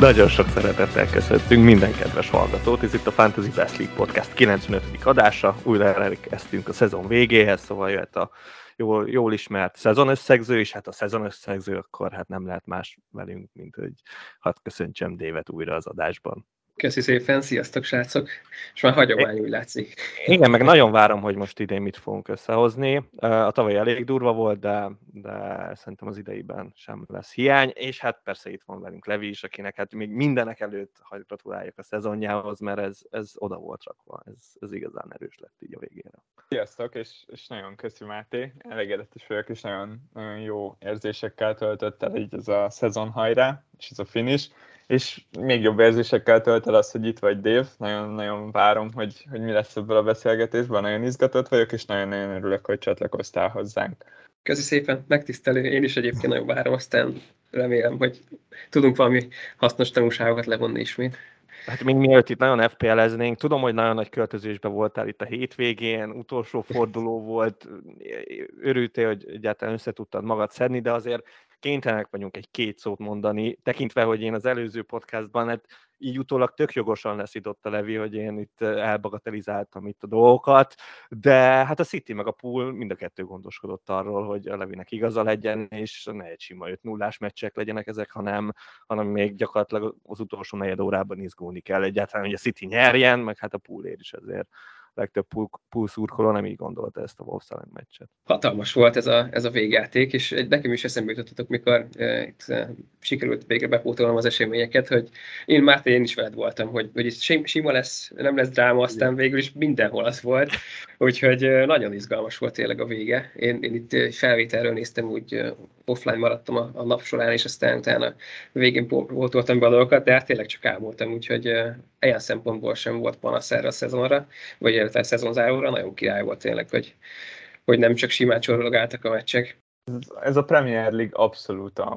Nagyon sok szeretettel köszöntünk minden kedves hallgatót, ez itt a Fantasy Best League Podcast 95. adása, újra elérkeztünk a szezon végéhez, szóval jöhet a jól ismert szezonösszegző, és hát a szezonösszegző akkor hát nem lehet más velünk, mint hogy hadd köszöntsem Dévet újra az adásban. Köszi szépen, sziasztok srácok! És már hagyomány úgy látszik. Igen, meg nagyon várom, hogy most idén mit fogunk összehozni. A tavaly elég durva volt, de szerintem az ideiben sem lesz hiány, és hát persze itt van velünk Levi is, akinek hát még mindenek előtt hadd gratuláljak a szezonjához, mert ez oda volt rakva, ez igazán erős lett így a végére. Sziasztok, és nagyon köszi Máté, elégedett is vagyok, és nagyon jó érzésekkel töltött el így ez a szezon hajrá, és ez a finish. És még jobb érzésekkel tölt el az, hogy itt vagy Dave. Nagyon-nagyon várom, hogy mi lesz ebből a beszélgetésben. Nagyon izgatott vagyok, és nagyon-nagyon örülök, hogy csatlakoztál hozzánk. Köszi szépen, megtisztelő. Én is egyébként nagyon várom, aztán remélem, hogy tudunk valami hasznos tanulságokat levonni ismét. Hát még mielőtt itt nagyon FPL-eznénk, tudom, hogy nagyon nagy költözésben voltál itt a hétvégén, utolsó forduló volt, örültél, hogy egyáltalán össze tudtad magad szedni, de azért kénytelenek vagyunk egy-két szót mondani, tekintve, hogy én az előző podcastban, hát így utólag tök jogosan leszidott a Levi, hogy én itt elbagatelizáltam itt a dolgokat, de hát a City meg a Pool mind a kettő gondoskodott arról, hogy a Levinek igaza legyen, és ne egy sima 5-0-ás meccsek legyenek ezek, hanem még gyakorlatilag az utolsó negyed órában izgulni kell egyáltalán, hogy a City nyerjen, meg hát a Poolért is ezért legtöbb Pool szurkoló nem így gondolta ezt a Wolves ellen meccset. Hatalmas volt ez a végjáték, és nekem is eszembe jutottatok, mikor sikerült végre bepótolnom az eseményeket, hogy én is veled voltam, hogy itt sima lesz, nem lesz dráma, aztán végül is mindenhol az volt, úgyhogy nagyon izgalmas volt tényleg a vége. Én itt felvételről néztem, úgy offline maradtam a nap során, és aztán utána végén pótoltam be a dolgokat, de hát tényleg csak álmodtam, úgyhogy ilyen szempontból sem volt panasz erre a szezonra, vagy a szezonzáróra, nagyon király volt tényleg, hogy nem csak simán csorolgáltak a meccsek. Ez a Premier League abszolút a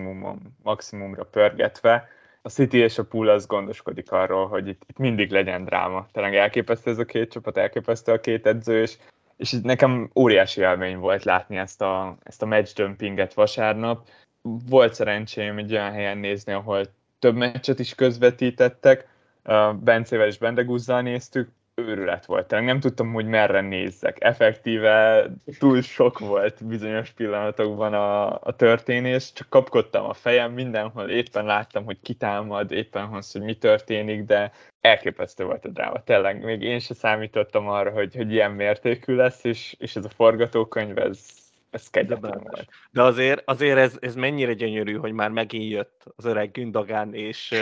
maximumra pörgetve. A City és a Pool az gondoskodik arról, hogy itt mindig legyen dráma. Tényleg elképesztő ez a két csapat, elképesztő a két edző, és nekem óriási élmény volt látni ezt a match dömpinget vasárnap. Volt szerencsém egy olyan helyen nézni, ahol több meccset is közvetítettek, Bencével és Bendeguzzal néztük, őrület volt. Tehát nem tudtam, hogy merre nézzek. Effektíve túl sok volt bizonyos pillanatokban a történés, csak kapkodtam a fejem, mindenhol éppen láttam, hogy kitámad, éppen hogy mi történik, de elképesztő volt a dráma. Tényleg, még én sem számítottam arra, hogy ilyen mértékű lesz, és ez a forgatókönyv, ez kegyetlen volt. De azért ez mennyire gyönyörű, hogy már megint jött az öreg Gündogan, és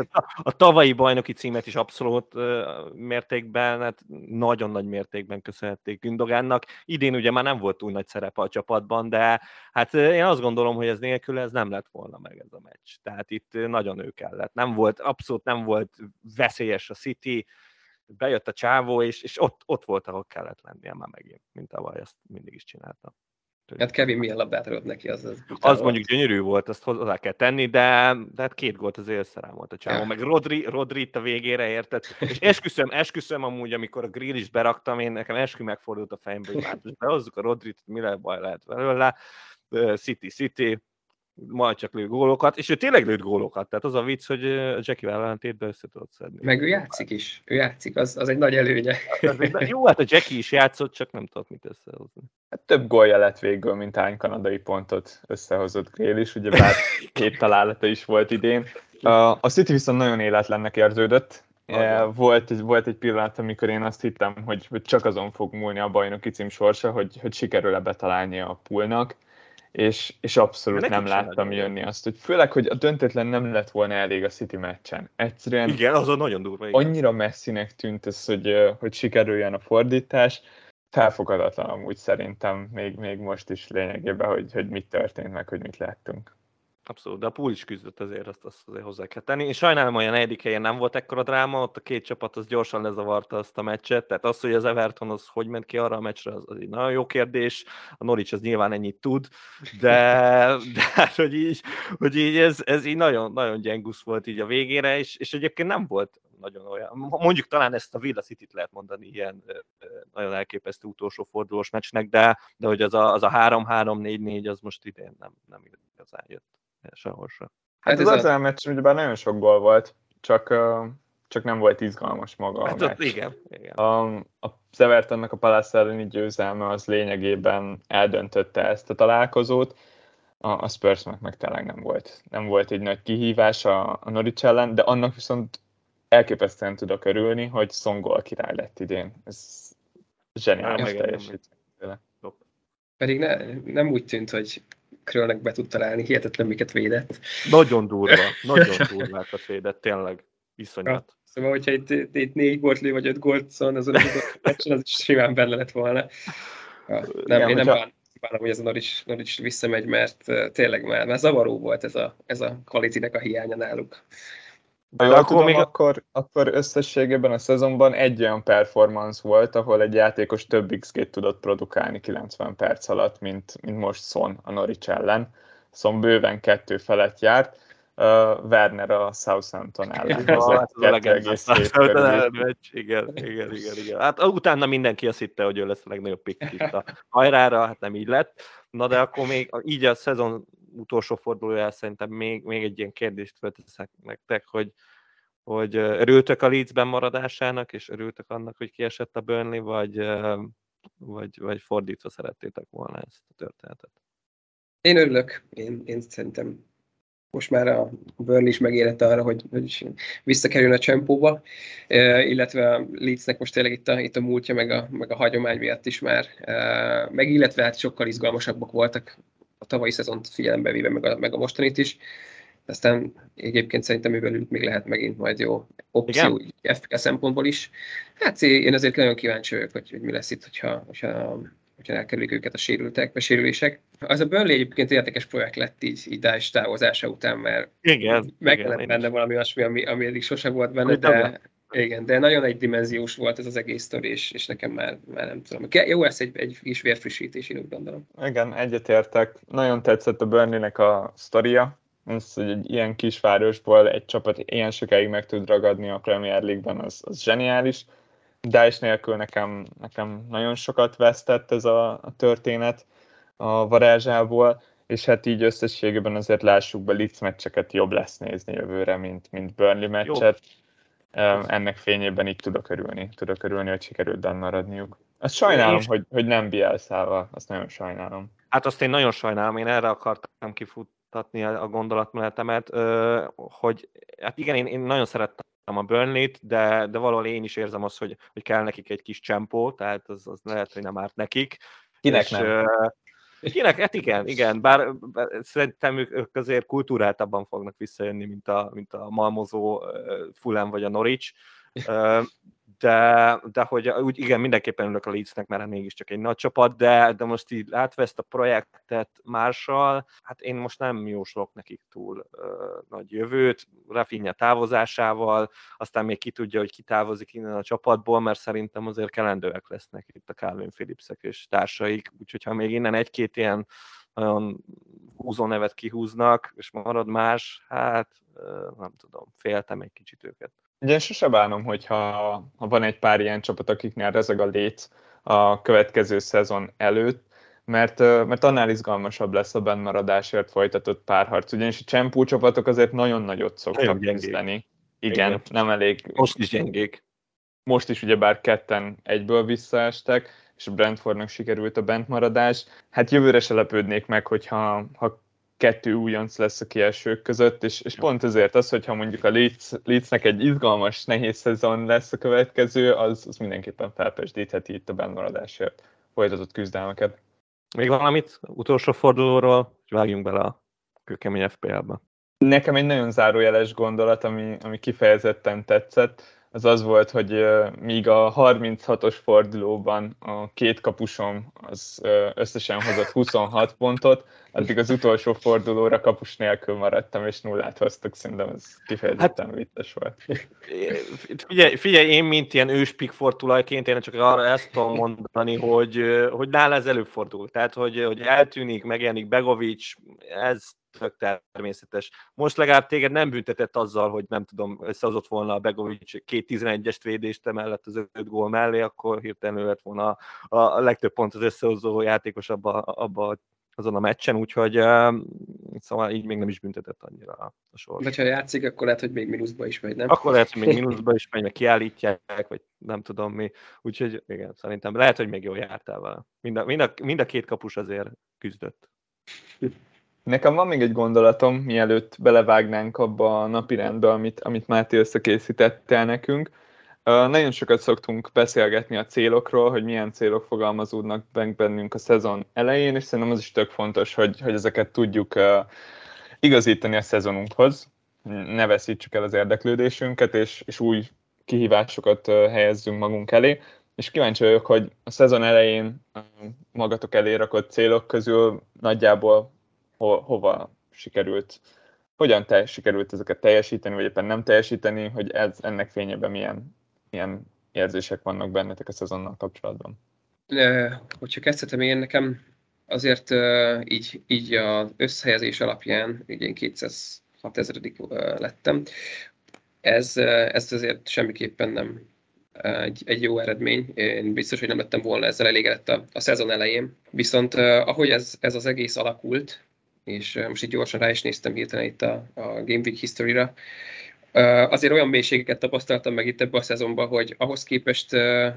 a tavalyi bajnoki címet is abszolút mértékben, hát nagyon nagy mértékben köszönhették Gündogannak. Idén ugye már nem volt túl nagy szerepe a csapatban, de hát én azt gondolom, hogy ez nélkül ez nem lett volna meg ez a meccs. Tehát itt nagyon ő kellett. Abszolút nem volt veszélyes a City, bejött a csávó, és ott volt, ahol kellett lennie már megint, mint tavaly ezt mindig is csinálta. Hát Kevin milyen labdát adott neki, az mondjuk gyönyörű volt, azt hozzá kell tenni, de hát 2 gólt azért összerámolt a csávó. Meg Rodri itt a végére értett. És esküszöm amúgy, amikor a Grealish beraktam, nekem megfordult a fejembe, hogy már behozzuk a Rodrit, mi baj lehet belőle. City, majd csak lő gólokat, és ő tényleg lőtt gólokat, tehát az a vicc, hogy Jackie-vel ellentétben össze tudott szedni. Meg ő játszik is, az egy nagy előnye. Jó, hát a Jackie is játszott, csak nem tudott mit összehozni. Hát több gólja lett végül, mint hány kanadai pontot összehozott Grealish, ugye bár 2 találata is volt idén. A City viszont nagyon életlennek érződött. Volt egy pillanat, amikor én azt hittem, hogy csak azon fog múlni a bajnoki cím sorsa, hogy sikerül-e betalálni a Poolnak. És abszolút nem láttam jönni azt, hogy főleg, hogy a döntetlen nem lett volna elég a City meccsen. Egyszerűen igen, azon nagyon durva. Igen. Annyira messzinek tűnt ez, hogy sikerüljön a fordítás. Felfogadatlan amúgy szerintem még most is lényegében, hogy mit történt meg, hogy mit láttunk. Abszolút, de a Pool is küzdött azért, azt azért hozzá kell tenni. Én sajnálom, hogy a 4. helyen nem volt ekkora dráma, ott a 2 csapat az gyorsan lezavarta azt a meccset, tehát az, hogy az Everton az hogy ment ki arra a meccsre, az egy nagyon jó kérdés. A Norwich az nyilván ennyit tud, de hát, hogy így ez így nagyon, nagyon gyengusz volt így a végére, és egyébként nem volt nagyon olyan. Mondjuk talán ezt a Villa City-t lehet mondani ilyen nagyon elképesztő utolsó fordulós meccsnek, de hogy az a 3-3, 4-4 az most idén nem igazán jött sehol sem. Hát az Arsenal meccs ugyebár nagyon sok gól volt, csak nem volt izgalmas maga a meccs. Igen. Az Evertonnak a Palace elleni győzelme az lényegében eldöntötte ezt a találkozót. A Spursnak meg tényleg nem volt egy nagy kihívás a Norwich ellen, de annak viszont elképesztően tudok örülni, hogy Son gól király lett idén. Ez zseniális teljesítmény. Pedig nem úgy tűnt, hogy Krölnek be tud találni, hihetetlen miket védett. Nagyon durvát védett, tényleg. Iszonyat. Szóval, hogyha itt 4 gólt lő, vagy 5 gólt szól, azon a meccsen, az is simán benne lett volna. Én nem bánom, hogy ez a Norwich visszamegy, mert tényleg már zavaró volt ez a quality-nek a hiánya náluk. Ha jól tudom, akkor összességében a szezonban egy olyan performance volt, ahol egy játékos több XG-t tudott produkálni 90 perc alatt, mint most Son a Norwich ellen. Son bőven 2 felett járt. Werner a Southampton ellen. Igen. Hát utána mindenki azt hitte, hogy ő lesz a legnagyobb pick itt a hajrára, hát nem így lett. Na de akkor még így a szezon utolsó fordulóján szerintem még egy ilyen kérdést felteszek nektek, hogy örültök a Leedsben maradásának, és örültök annak, hogy kiesett a Burnley, vagy fordítva szerettétek volna ezt a történetet? Én örülök. Én szerintem most már a Burnley is megérette arra, hogy visszakerül a csempóba, illetve a Leedsnek most tényleg itt a múltja, meg a hagyomány miatt is már, meg illetve hát sokkal izgalmasabbak voltak a tavalyi szezont figyelembe véve, meg a mostanit is. Aztán egyébként szerintem ővelük még lehet megint majd jó opció FPL szempontból is. Hát én azért nagyon kíváncsi vagyok, hogy mi lesz itt, hogyha elkerülik őket a sérülések. Az a Burnley egyébként érdekes projekt lett így Dyche távozása után, mert megjelent benne valami olyasmi, ami eddig sosem volt benne, de nagyon egydimenziós volt ez az egész sztori, és nekem már nem tudom. Jó, ez egy kis vérfrissítés, én úgy gondolom. Igen, egyetértek. Nagyon tetszett a Burnleynek a sztoria. Ez, hogy egy ilyen kisvárosból egy csapat ilyen sokáig meg tud ragadni a Premier League-ben, az zseniális. Dyche nélkül nekem nagyon sokat vesztett ez a történet a varázsából, és hát így összességében azért lássuk be, Leeds meccseket jobb lesz nézni jövőre, mint Burnley meccset. Ennek fényében így tudok örülni, hogy sikerült benn maradniuk. Azt sajnálom, hogy nem Bielszával, azt nagyon sajnálom. Hát azt én nagyon sajnálom, én erre akartam kifuttatni a gondolatmenetemet, hogy hát igen, én nagyon szerettem a Burnley-t, de valahol én is érzem azt, hogy kell nekik egy kis csempó, tehát az lehet, hogy nem árt nekik. Kinek nem? Kinek? Hát igen, bár szerintem ők azért kultúráltabban fognak visszajönni, mint a malmozó Fulham vagy a Norwich. De hogy úgy igen, mindenképpen ülök a Leedsnek, mert mégiscsak egy nagy csapat, de most így látva ezt a projektet Marshall, hát én most nem jósolok nekik túl nagy jövőt, Rafinha távozásával, aztán még ki tudja, hogy ki távozik innen a csapatból, mert szerintem azért kelendőek lesznek itt a Calvin Phillipsek és társaik, úgyhogy ha még innen egy-két ilyen nagyon húzónevet kihúznak, és marad más, hát nem tudom, féltem egy kicsit őket. Ugye én sose bánom, hogyha van egy pár ilyen csapat, akiknél rezeg a léc a következő szezon előtt, mert annál izgalmasabb lesz a bennmaradásért folytatott párharc. Ugyanis a csempó csapatok azért nagyon nagyot szoktak küzdeni. Igen, nem elég. Most is gyengék. Most is ugyebár ketten egyből visszaestek, és a Brentfordnak sikerült a bentmaradás. Hát jövőre se lepődnék meg, hogyha 2 újonc lesz a kiesők között, és pont ezért az, hogyha mondjuk a Leedsnek egy izgalmas, nehéz szezon lesz a következő, az mindenképpen felpesdítheti itt a bennmaradásért folytatott küzdelmeket. Még valamit utolsó fordulóról, hogy vágjunk bele a kőkemény FPL-be. Nekem egy nagyon zárójeles gondolat, ami kifejezetten tetszett, az volt, hogy míg a 36-os fordulóban a 2 kapusom az összesen hozott 26 pontot, addig az utolsó fordulóra kapus nélkül maradtam, és 0-át hoztak, szerintem ez kifejezetten vicces volt. Figyelj, én mint ilyen őspikford tulajként, én csak arra ezt tudom mondani, hogy nála ez előfordul. Tehát, hogy eltűnik, megjelenik Begovic, ez tök természetes. Most legalább téged nem büntetett azzal, hogy nem tudom, összehozott volna a Begovic 2 11-est védést mellett az 5 gól mellé, akkor hirtelen ő lett volna a legtöbb pont az összehozó játékos abba a azon a meccsen, úgyhogy szóval így még nem is büntetett annyira a sors. Vagy ha játszik, akkor lehet, hogy még mínuszba is megy, nem? Akkor lehet, hogy még mínuszba is megy, meg kiállítják, vagy nem tudom mi. Úgyhogy igen, szerintem lehet, hogy még jól jártál vele. Mind a két kapus azért küzdött. Nekem van még egy gondolatom, mielőtt belevágnánk abba a napirendbe, amit Máté összekészítette nekünk. Nagyon sokat szoktunk beszélgetni a célokról, hogy milyen célok fogalmazódnak bennünk a szezon elején, és szerintem az is tök fontos, hogy ezeket tudjuk igazítani a szezonunkhoz, ne veszítsük el az érdeklődésünket, és új kihívásokat helyezzünk magunk elé. És kíváncsi vagyok, hogy a szezon elején magatok elé rakott célok közül nagyjából hova sikerült, hogyan sikerült ezeket teljesíteni, vagy éppen nem teljesíteni, hogy ennek fényében milyen érzések vannak bennetek a szezonnal kapcsolatban? Hogyha kezdhetem én, nekem azért így az összhelyezés alapján, így én 206 000 lettem. Ez azért semmiképpen nem egy jó eredmény. Én biztos, hogy nem lettem volna ezzel elégedett a szezon elején. Viszont ahogy ez az egész alakult, és most így gyorsan rá is néztem hirtelen itt a Game Week History-ra, azért olyan mélységeket tapasztaltam meg itt ebben a szezonban, hogy ahhoz képest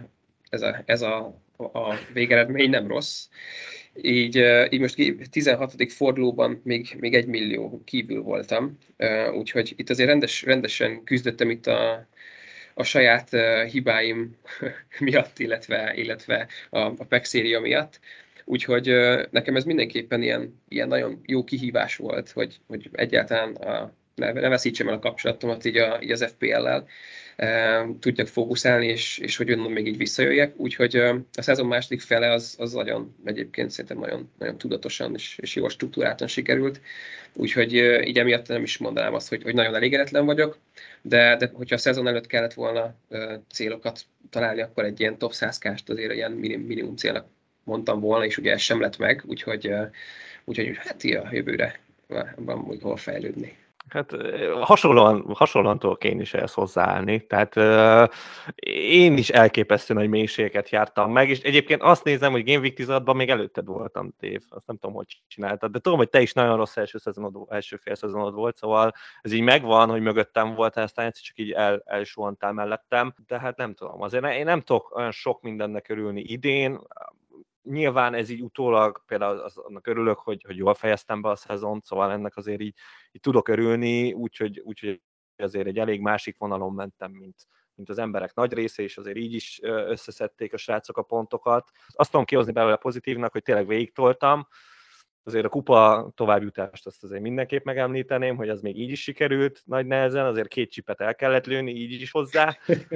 ez a végeredmény nem rossz. Így most 16. fordulóban még 1 millió kívül voltam, úgyhogy itt azért rendesen küzdöttem itt a saját hibáim miatt, illetve a PEC széria miatt. Úgyhogy nekem ez mindenképpen ilyen nagyon jó kihívás volt, hogy egyáltalán ne veszítsem el a kapcsolatomat így az FPL-lel, tudjak fókuszálni, és hogy onnan még így visszajöjjek. Úgyhogy a szezon második fele az nagyon, egyébként szerintem nagyon, nagyon tudatosan és jól struktúráltan sikerült. Úgyhogy így emiatt nem is mondanám azt, hogy nagyon elégedetlen vagyok, de hogyha a szezon előtt kellett volna célokat találni, akkor egy ilyen top 100-kást azért ilyen minimum célnak mondtam volna, és ugye ez sem lett meg, úgyhogy hát a jövőre van még hol fejlődni. Hát hasonlóan tudok én is ehhez hozzáállni, tehát én is elképesztő nagy mélységeket jártam meg, és egyébként azt nézem, hogy Game Week 16-ban még előtted voltam, Dave, azt nem tudom, hogy csináltad, de tudom, hogy te is nagyon rossz első fél szezonod volt, szóval ez így megvan, hogy mögöttem voltál, aztán egyszer csak így elsuhantál mellettem, de hát nem tudom, azért én nem tudok olyan sok mindennek örülni idén. Nyilván ez így utólag, például annak örülök, hogy jól fejeztem be a szezont, szóval ennek azért így tudok örülni, úgyhogy azért egy elég másik vonalon mentem, mint az emberek nagy része, és azért így is összeszedték a srácok a pontokat. Azt tudom kihozni belőle pozitívnak, hogy tényleg végigtoltam. Azért a kupa továbbjutást azt azért mindenképp megemlíteném, hogy az még így is sikerült nagy nehezen, azért 2 csipet el kellett lőni, így is hozzá,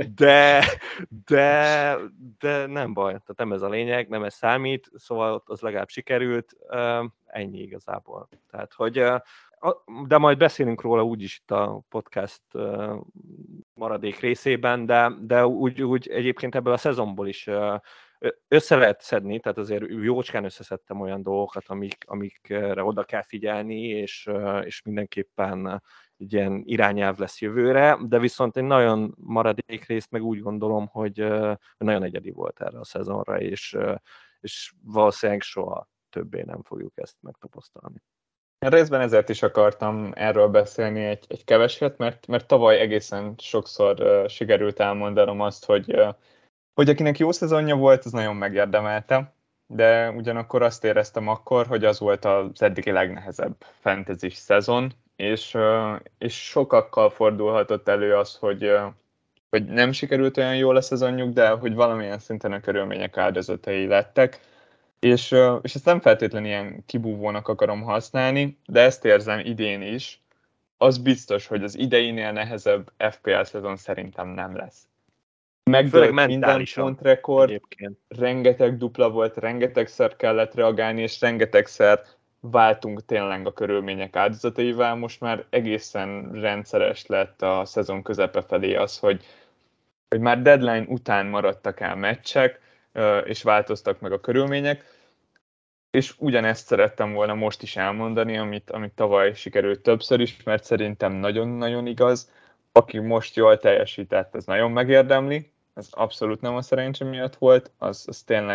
de nem baj, tehát nem ez a lényeg, nem ez számít, szóval ott az legalább sikerült, ennyi igazából. Tehát, hogy de majd beszélünk róla úgyis itt a podcast maradék részében, de úgy egyébként ebből a szezonból is össze lehet szedni, tehát azért jócskán összeszedtem olyan dolgokat, amikre oda kell figyelni, és mindenképpen egy ilyen irányelv lesz jövőre, de viszont egy nagyon maradék részt meg úgy gondolom, hogy nagyon egyedi volt erre a szezonra, és valószínűleg soha többé nem fogjuk ezt megtapasztalni. Részben ezért is akartam erről beszélni egy keveset, mert tavaly egészen sokszor sikerült elmondanom azt, hogy akinek jó szezonja volt, az nagyon megérdemelte, de ugyanakkor azt éreztem akkor, hogy az volt az eddigi legnehezebb fantasy szezon, és sokakkal fordulhatott elő az, hogy nem sikerült olyan jól a szezonjuk, de hogy valamilyen szinten a körülmények áldozatai lettek, és ezt nem feltétlenül ilyen kibúvónak akarom használni, de ezt érzem idén is. Az biztos, hogy az ideinél nehezebb FPL szezon szerintem nem lesz. Megdőlt minden pontrekord, egyébként. Rengeteg dupla volt, rengetegszer kellett reagálni, és rengetegszer váltunk tényleg a körülmények áldozataival. Most már egészen rendszeres lett a szezon közepe felé az, hogy már deadline után maradtak el meccsek, és változtak meg a körülmények. És ugyanezt szerettem volna most is elmondani, amit tavaly sikerült többször is, mert szerintem nagyon-nagyon igaz. Aki most jól teljesített, az nagyon megérdemli, ez abszolút nem a szerencse miatt volt, az tényleg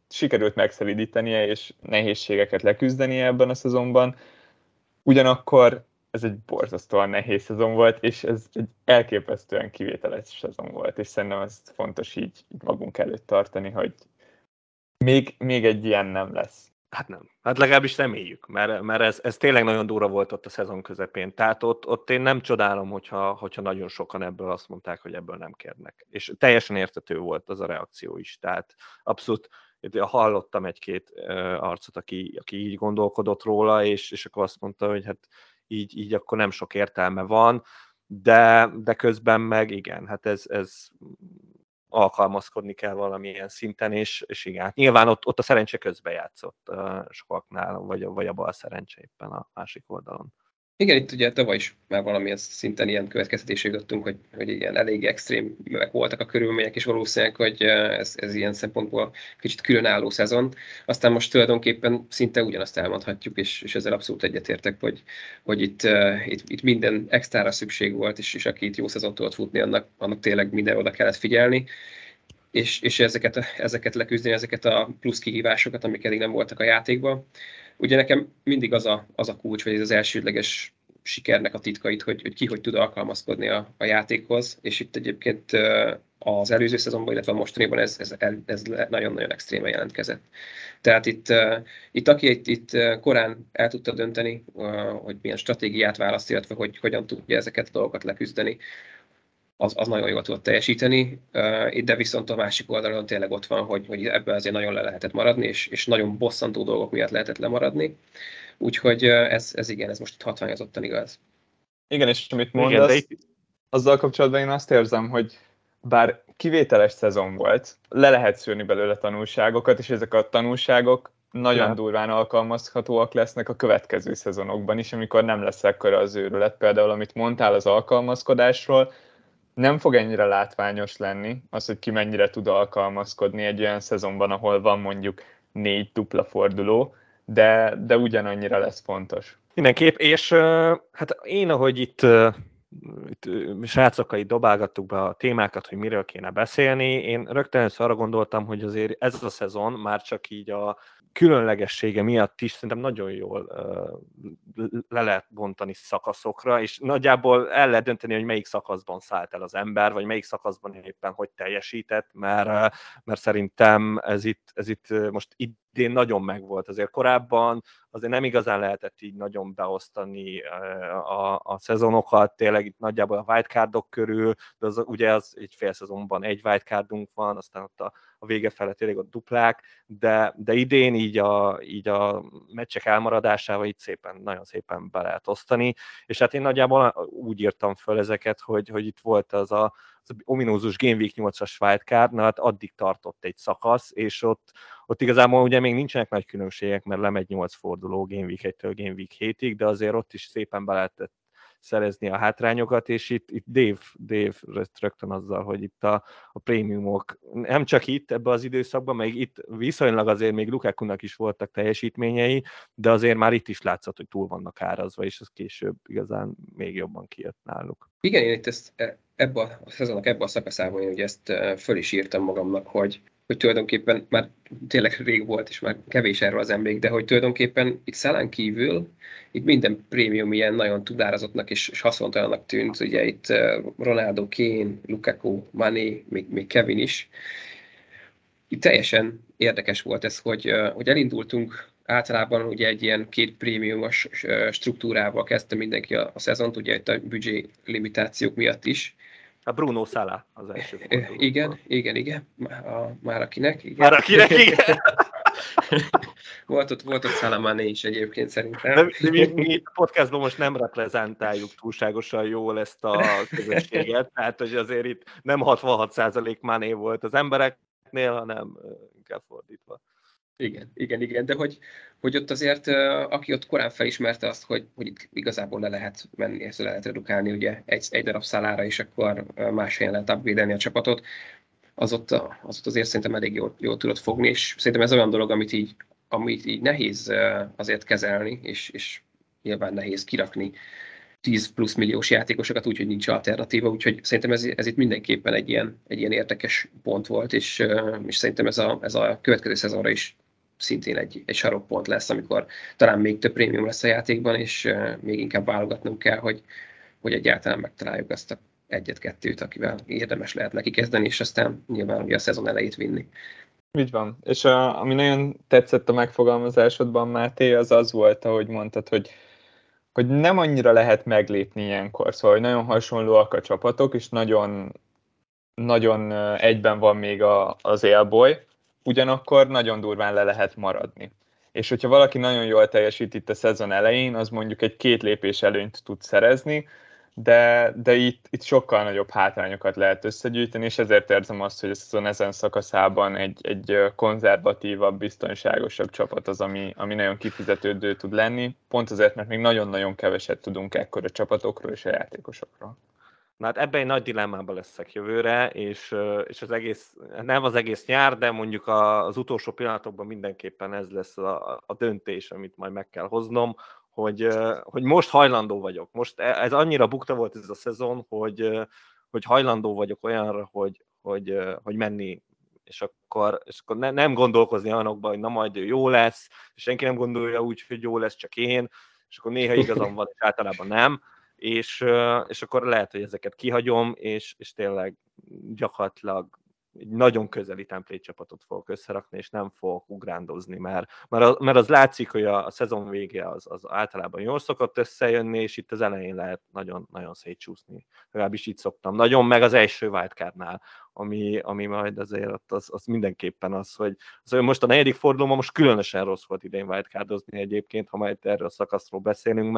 sikerült megszelídítenie, és nehézségeket leküzdenie ebben a szezonban. Ugyanakkor ez egy borzasztóan nehéz szezon volt, és ez egy elképesztően kivételes szezon volt, és szerintem ezt fontos így magunk előtt tartani, hogy még egy ilyen nem lesz. Hát nem. Hát legalábbis reméljük, mert ez tényleg nagyon durva volt ott a szezon közepén. Tehát ott én nem csodálom, hogyha nagyon sokan ebből azt mondták, hogy ebből nem kérnek. És teljesen értető volt az a reakció is. Tehát abszolút hallottam egy-két arcot, aki így gondolkodott róla, és akkor azt mondta, hogy hát így akkor nem sok értelme van, de közben meg igen, hát ez alkalmazkodni kell valamilyen szinten, és igen, hát nyilván ott a szerencse közbe játszott sokaknál, vagy a bal szerencse éppen a másik oldalon. Igen, itt ugye tavaly is már valamilyen szinten ilyen következtetésre jutottunk, hogy ilyen elég extrém voltak a körülmények, és valószínűleg, hogy ez ilyen szempontból kicsit különálló szezon. Aztán most tulajdonképpen szinte ugyanazt elmondhatjuk, és ezzel abszolút egyetértek, hogy itt minden extrára szükség volt, és aki itt jó szezon tudott futni, annak tényleg minden oda kellett figyelni. És ezeket leküzdeni, ezeket a plusz kihívásokat, amik eddig nem voltak a játékban. Ugye nekem mindig az a kulcs, vagy ez az elsődleges sikernek a titkait, hogy ki hogy tud alkalmazkodni a játékhoz, és itt egyébként az előző szezonban, illetve a mostaniban ez nagyon-nagyon extrémen jelentkezett. Tehát itt aki itt korán el tudta dönteni, hogy milyen stratégiát választ, illetve hogy hogyan tudja ezeket a dolgokat leküzdeni, az nagyon jól tudott teljesíteni, de viszont a másik oldalon tényleg ott van, hogy ebből azért nagyon le lehetett maradni, és nagyon bosszantó dolgok miatt lehetett lemaradni. Úgyhogy ez most itt hatványozottan igaz. Igen, és amit mondasz, azzal kapcsolatban én azt érzem, hogy bár kivételes szezon volt, le lehet szűrni belőle tanulságokat, és ezek a tanulságok nagyon durván alkalmazhatóak lesznek a következő szezonokban is, amikor nem lesz ekkora az őrület. Például, amit mondtál az alkalmazkodásról, nem fog ennyire látványos lenni, az, hogy ki mennyire tud alkalmazkodni egy olyan szezonban, ahol van mondjuk 4 dupla forduló, de ugyanannyira lesz fontos. Mindenképp, és hát én, ahogy itt srácokkal dobálgattuk be a témákat, hogy miről kéne beszélni, én rögtön arra gondoltam, hogy azért ez a szezon már csak így a különlegessége miatt is szerintem nagyon jól le lehet bontani szakaszokra, és nagyjából el lehet dönteni, hogy melyik szakaszban szállt el az ember, vagy melyik szakaszban éppen hogy teljesített, mert szerintem ez itt most idén nagyon megvolt. Azért korábban azért nem igazán lehetett így nagyon beosztani a szezonokat, tényleg itt nagyjából a wildcardok körül, de ugye az egy fél szezonban egy wildcardunk van, aztán ott a vége fele tényleg a duplák, de idén így a meccsek elmaradásával így nagyon szépen be lehet osztani, és hát én nagyjából úgy írtam föl ezeket, hogy itt volt az ominózus Game Week 8-as wildcard, na hát addig tartott egy szakasz, és ott igazából ugye még nincsenek nagy különbségek, mert lemegy 8 forduló Game Week 1-től Game Week 7-ig, de azért ott is szépen be lehetett szerezni a hátrányokat, és itt Dave rögtön azzal, hogy itt a prémiumok, nem csak itt ebben az időszakban, meg itt viszonylag azért még Lukakunak is voltak teljesítményei, de azért már itt is látszott, hogy túl vannak árazva, és az később igazán még jobban kijött náluk. Igen, én itt ebben a szezonnak ebben a szakaszában én ugye ezt föl is írtam magamnak, hogy tulajdonképpen már tényleg rég volt, és már kevés erről az emlék, de hogy tulajdonképpen itt Salán kívül, itt minden prémium ilyen nagyon tudárazottnak és haszontalannak tűnt, ugye itt Ronaldo, Kane, Lukaku, Mané, még Kevin is. Itt teljesen érdekes volt ez, hogy elindultunk általában ugye egy ilyen 2 prémiumos struktúrával kezdte mindenki a szezont, ugye itt a büdzsé limitációk miatt is. A Bruno Salah az első forduló. Igen. Már akinek, igen. Már akinek, igen. volt ott Salah Mané is egyébként szerintem. De mi a podcastban most nem reprezentáljuk túlságosan jól ezt a közösséget, tehát hogy azért itt nem 66% Mané volt az embereknél, hanem inkább fordítva. Igen, de hogy ott azért, aki ott korán felismerte azt, hogy itt igazából le lehet menni, ezt le lehet redukálni, ugye egy darab Salahra, és akkor más helyen lehet upgrade-elni a csapatot, az ott azért szerintem elég jól tudott fogni, és szerintem ez olyan dolog, amit így nehéz azért kezelni, és nyilván nehéz kirakni 10 plusz milliós játékosokat, úgyhogy nincs alternatíva, úgyhogy szerintem ez itt mindenképpen egy ilyen érdekes pont volt, és szerintem ez a következő szezonra is szintén egy sarokpont lesz, amikor talán még több prémium lesz a játékban, és még inkább válogatnunk kell, hogy egyáltalán megtaláljuk azt a egyet-kettőt, akivel érdemes lehet neki kezdeni, és aztán nyilván ugye a szezon elejét vinni. Így van. És ami nagyon tetszett a megfogalmazásodban, Máté, az volt, ahogy mondtad, hogy nem annyira lehet meglépni ilyenkor, szóval hogy nagyon hasonlóak a csapatok, és nagyon, nagyon egyben van még az élboly, ugyanakkor nagyon durván le lehet maradni. És hogyha valaki nagyon jól teljesít itt a szezon elején, az mondjuk egy 2 lépés előnyt tud szerezni, de itt sokkal nagyobb hátrányokat lehet összegyűjteni, és ezért érzem azt, hogy a szezon ezen szakaszában egy konzervatívabb, biztonságosabb csapat az, ami nagyon kifizetődő tud lenni, pont azért, mert még nagyon-nagyon keveset tudunk ekkora csapatokról és a játékosokról. Na hát ebben egy nagy dilemmában leszek jövőre, és az egész, nem az egész nyár, de mondjuk az utolsó pillanatokban mindenképpen ez lesz a döntés, amit majd meg kell hoznom, hogy most hajlandó vagyok. Most ez annyira bukta volt ez a szezon, hogy hajlandó vagyok olyanra, hogy menni, és akkor nem gondolkozni olyanokban, hogy na majd jó lesz, és senki nem gondolja úgy, hogy jó lesz, csak én, és akkor néha igazam van, és általában nem. És akkor lehet, hogy ezeket kihagyom, és tényleg gyakorlatilag egy nagyon közeli template csapatot fogok összerakni, és nem fogok ugrándozni, mert az látszik, hogy a szezon vége az általában jól szokott összejönni, és itt az elején lehet nagyon, nagyon szétcsúszni. Legalábbis így szoktam. Nagyon meg az első wildcardnál, ami majd azért az mindenképpen az, hogy most a 4. fordulóban most különösen rossz volt idén wildcardozni egyébként, ha majd erről a szakaszról beszélünk,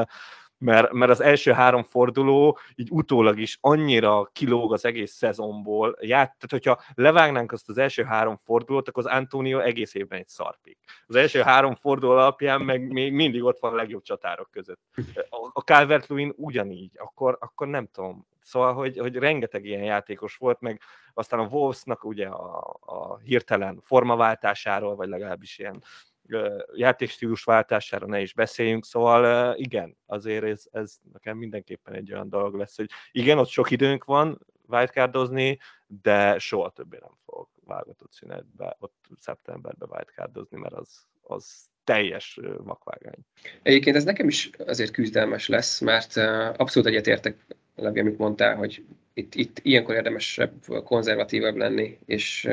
mert az első 3 forduló így utólag is annyira kilóg az egész szezonból. Tehát, hogyha levágnánk azt az első 3 fordulót, akkor az Antonio egész évben egy szarpik. Az első 3 forduló alapján meg még mindig ott van a legjobb csatárok között. A Calvert-Lewin ugyanígy, akkor nem tudom. Szóval, hogy rengeteg ilyen játékos volt, meg aztán a Wolvesnak ugye a hirtelen formaváltásáról, vagy legalábbis ilyen játékstílus váltására ne is beszéljünk, szóval igen, azért ez nekem mindenképpen egy olyan dolog lesz, hogy igen, ott sok időnk van wildcardozni, de soha többé nem fogok válogatott szünetbe, ott szeptemberben wildcardozni, mert az teljes vakvágány. Egyébként ez nekem is azért küzdelmes lesz, mert abszolút egyetértek, Levi, amit mondtál, hogy itt ilyenkor érdemesebb, konzervatívabb lenni, és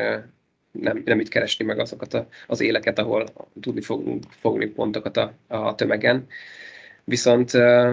nem itt keresni meg azokat az éleket, ahol tudni fogunk fogni pontokat a tömegen. Viszont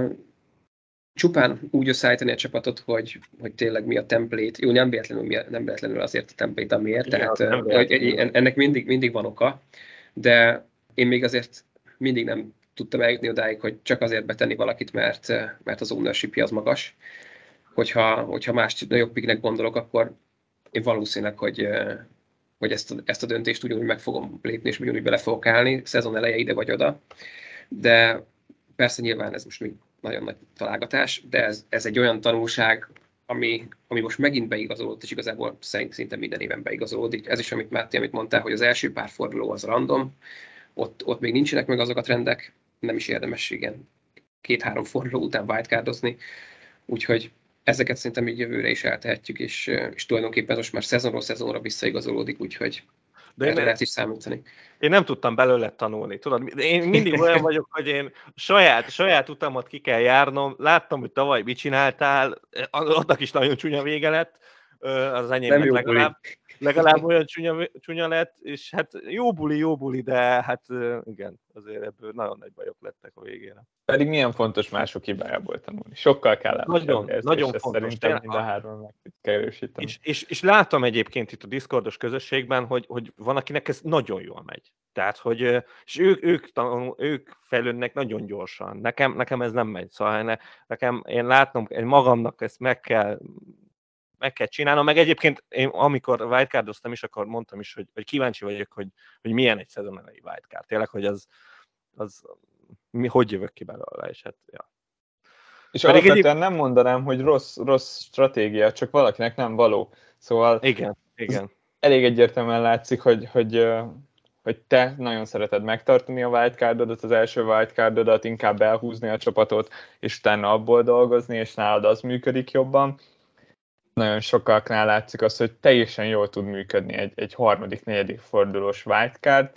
csupán úgy összeállítani a csapatot, hogy tényleg mi a template, jó, nem véletlenül azért a template, amiért, tehát ennek mindig van oka, de én még azért mindig nem tudtam eljutni odáig, hogy csak azért betenni valakit, mert az ownership-je az magas. Hogyha más nagyobb picknek gondolok, akkor én valószínűleg, hogy ezt a döntést ugyanúgy meg fogom lépni, és ugyanúgy bele fogok állni, szezon eleje ide vagy oda. De persze nyilván ez most még nagyon nagy találgatás, de ez egy olyan tanulság, ami most megint beigazolódott, és igazából szinte minden éven beigazolódik. Ez is, amit mondtál, hogy az első pár forduló az random, ott még nincsenek meg azok a trendek, nem is érdemes, igen, 2-3 forduló után wildcardozni, úgyhogy ezeket szerintem így jövőre is eltehetjük, és tulajdonképpen most már szezonról szezonra visszaigazolódik, úgyhogy erre lehet is számítani. Én nem tudtam belőle tanulni, tudod? Én mindig olyan vagyok, hogy én saját utamat ki kell járnom. Láttam, hogy tavaly mit csináltál, annak is nagyon csúnya vége lett, az enyémnek legalább olyan csúnya lett, és hát jó buli, de hát igen, azért ebből nagyon nagy bajok lettek a végére. Pedig milyen fontos mások hibájából tanulni. Sokkal kellemesebb nagyon fontos. Szerintem mind a 3 meg kell erősíteni. És láttam egyébként itt a Discordos közösségben, hogy van, akinek ez nagyon jól megy. Tehát, hogy és ők fejlődnek nagyon gyorsan. Nekem ez nem megy. Szóval én látnom, magamnak ezt meg kell csinálnom, meg egyébként én amikor wildcardoztam is, akkor mondtam is, hogy kíváncsi vagyok, hogy milyen egy szezon elejé wildcard. Tényleg, hogy hogy jövök ki belőle, és hát, ja. És alapvetően nem mondanám, hogy rossz stratégia, csak valakinek nem való. Szóval igen. elég egyértelműen látszik, hogy hogy te nagyon szereted megtartani a wildcardodat, az első wildcardodat, inkább elhúzni a csapatot, és utána abból dolgozni, és nálad az működik jobban. Nagyon sokaknál látszik az, hogy teljesen jól tud működni egy harmadik, negyedik fordulós wildcard,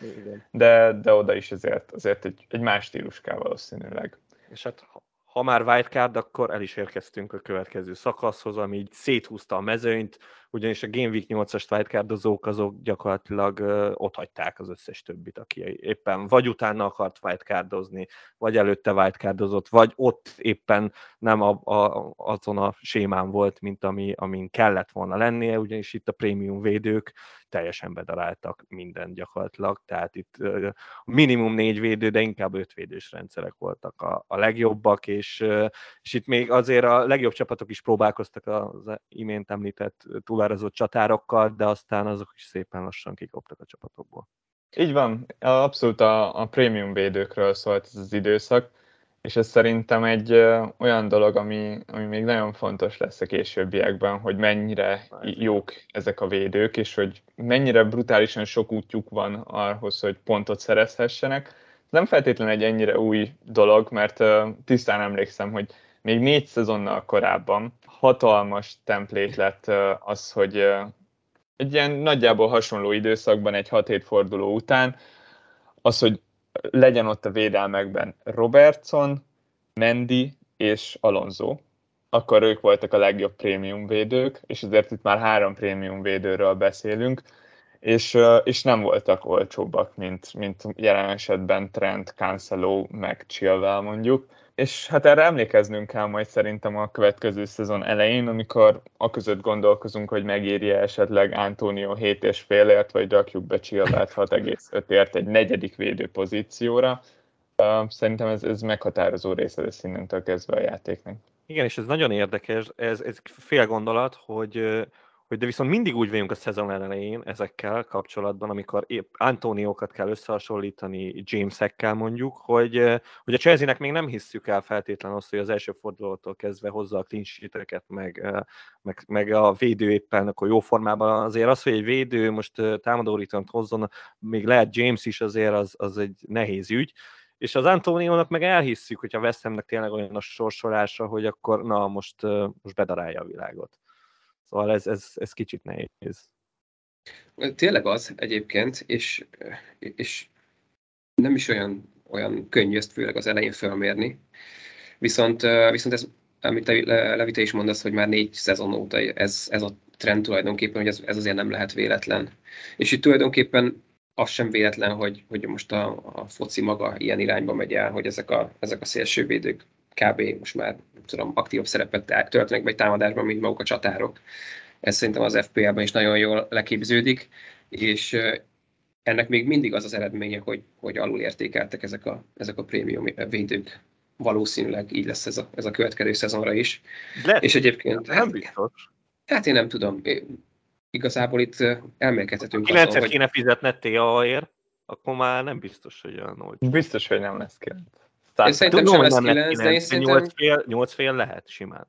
de oda is azért egy más stílus kell valószínűleg. És hát ha már wildcard, akkor el is érkeztünk a következő szakaszhoz, ami így széthúzta a mezőnyt, ugyanis a Game Week 8-as wildcardozók azok gyakorlatilag ott hagyták az összes többit, aki éppen vagy utána akart wildcardozni, vagy előtte wildcardozott, vagy ott éppen nem azon a sémán volt, mint amin kellett volna lennie, ugyanis itt a prémium védők teljesen bedaráltak mindent gyakorlatilag, tehát itt minimum 4 védő, de inkább 5 védős rendszerek voltak a legjobbak, és itt még azért a legjobb csapatok is próbálkoztak az imént említett túlárazott csatárokkal, de aztán azok is szépen lassan kikoptak a csapatokból. Így van, abszolút a prémium védőkről szólt ez az időszak, és ez szerintem egy olyan dolog, ami még nagyon fontos lesz a későbbiekben, hogy mennyire jók ezek a védők, és hogy mennyire brutálisan sok útjuk van ahhoz, hogy pontot szerezhessenek. Nem feltétlenül egy ennyire új dolog, mert tisztán emlékszem, hogy még 4 szezonnal korábban hatalmas templét lett az, hogy egy ilyen nagyjából hasonló időszakban, egy 6-7 forduló után, az, hogy legyen ott a védelmekben Robertson, Mendy és Alonso, akkor ők voltak a legjobb prémium védők, és ezért itt már 3 prémium védőről beszélünk, és nem voltak olcsóbbak, mint jelen esetben Trent, Cancelo, meg Chilwell mondjuk. És hát erre emlékeznünk kell majd szerintem a következő szezon elején, amikor aközött gondolkozunk, hogy megéri esetleg Antonio 7,5-ért, vagy rakjuk be Chilwellt 6,5-ért egy negyedik védő pozícióra. Szerintem ez meghatározó része lesz innentől kezdve a játéknak. Igen, és ez nagyon érdekes, ez fél gondolat, hogy de viszont mindig úgy vagyunk a szezon elején ezekkel kapcsolatban, amikor épp Antoniókat kell összehasonlítani Jamesekkel mondjuk, hogy a Chelsea-nek még nem hisszük el feltétlenül azt, hogy az első fordulótól kezdve hozza a clean sheet-eket, meg a védő éppen akkor jó formában. Azért az, hogy egy védő most támadó returnt hozzon, még lehet James is, azért az egy nehéz ügy. És az Antoniónak meg elhisszük, hogyha West Hamnek tényleg olyan a sorsolása, hogy akkor most bedarálja a világot. Szóval ez kicsit nehéz. Tényleg az egyébként, és nem is olyan könnyű ezt főleg az elején felmérni. Viszont ez, amit Levi, te is mondasz, hogy már 4 szezon óta ez a trend tulajdonképpen, hogy ez azért nem lehet véletlen. És itt tulajdonképpen az sem véletlen, hogy most a foci maga ilyen irányba megy el, hogy ezek a szélsővédők kb. Most már tudom, aktívabb szerepet töltenek be egy támadásban, mint maguk a csatárok. Ez szerintem az FPL-ben is nagyon jól leképződik, és ennek még mindig az eredménye, hogy alulértékeltek ezek a prémium védők. Valószínűleg így lesz ez a következő szezonra is. És egyébként... Nem biztos. Hát én nem tudom. Igazából itt elmélkedhetünk. 9-et kéne fizetned TA-ért, akkor már nem biztos, hogy olyan olcsó. Biztos, hogy nem lesz 9. Én szerintem sem lesz 9, de én szerintem... 8 fél lehet simán.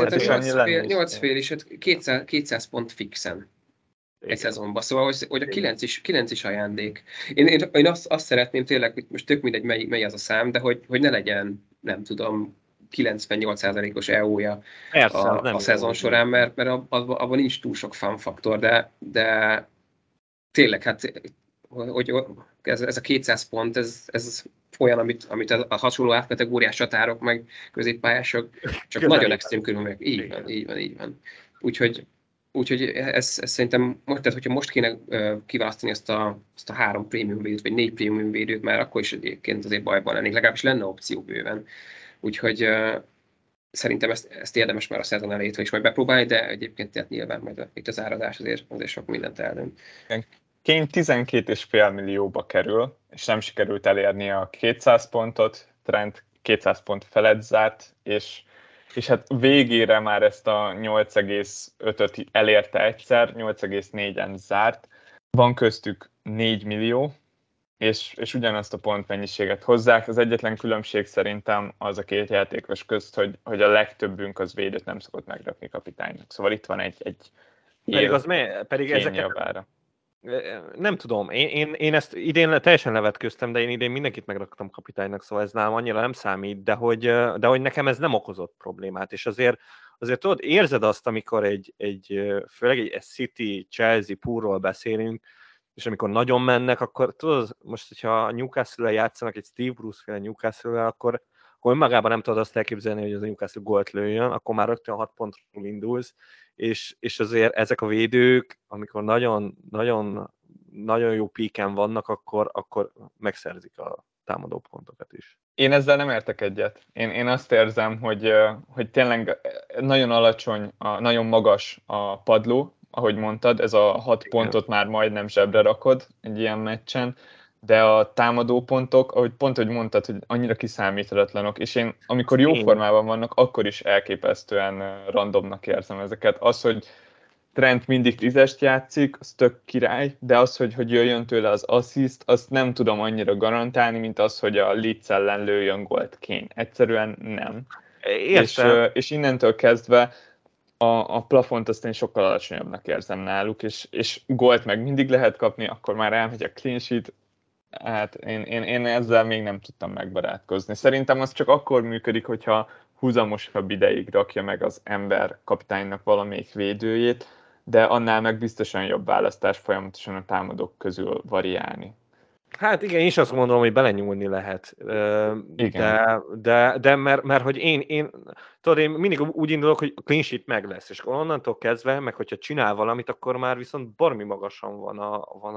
8 fél is, 200 pont fixen egy szezonban. Szóval, hogy a 9 is ajándék. Én azt szeretném tényleg, hogy most tök mindegy, mely az a szám, de hogy ne legyen, nem tudom, 98%-os EO-ja a szezon során, mert abban nincs túl sok fanfaktor, de tényleg, hát hogy ez a 200 pont, ez olyan, amit a hasonló átkategóriás csatárok, meg középpályások, csak nagyon extrém körülmények. Így van. Úgyhogy ez szerintem, tehát hogyha most kéne kiválasztani ezt a 3 prémium védőt, vagy 4 prémium védőt, már akkor is egyébként azért bajban lennék, legalábbis lenne opció bőven. Úgyhogy szerintem ezt érdemes már a szezon elejétől is majd bepróbálni, de egyébként tehát nyilván majd itt az árazás azért sok mindent eldönt. Kane 12,5 millióba kerül, és nem sikerült elérni a 200 pontot, Trent 200 pont felett zárt, és hát végére már ezt a 8,5-öt elérte egyszer, 8,4-en zárt. Van köztük 4 millió, és ugyanazt a pontmennyiséget hozzák. Az egyetlen különbség szerintem az a két játékos közt, hogy a legtöbbünk az védőt nem szokott megrakni kapitánynak. Szóval itt van egy pedig ezeket Nem tudom, én ezt idén teljesen levetköztem, de én idén mindenkit megraktam kapitánynak, szóval ez nálam annyira nem számít, de hogy nekem ez nem okozott problémát, és azért tudod, érzed azt, amikor főleg egy City, Chelsea, Poolról beszélünk, és amikor nagyon mennek, akkor tudod, most, hogyha a Newcastle-el játszanak, egy Steve Bruce-féle Newcastle-el, akkor önmagában nem tudod azt elképzelni, hogy az a Newcastle gólt lőjön, akkor már rögtön 6 pontról indulsz, és azért ezek a védők, amikor nagyon, nagyon, nagyon jó píken vannak, akkor megszerzik a támadó pontokat is. Én ezzel nem értek egyet. Én azt érzem, hogy tényleg nagyon alacsony, nagyon magas a padló, ahogy mondtad, ez a 6 pontot már majdnem zsebre rakod egy ilyen meccsen, de a támadó pontok, ahogy mondtad, hogy annyira kiszámíthatatlanok, és én amikor jó formában vannak, akkor is elképesztően randomnak érzem ezeket. Az, hogy Trent mindig 10-est játszik, az tök király, de az, hogy jöjjön tőle az assist, azt nem tudom annyira garantálni, mint az, hogy a Leeds ellen lőjön gólt Kane. Egyszerűen nem. És innentől kezdve a plafont azt én sokkal alacsonyabbnak érzem náluk, és gólt meg mindig lehet kapni, akkor már elmegy a clean sheet. Hát én ezzel még nem tudtam megbarátkozni. Szerintem az csak akkor működik, hogyha húzamosabb ideig rakja meg az ember kapitánynak valamelyik védőjét, de annál meg biztosan jobb választás folyamatosan a támadók közül variálni. Hát igen, én is azt gondolom, hogy belenyúlni lehet. Igen. De mert hogy én mindig úgy indulok, hogy a clean sheet meg lesz, és onnantól kezdve, meg hogyha csinál valamit, akkor már viszont baromi magasan van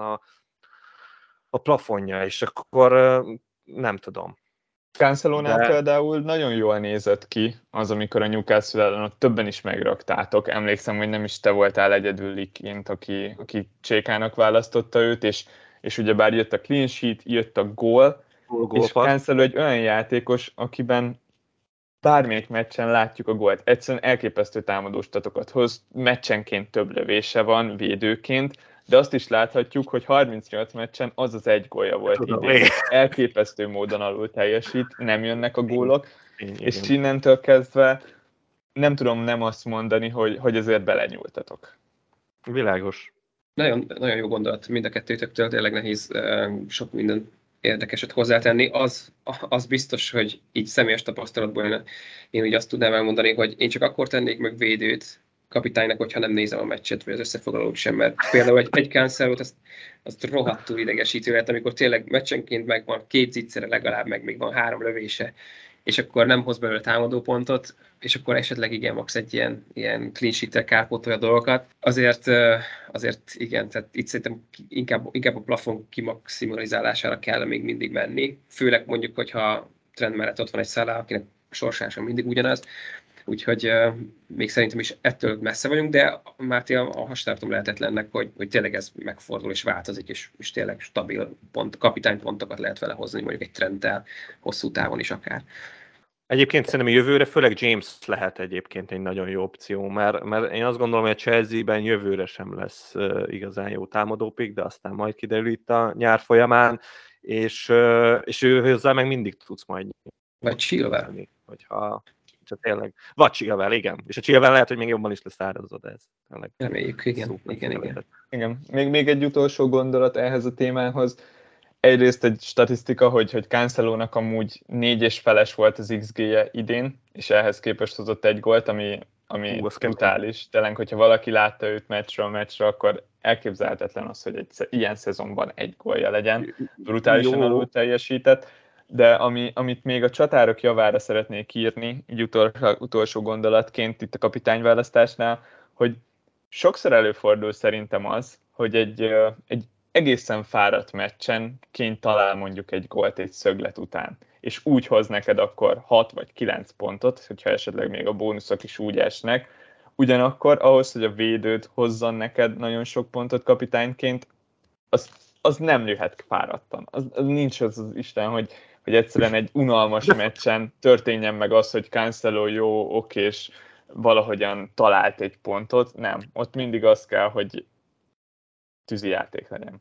a plafonja, és akkor nem tudom. Cancelónál például nagyon jól nézett ki az, amikor a Newcastle ellen ott többen is megraktátok. Emlékszem, hogy nem is te voltál egyedül Liként, aki Csékának választotta őt, és ugyebár jött a clean sheet, jött a gól, és Cancelo egy olyan játékos, akiben bármelyik meccsen látjuk a gólt. Egyszerűen elképesztő támadó statokat hoz, meccsenként több lövése van védőként, de azt is láthatjuk, hogy 38 meccsen az egy gólja volt idén. Elképesztő módon alul teljesít, nem jönnek a gólok, és innentől kezdve nem tudom nem azt mondani, hogy ezért belenyúltatok. Világos. Nagyon, nagyon jó gondolat mind a kettőtöktől, tényleg nehéz sok minden érdekeset hozzátenni. Az biztos, hogy így személyes tapasztalatból én úgy azt tudnám elmondani, hogy én csak akkor tennék meg védőt kapitánynak, hogyha nem nézem a meccset, vagy az összefoglalót sem, mert például egy Cancelót azt rohadtul idegesítő lehet, amikor tényleg meccsenként megvan 2 zicsere legalább, meg még van 3 lövése, és akkor nem hoz belőle támadó pontot, és akkor esetleg igen, max egy ilyen clean sheet-tel kárpótolja a dolgokat. Azért igen, tehát itt szerintem inkább a plafon kimaximalizálására kell még mindig menni, főleg mondjuk, hogyha Trent mellett ott van egy Salah, akinek sorsása mindig ugyanaz, úgyhogy még szerintem is ettől messze vagyunk, de Máté, a hastartom lehetetlennek, hogy tényleg ez megfordul és változik, és tényleg stabil kapitánypontokat lehet vele hozni, mondjuk egy Trenttel hosszú távon is akár. Egyébként szerintem jövőre főleg James lehet egyébként egy nagyon jó opció, mert én azt gondolom, hogy a Chelsea-ben jövőre sem lesz igazán jó támadópik, de aztán majd kiderül itt a nyár folyamán, és ő hozzá meg mindig tudsz majd. Vagy Chilwell. Hogyha tényleg. Vagy Chilwell, igen. És a Chilwell lehet, hogy még jobban is lesz árazod ez. Reméljük, igen. Még egy utolsó gondolat ehhez a témához. Egyrészt egy statisztika, hogy Cancelónak amúgy 4,5-es volt az XG-je idén, és ehhez képest hozott egy gólt, ami brutális. Tényleg, hogyha valaki látta őt meccsről meccsre, akkor elképzelhetetlen az, hogy egy ilyen szezonban egy gólja legyen. Brutálisan alul teljesített. De amit még a csatárok javára szeretnék írni, így utolsó gondolatként itt a kapitányválasztásnál, hogy sokszor előfordul szerintem az, hogy egy egészen fáradt meccsen Kane talál mondjuk egy gólt egy szöglet után, és úgy hoz neked akkor 6 vagy 9 pontot, hogyha esetleg még a bónuszok is úgy esnek, ugyanakkor ahhoz, hogy a védőd hozzon neked nagyon sok pontot kapitányként, az nem lőhet fáradtan. Az nincs az Isten, hogy egyszerűen egy unalmas meccsen történjen meg az, hogy Cancelo jó, oké, és valahogyan talált egy pontot. Nem, ott mindig az kell, hogy tűzijáték legyen.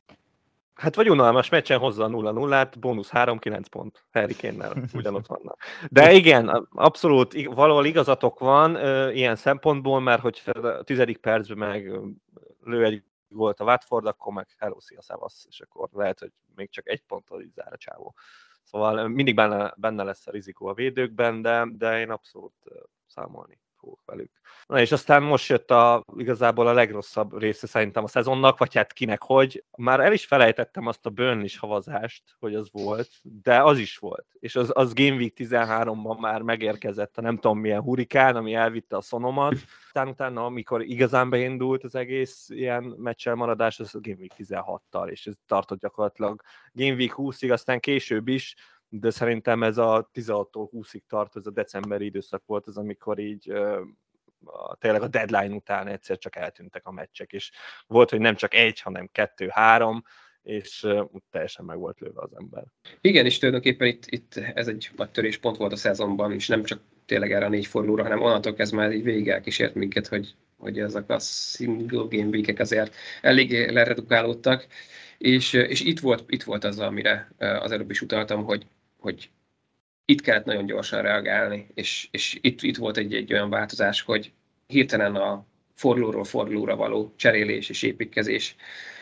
Hát vagy unalmas meccsen hozza a 0-0-át, bónusz 3-9 pont. Harry Kane-nel ugyanott vannak. De igen, abszolút valahol igazatok van ilyen szempontból, mert hogy a 10. percben meg lő egy volt a Watford, akkor meg hello, szia, szevasz, és akkor lehet, hogy még csak egy ponttal így zár a csávó. Szóval mindig benne lesz a rizikó a védőkben, de én abszolút számolni fogok velük. Na és aztán most jött igazából a legrosszabb része szerintem a szezonnak, vagy hát kinek hogy. Már el is felejtettem azt a Burnley havazást, hogy az volt, de az is volt. És az Game Week 13-ban már megérkezett a nem tudom milyen hurikán, ami elvitte a Sonomat. Utána, amikor igazán beindult az egész ilyen meccsel maradás, az a Game Week 16-tal, és ez tartott gyakorlatilag Game Week 20-ig, aztán később is, de szerintem ez a 16-tól 20-ig tart, ez a decemberi időszak volt az, amikor így tényleg a deadline után egyszer csak eltűntek a meccsek, és volt, hogy nem csak egy, hanem 2-3, és teljesen meg volt lőve az ember. Igen, és tulajdonképpen itt ez egy nagy töréspont volt a szezonban, és nem csak tényleg erre a 4 fordulóra, hanem onnantól kezdve már így végig elkísért minket, hogy ezek a single game week-ek azért elég leredukálódtak, és itt volt az, amire az előbb is utaltam, hogy itt kellett nagyon gyorsan reagálni, és itt volt egy olyan változás, hogy hirtelen a fordulóról fordulóra való cserélés és építkezés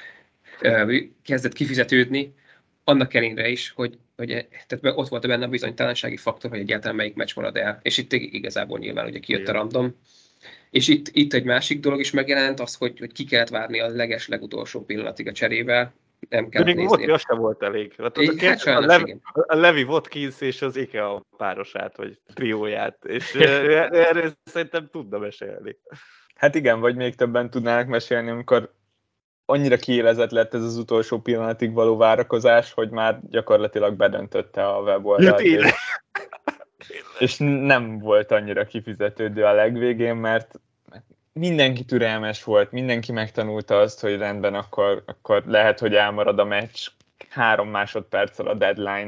kezdett kifizetődni, annak ellenére is, hogy tehát ott volt benne a bizonytalansági faktor, hogy egyáltalán melyik meccs marad el, és itt igazából nyilván ugye kijött a random. És itt egy másik dolog is megjelent, az, hogy ki kellett várni a legutolsó pillanatig a cserével, nem kellett nézni. De az sem volt elég. A Levi Watkins és az IKEA párosát, vagy trióját, és erről szerintem tudna mesélni. Hát igen, vagy még többen tudnának mesélni, amikor annyira kiélezett lett ez az utolsó pillanatig való várakozás, hogy már gyakorlatilag bedöntötte a weboldalt. És nem volt annyira kifizetődő a legvégén, mert mindenki türelmes volt, mindenki megtanulta azt, hogy rendben, akkor lehet, hogy elmarad a meccs 3 másodperccel a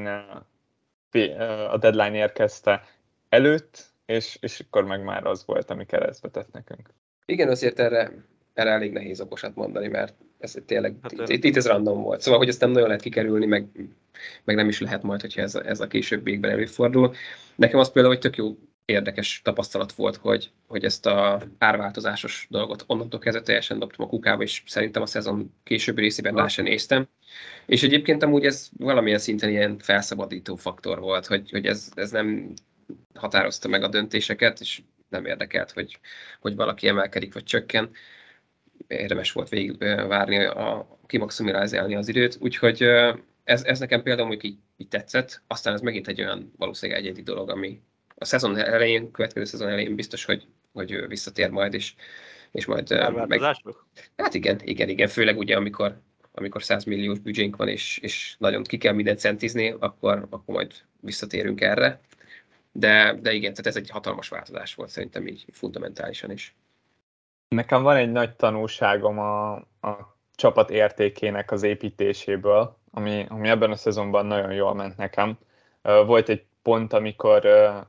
deadline érkezte előtt, és akkor meg már az volt, ami keresztbe tett nekünk. Igen, azért erre elég nehéz okosat mondani, mert ez tényleg, itt ez random volt. Szóval, hogy ezt nem nagyon lehet kikerülni, meg nem is lehet majd, hogyha ez a későbbiekben előfordul. Nekem az például, hogy tök jó érdekes tapasztalat volt, hogy ezt a árváltozásos dolgot onnantól kezdve teljesen dobtam a kukába, és szerintem a szezon későbbi részében rá sem néztem. És egyébként amúgy ez valamilyen szinten ilyen felszabadító faktor volt, hogy ez nem határozta meg a döntéseket, és nem érdekelt, hogy valaki emelkedik vagy csökken. Érdemes volt végig várni, kimaximalizálni az időt, úgyhogy ez nekem például mondjuk így tetszett, aztán ez megint egy olyan valószínűleg egyedi dolog, ami a szezon elején, következő szezon elején biztos, hogy visszatér majd, és majd hát igen, főleg ugye, amikor 100 milliós büdzsénk van, és nagyon ki kell mindent centizni, akkor majd visszatérünk erre. De igen, tehát ez egy hatalmas változás volt szerintem így fundamentálisan is. Nekem van egy nagy tanulságom a csapat értékének az építéséből, ami ebben a szezonban nagyon jól ment nekem. Volt egy pont, amikor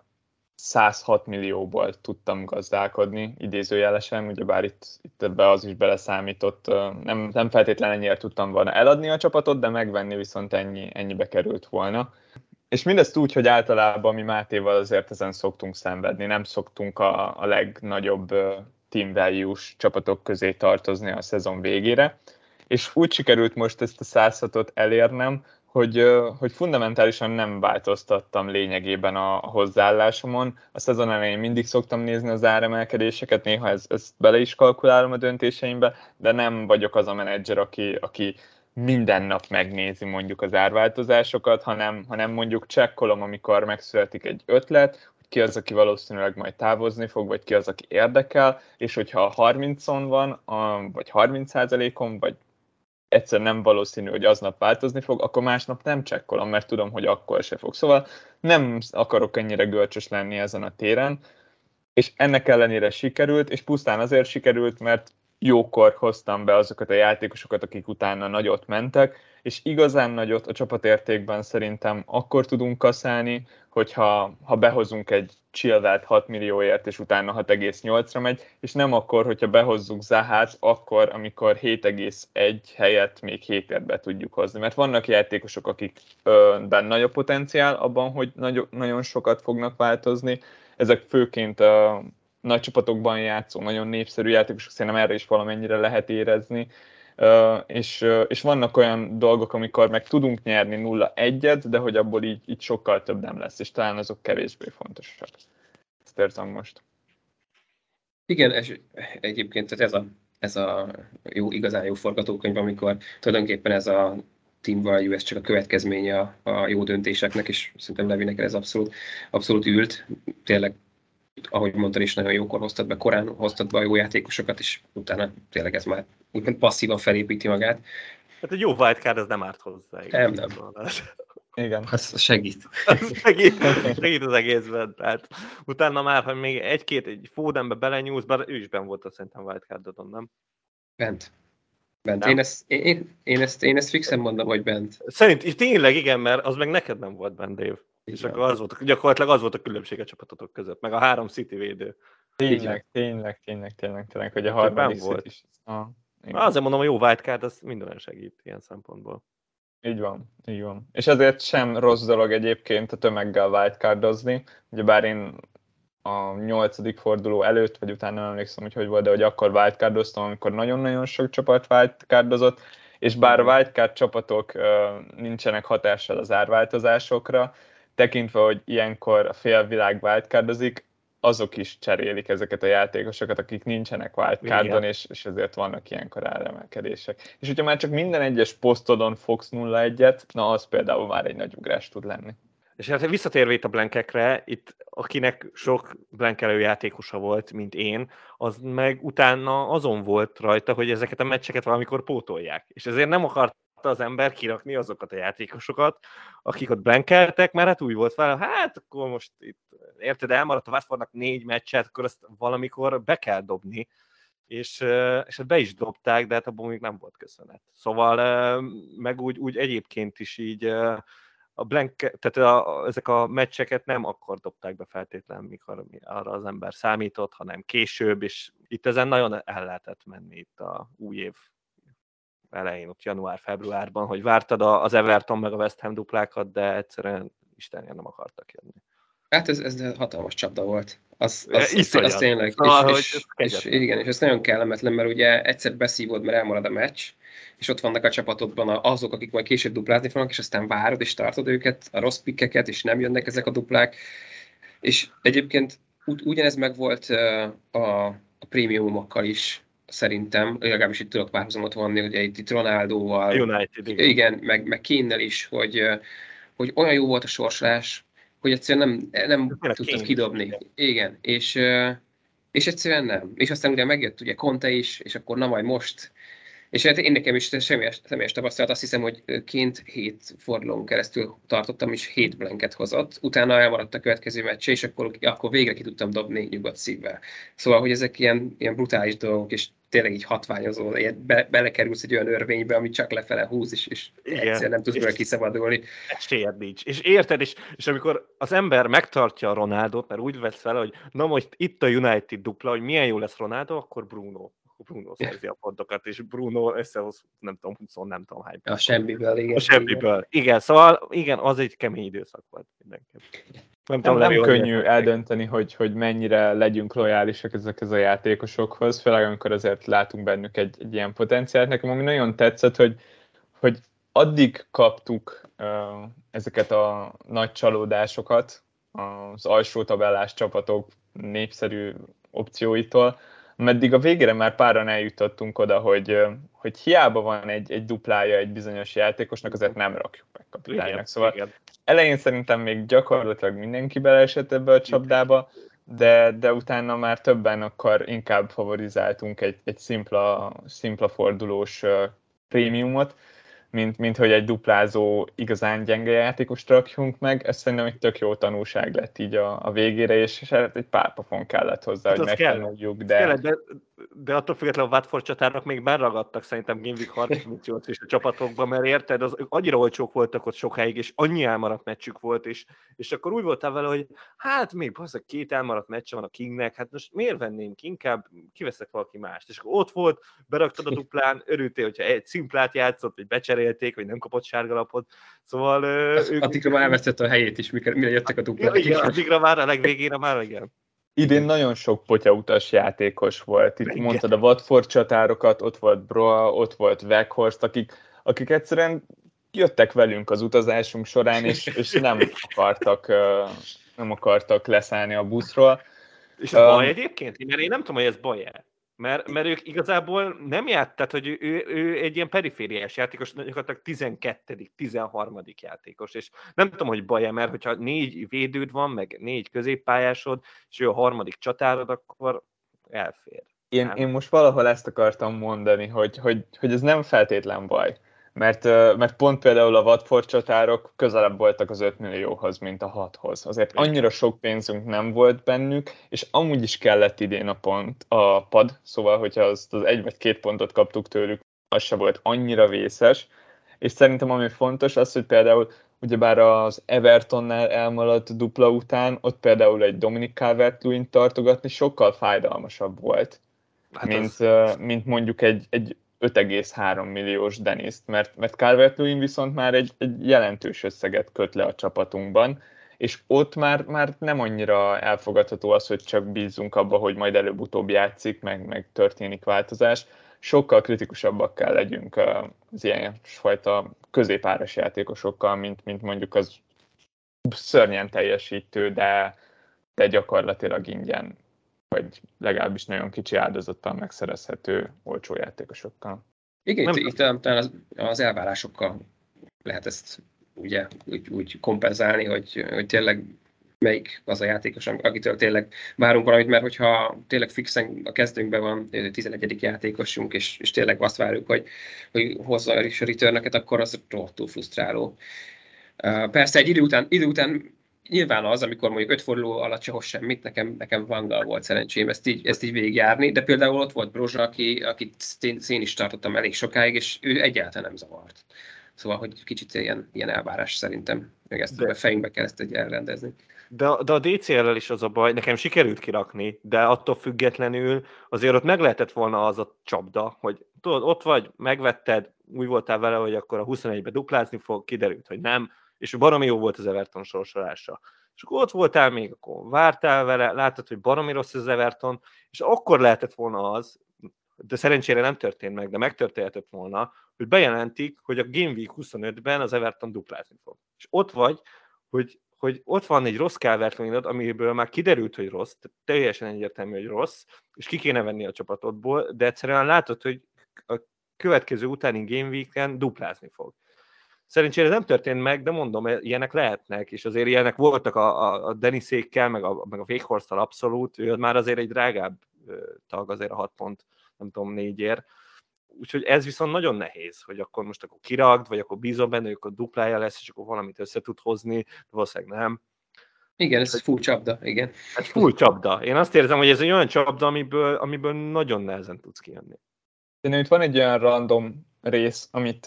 106 millióból tudtam gazdálkodni, idézőjelesen, ugyebár itt ebbe az is beleszámított. Nem feltétlenül ennyire tudtam volna eladni a csapatot, de megvenni viszont ennyibe került volna. És mindezt úgy, hogy általában mi Mátéval azért ezen szoktunk szenvedni, nem szoktunk a legnagyobb team value-s csapatok közé tartozni a szezon végére. És úgy sikerült most ezt a 106-ot elérnem, hogy fundamentálisan nem változtattam lényegében a hozzáállásomon. A szezon elején mindig szoktam nézni az áremelkedéseket, néha ezt bele is kalkulálom a döntéseimbe, de nem vagyok az a menedzser, aki minden nap megnézi mondjuk az árváltozásokat, hanem mondjuk csekkolom, amikor megszületik egy ötlet, hogy ki az, aki valószínűleg majd távozni fog, vagy ki az, aki érdekel, és hogyha 30-on van, vagy 30%-on, vagy egyszer nem valószínű, hogy aznap változni fog, akkor másnap nem csekkolom, mert tudom, hogy akkor se fog. Szóval nem akarok ennyire görcsös lenni ezen a téren, és ennek ellenére sikerült, és pusztán azért sikerült, mert jókor hoztam be azokat a játékosokat, akik utána nagyot mentek, és igazán nagyot a csapatértékben szerintem akkor tudunk kaszálni, hogyha behozunk egy Chilwellt 6 millióért, és utána 6,8-ra megy, és nem akkor, hogyha behozzuk Zahát, akkor, amikor 7,1 helyett még 7-ért be tudjuk hozni. Mert vannak játékosok, akikben nagy a potenciál abban, hogy nagyon sokat fognak változni. Ezek főként nagy csapatokban játszó, nagyon népszerű játékosok, szerintem erre is valamennyire lehet érezni, És vannak olyan dolgok, amikor meg tudunk nyerni 0-1-et, de hogy abból így sokkal több nem lesz, és talán azok kevésbé fontosak. Ezt érzem most. Igen, és egyébként tehát ez a jó, igazán jó forgatókönyv, amikor tulajdonképpen ez a team value, ez csak a következménye a jó döntéseknek, és szerintem Levinek ez abszolút ült. Tényleg, ahogy mondtad is, nagyon jókor korán hoztad be a jó játékosokat, és utána tényleg ez már úgymond passzívan felépíti magát. Hát egy jó wildcard az nem árt hozzá. Nem. Igen. Az segít. Segít az egészben. Tehát utána már, ha még egy Fodenbe belenyúlsz, bár ő is benn volt szerintem wildcardodon, nem? Bent. Nem? Én ezt fixen mondom, hogy bent. Szerint tényleg igen, mert az meg neked nem volt bent, Dave. És akkor gyakorlatilag az volt a különbség a csapatotok között, meg a 3 City védő. Tényleg, hogy a harmadik City is. Azért mondom, a jó wildcard az minden segít ilyen szempontból. Így van. És ezért sem rossz dolog egyébként a tömeggel wildcardozni. Ugyebár én a 8. forduló előtt, vagy utána nem emlékszem, hogy volt, de hogy akkor wildcardoztam, amikor nagyon-nagyon sok csapat wildcardozott, és bár a wildcard csapatok nincsenek hatással az árváltozásokra, tekintve, hogy ilyenkor a félvilág wildcardozik, azok is cserélik ezeket a játékosokat, akik nincsenek wildcardon, és ezért vannak ilyenkor áremelkedések. És hogyha már csak minden egyes posztodon fogsz 0-1-et, na az például már egy nagy ugrás tud lenni. És hát visszatérve itt a blankekre, itt akinek sok blankelő játékosa volt, mint én, az meg utána azon volt rajta, hogy ezeket a meccseket valamikor pótolják. És ezért nem akarta az ember kirakni azokat a játékosokat, akik ott blankeltek, mert hát úgy volt fel, hát akkor most itt, érted, elmaradt a Watfordnak 4 meccset, akkor azt valamikor be kell dobni. És hát be is dobták, de hát abból még nem volt köszönet. Szóval meg úgy egyébként is így a tehát ezek a meccseket nem akkor dobták be feltétlenül, mikor arra az ember számított, hanem később, és itt ezen nagyon el lehetett menni itt a új év elején, ott január-februárban, hogy vártad az Everton meg a West Ham duplákat, de egyszerűen Istenért nem akartak jönni. Hát ez hatalmas csapda volt. Az tényleg. Igen, és ez nagyon kellemetlen, mert ugye egyszer beszívod, mert elmarad a meccs, és ott vannak a csapatodban azok, akik majd később duplázni fognak, és aztán várod, és tartod őket, a rossz pikkeket, és nem jönnek ezek a duplák. És egyébként ugyanez megvolt a prémiumokkal is, szerintem, legalábbis itt tudok párhuzamot vonni, hogy itt Ronaldóval, United, igen, meg Kane-nel is, hogy olyan jó volt a sorsolás, hogy egyszerűen nem tudtad kidobni. Igen, és egyszerűen nem. És aztán ugye megjött ugye Conte is, és akkor na majd most. És hát én nekem is személyes tapasztalat, azt hiszem, hogy ként 7 fordulón keresztül tartottam, és 7 blanket hozott. Utána elmaradt a következő meccs, és akkor végre ki tudtam dobni nyugodt szívvel. Szóval, hogy ezek ilyen brutális dolgok, és tényleg így hatványozó, belekerülsz egy olyan örvénybe, ami csak lefele húz, és egyszerűen nem tudsz belőle kiszabadulni. Esélyed nincs. És érted, és amikor az ember megtartja a Ronaldot, mert úgy vesz fel, hogy na most itt a United dupla, hogy milyen jó lesz Ronaldo, akkor Bruno szerzi a pontokat, és Bruno összehoz, nem tudom, 20, nem tudom hány. A semmiből, igen. A semmiből. Igen, szóval igen, az egy kemény időszak volt mindenképp. Nem könnyű eldönteni, hogy mennyire legyünk lojálisak ezekhez a játékosokhoz, főleg amikor azért látunk bennük egy ilyen potenciált. Nekem ami nagyon tetszett, hogy addig kaptuk ezeket a nagy csalódásokat az alsó tabellás csapatok népszerű opcióitól, meddig a végére már páran eljutottunk oda, hogy hiába van egy duplája egy bizonyos játékosnak, azért nem rakjuk meg kapitánynak. Szóval elején szerintem még gyakorlatilag mindenki beleesett ebbe a csapdába, de utána már többen akkor inkább favorizáltunk egy szimpla fordulós prémiumot, mint hogy egy duplázó, igazán gyenge játékost rakjunk meg. Ez szerintem egy tök jó tanulság lett így a végére, és hát egy pár pofon kellett hozzá, hogy megtanuljuk. De attól függetlenül a Watford csatának még beragadtak szerintem Game Week 38 is a csapatokban, mert érted, az annyira olcsók voltak ott sokáig, és annyi elmaradt meccsük volt, és akkor úgy voltál vele, hogy hát még basszak 2 elmaradt meccse van a Kingnek, hát most miért vennénk, inkább kiveszek valaki mást. És akkor ott volt, beraktad a duplán, örültél, hogyha egy szimplát játszott, vagy becserélték, vagy nem kapott sárgalapot. Szóval addigra már elvesztette a helyét is, mire jöttek a duplák. Igen, addigra már a legvégére már igen. idén nagyon sok potyautas játékos volt. Itt Igen. mondtad a Watford csatárokat, ott volt Broa, ott volt Weghorst, akik egyszerűen jöttek velünk az utazásunk során, és nem akartak leszállni a buszról. És ez baj egyébként? Mert én nem tudom, hogy ez baj-e. Mert ők igazából nem tehát hogy ő egy ilyen perifériás játékos, gyakorlatilag 12., 13. játékos, és nem tudom, hogy baj-e, mert hogyha 4 védőd van, meg 4 középpályásod, és ő a harmadik csatárod, akkor elfér. Én most valahol ezt akartam mondani, hogy ez nem feltétlen baj. Mert pont például a Watford csatárok közelebb voltak az 5 millióhoz, mint a 6-hoz. Azért annyira sok pénzünk nem volt bennük, és amúgy is kellett idén a pad, szóval hogyha azt az 1 vagy 2 pontot kaptuk tőlük, az se volt annyira vészes. És szerintem ami fontos az, hogy például ugyebár az Evertonnál elmaradt dupla után, ott például egy Dominic Calvert-Lewin tartogatni sokkal fájdalmasabb volt, mint mondjuk egy 5,3 milliós Deniszt, mert Calvert-Lewin viszont már egy jelentős összeget köt le a csapatunkban, és ott már nem annyira elfogadható az, hogy csak bízzunk abba, hogy majd előbb-utóbb játszik, meg történik változás. Sokkal kritikusabbak kell legyünk az ilyen fajta középáras játékosokkal, mint mondjuk az szörnyen teljesítő, de gyakorlatilag ingyen, vagy legalábbis nagyon kicsi áldozattal megszerezhető olcsó játékosokkal. Igen, itt talán az elvárásokkal lehet ezt ugye úgy kompenzálni, hogy tényleg melyik az a játékos, akitől tényleg várunk valamit, mert hogyha tényleg fixen a kezdőnkben van 11. játékosunk, és tényleg azt várjuk, hogy hozza a returnöket, akkor az rohadtul frusztráló. Persze egy idő után nyilván az, amikor mondjuk 5 forduló alatt se hoz semmit, nekem Vanggal volt szerencsém ezt így végigjárni, de például ott volt Brozsa, akit én is tartottam elég sokáig, és ő egyáltalán nem zavart. Szóval, hogy kicsit ilyen elvárás szerintem, meg ezt a fejünkbe kell ezt elrendezni. De a DCL-lel is az a baj, nekem sikerült kirakni, de attól függetlenül azért ott meg lehetett volna az a csapda, hogy tudod, ott vagy, megvetted, úgy voltál vele, hogy akkor a 21-be duplázni fog, kiderült, hogy nem, és baromi jó volt az Everton sorsolása. És akkor ott voltál még, akkor vártál vele, láttad, hogy baromi rossz az Everton, és akkor lehetett volna az, de szerencsére nem történt meg, de megtörténhetett volna, hogy bejelentik, hogy a Game Week 25-ben az Everton duplázni fog. És ott vagy, hogy ott van egy rossz Calvert-Lewinod, amiből már kiderült, hogy rossz, tehát teljesen egyértelmű, hogy rossz, és ki kéne venni a csapatodból, de egyszerűen látod, hogy a következő utáni Game Week-en duplázni fog. Szerencsére nem történt meg, de mondom, ilyenek lehetnek, és azért ilyenek voltak a Deniszékkel, meg a Weghorsttal abszolút, ő már azért egy drágább tag, azért a 6 pont, nem tudom, 4-ért. Úgyhogy ez viszont nagyon nehéz, hogy akkor most akkor kiragd, vagy akkor bízom benne, hogy akkor duplája lesz, és akkor valamit össze tud hozni, de valószínűleg nem. Igen, ez full csapda, igen. Ez full csapda. Én azt érzem, hogy ez egy olyan csapda, amiből nagyon nehezen tudsz kijönni. De itt van egy olyan random rész,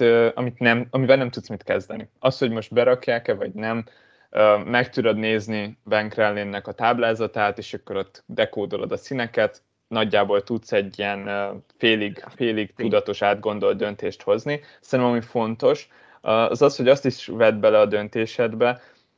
amivel nem tudsz mit kezdeni. Az, hogy most berakják-e, vagy nem, meg tudod nézni Ben Crellin-nek a táblázatát, és akkor ott dekódolod a színeket, nagyjából tudsz egy ilyen félig tudatos, átgondolt döntést hozni. Szerintem ami fontos, az, hogy azt is vedd bele a döntésedbe,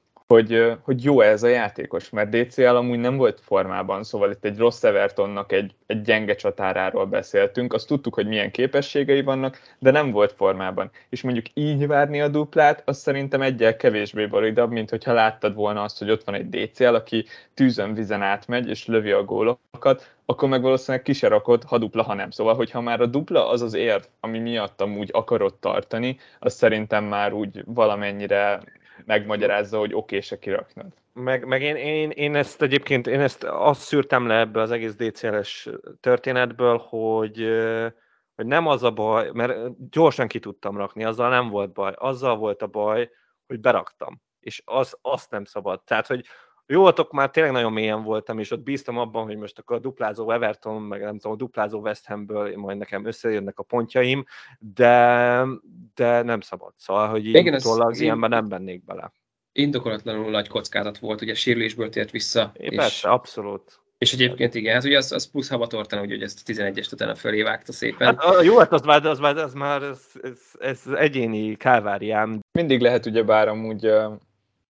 hogy jó ez a játékos, mert DCL amúgy nem volt formában, szóval itt egy rossz Evertonnak egy gyenge csatáráról beszéltünk, azt tudtuk, hogy milyen képességei vannak, de nem volt formában. És mondjuk így várni a duplát, az szerintem egyel kevésbé validabb, mint hogyha láttad volna azt, hogy ott van egy DCL, aki tűzön vizen átmegy, és lövi a gólokat, akkor meg valószínűleg ki se rakod, ha dupla, ha nem. Szóval, hogyha már a dupla az az érv, ami miatt amúgy akarod tartani, az szerintem már úgy valamennyire megmagyarázza, hogy oké, se kiraknod. Meg én ezt egyébként, azt szűrtem le ebből az egész DCL-es történetből, hogy nem az a baj, mert gyorsan ki tudtam rakni, azzal nem volt baj. Azzal volt a baj, hogy beraktam. És azt nem szabad. Tehát, hogy jóatok már tényleg nagyon mélyen voltam, és ott bíztam abban, hogy most akkor a duplázó Everton, meg nem tudom, a duplázó West Hamből majd nekem összejönnek a pontjaim, de nem szabad. Szóval, hogy így utólag ilyenben nem bennék bele. Indokolatlanul nagy kockázat volt, ugye sérülésből tért vissza. Persze, abszolát. És egyébként igen, hát ugye az plusz habatortán, hogy ezt a 11-est utána fölé vágta szépen. Hát, jó, hát az már ez egyéni káváriám. Mindig lehet ugyebár amúgy,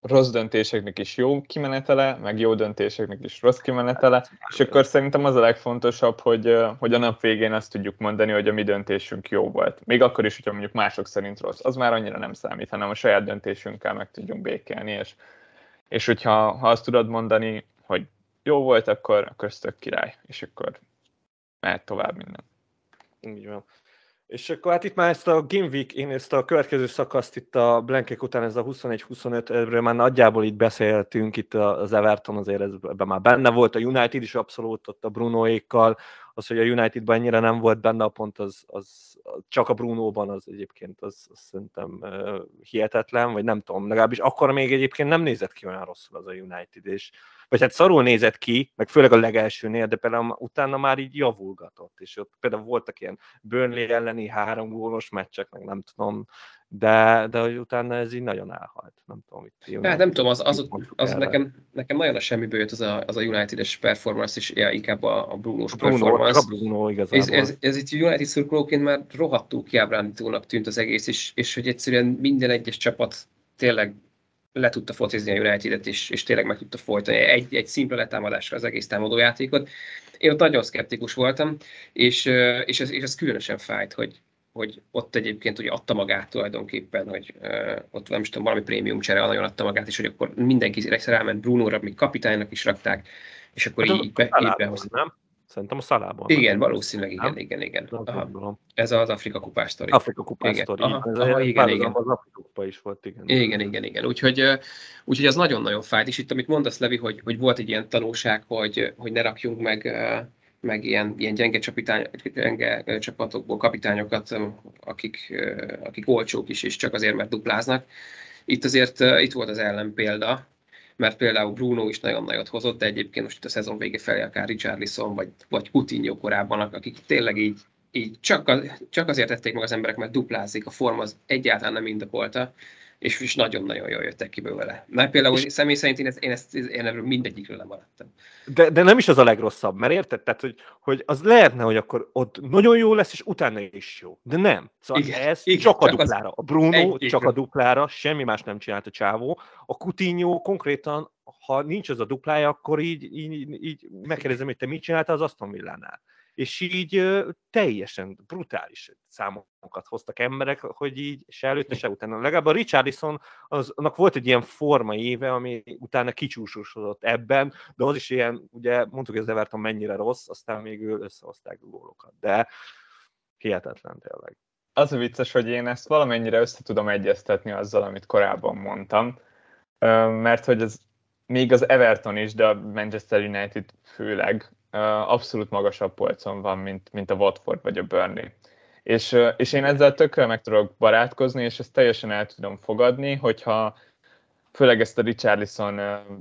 rossz döntéseknek is jó kimenetele, meg jó döntéseknek is rossz kimenetele, és akkor szerintem az a legfontosabb, hogy a nap végén azt tudjuk mondani, hogy a mi döntésünk jó volt. Még akkor is, hogyha mondjuk mások szerint rossz. Az már annyira nem számít, hanem a saját döntésünkkel meg tudjunk békélni, és hogyha azt tudod mondani, hogy jó volt, akkor ez tök király, és akkor mehet tovább minden. Így van. És akkor hát itt már ezt a Game Week, én ezt a következő szakaszt itt a blankek után, ez a 21-25, erről már nagyjából itt beszéltünk, itt az Everton azért ebben már benne volt, a United is abszolút ott a Brunoékkal, az, hogy a Unitedban ennyire nem volt benne a pont, az csak a Brunóban az egyébként az szerintem hihetetlen, vagy nem tudom, legalábbis akkor még egyébként nem nézett ki olyan rosszul az a United, vagy hát szarul nézett ki, meg főleg a legelsőnél, de például utána már így javulgatott, és ott például voltak ilyen Burnley elleni 3 gólos meccsek, meg nem tudom, de hogy utána ez így nagyon elhalt. Nem tudom, itt. Hát nem tudom, az nekem nagyon a semmiből jött az a United-es performance, és inkább a Brunós performance. A Bruno igazából. Ez itt United szurkolóként már rohadtul kiábrándítónak tűnt az egész, és hogy egyszerűen minden egyes csapat tényleg le tudta focizni a United-et, és tényleg meg tudta folytani egy szimpla letámadásra az egész támadójátékot. Én ott nagyon szkeptikus voltam, és ez különösen fájt, hogy ott egyébként ugye adta magát tulajdonképpen, hogy ott nem tudom, valami prémium csere nagyon adta magát, és hogy akkor mindenki ráment Brunóra, még kapitánynak is rakták, és akkor hát így behozta. Nem? Szerintem a Szalában. Igen, valószínűleg igen. Ez az Afrika kupás sztori. Afrika kupás sztori. Igen. Az Afrika kupa is volt, igen. Igen. Úgyhogy az nagyon-nagyon fájt, és itt, amit mondasz, Levi, hogy volt egy ilyen tanulság, hogy ne rakjunk meg ilyen gyenge csapatokból kapitányokat, akik olcsók is, és csak azért, mert dupláznak. Itt azért itt volt az ellenpélda, mert például Bruno is nagyon nagyot hozott, de egyébként most itt a szezon vége felé akár Richarlison vagy Coutinho korábban, akik tényleg így csak azért tették meg az emberek, mert duplázik, a forma az egyáltalán nem indokolta, és nagyon-nagyon jól jöttek ki belőle. Mert például személy szerint én erről mindegyikről lemaradtam. De nem is az a legrosszabb, mert érted? Tehát, hogy az lehetne, hogy akkor ott nagyon jó lesz, és utána is jó. De nem. Szóval igen, csak a duplára. A Bruno csak a duplára, semmi más nem csinált a csávó. A Coutinho konkrétan, ha nincs az a duplája, akkor így megkérdezem, hogy te mit csináltál az Aston Villánál. És így teljesen brutális számokat hoztak emberek, hogy így se előtte, se utána. Legalább a Richarlison, annak volt egy ilyen forma éve, ami utána kicsúsosodott ebben, de az is ilyen, ugye mondtuk, hogy az Everton mennyire rossz, aztán még összehozták a gólokat. De hihetetlen tényleg. Az a vicces, hogy én ezt valamennyire össze tudom egyeztetni azzal, amit korábban mondtam, mert hogy ez még az Everton is, de a Manchester United főleg, abszolút magasabb polcon van, mint a Watford vagy a Burnley. És én ezzel tökre meg tudok barátkozni, és ezt teljesen el tudom fogadni, hogyha főleg ezt a Richarlison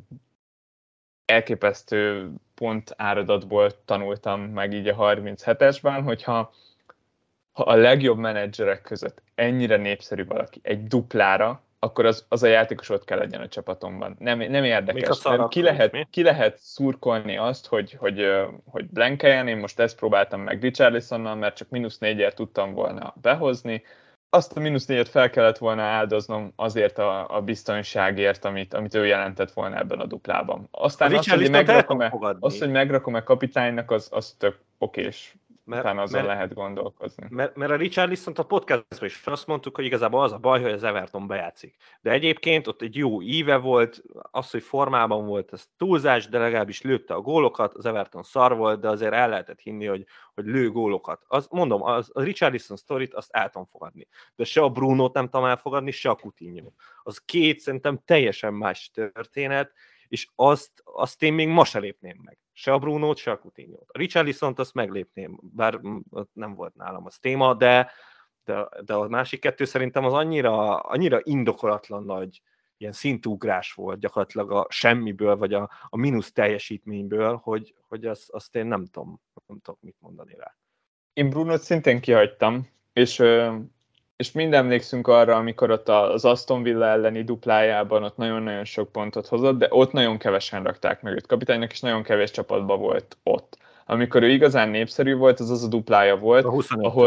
elképesztő pont áradatból tanultam meg így a 37-esben, hogyha a legjobb menedzserek között ennyire népszerű valaki egy duplára, akkor az a játékos ott kell legyen a csapatomban. Nem érdekes. Ki lehet szurkolni azt, hogy blankeljen, én most ezt próbáltam meg Richarlisonnal, mert csak -4-ért tudtam volna behozni. Azt a -4-et fel kellett volna áldoznom azért a biztonságért, amit ő jelentett volna ebben a duplában. Aztán hogy megrakom-e kapitánynak, az tök okés. Utána azon lehet gondolkozni. Mert a Richarlisont a podcastban is azt mondtuk, hogy igazából az a baj, hogy az Everton bejátszik. De egyébként ott egy jó íve volt, az, hogy formában volt, ez túlzás, de legalábbis lőtte a gólokat, az Everton szar volt, de azért el lehetett hinni, hogy lő gólokat. Mondom, a Richarlison sztorit azt el tudom fogadni. De se a Brunót nem tudom elfogadni, se a Coutinho. Az két szerintem teljesen más történet, és azt én még ma se lépném meg. Se a Brunót, se a Coutinho-t. A Richarlisont azt meglépném, bár nem volt nálam az téma, de a másik kettő szerintem az annyira indokolatlan nagy ilyen szintugrás volt gyakorlatilag a semmiből, vagy a mínusz teljesítményből, hogy azt én nem tudom mit mondani rá. Én Brunót szintén kihagytam, és mind emlékszünk arra, amikor ott az Aston Villa elleni duplájában ott nagyon-nagyon sok pontot hozott, de ott nagyon kevesen rakták meg őt kapitánynak, és nagyon kevés csapatban volt ott. Amikor ő igazán népszerű volt, az a duplája volt,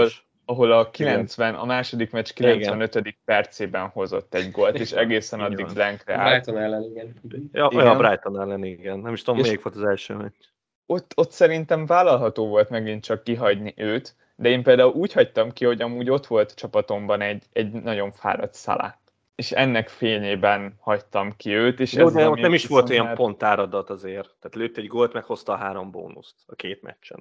ahol a második meccs 95. Igen. percében hozott egy gólt, és egészen addig blankre állt. Brighton ellen, igen. Ja, Brighton ellen, igen. Nem is tudom, És melyik volt az első meccs. Ott szerintem vállalható volt megint csak kihagyni őt, de én például úgy hagytam ki, hogy amúgy ott volt a csapatomban egy nagyon fáradt Salah. És ennek fényében hagytam ki őt. És jó, ez de ott nem is volt olyan már... pontáradat azért. Tehát lőtt egy gólt, meg hozta a 3 bónuszt a 2 meccsen.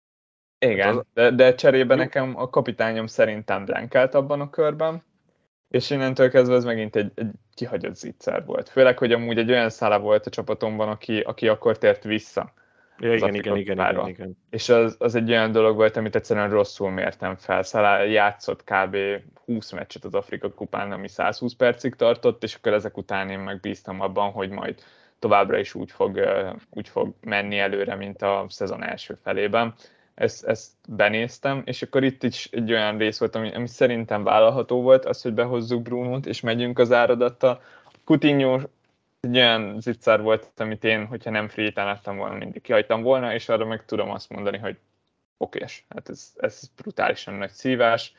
Igen, de cserébe nekem a kapitányom szerintem blankált abban a körben, és innentől kezdve ez megint egy kihagyott zicser volt. Főleg, hogy amúgy egy olyan Salah volt a csapatomban, aki akkor tért vissza. Ja, igen. És az egy olyan dolog volt, amit egyszerűen rosszul mértem fel. Salah játszott kb. 20 meccset az Afrika kupán, ami 120 percig tartott, és akkor ezek után én megbíztam abban, hogy majd továbbra is úgy fog menni előre, mint a szezon első felében. Ezt benéztem, és akkor itt is egy olyan rész volt, ami szerintem vállalható volt, az, hogy behozzuk Brunót, és megyünk az áradattal. Coutinho egy olyan zicser volt, amit én, hogyha nem free-ten lettem volna, mindig kihagytam volna, és arra meg tudom azt mondani, hogy okés. Hát ez brutálisan nagy szívás.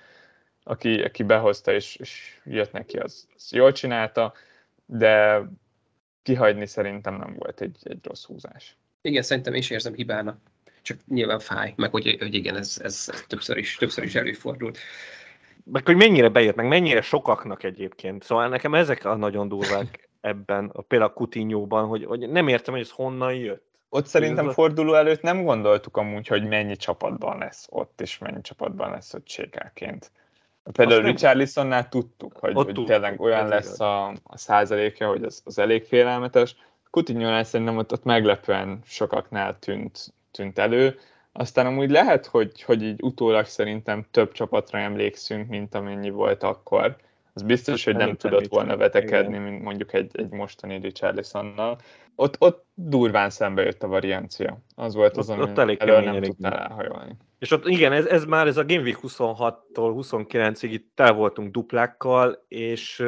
Aki behozta és jött neki, az jól csinálta, de kihagyni szerintem nem volt egy rossz húzás. Igen, szerintem én is érzem hibának. Csak nyilván fáj, meg hogy igen, ez többször is előfordult. Meg hogy mennyire bejött, meg mennyire sokaknak egyébként. Szóval nekem ezek a nagyon durvák ebben, például a Coutinho-ban, hogy nem értem, hogy ez honnan jött. Ott szerintem forduló előtt nem gondoltuk amúgy, hogy mennyi csapatban lesz ott, és mennyi csapatban lesz ott sékelként. Például Richarlisonnál tudtuk, hogy tényleg olyan lesz a százalékja, hogy az elég félelmetes. Coutinho-nál szerintem ott meglepően sokaknál tűnt elő. Aztán amúgy lehet, hogy így utólag szerintem több csapatra emlékszünk, mint amennyi volt akkor. Az biztos, hogy nem tudott volna vetekedni, mint mondjuk egy mostani Richarlisonnal. Ott durván szembe jött a variancia. Az volt az, ami elől nem tudtál elhajolni. És ott igen, ez már ez a Game Week 26-tól 29-ig itt tel voltunk duplákkal, és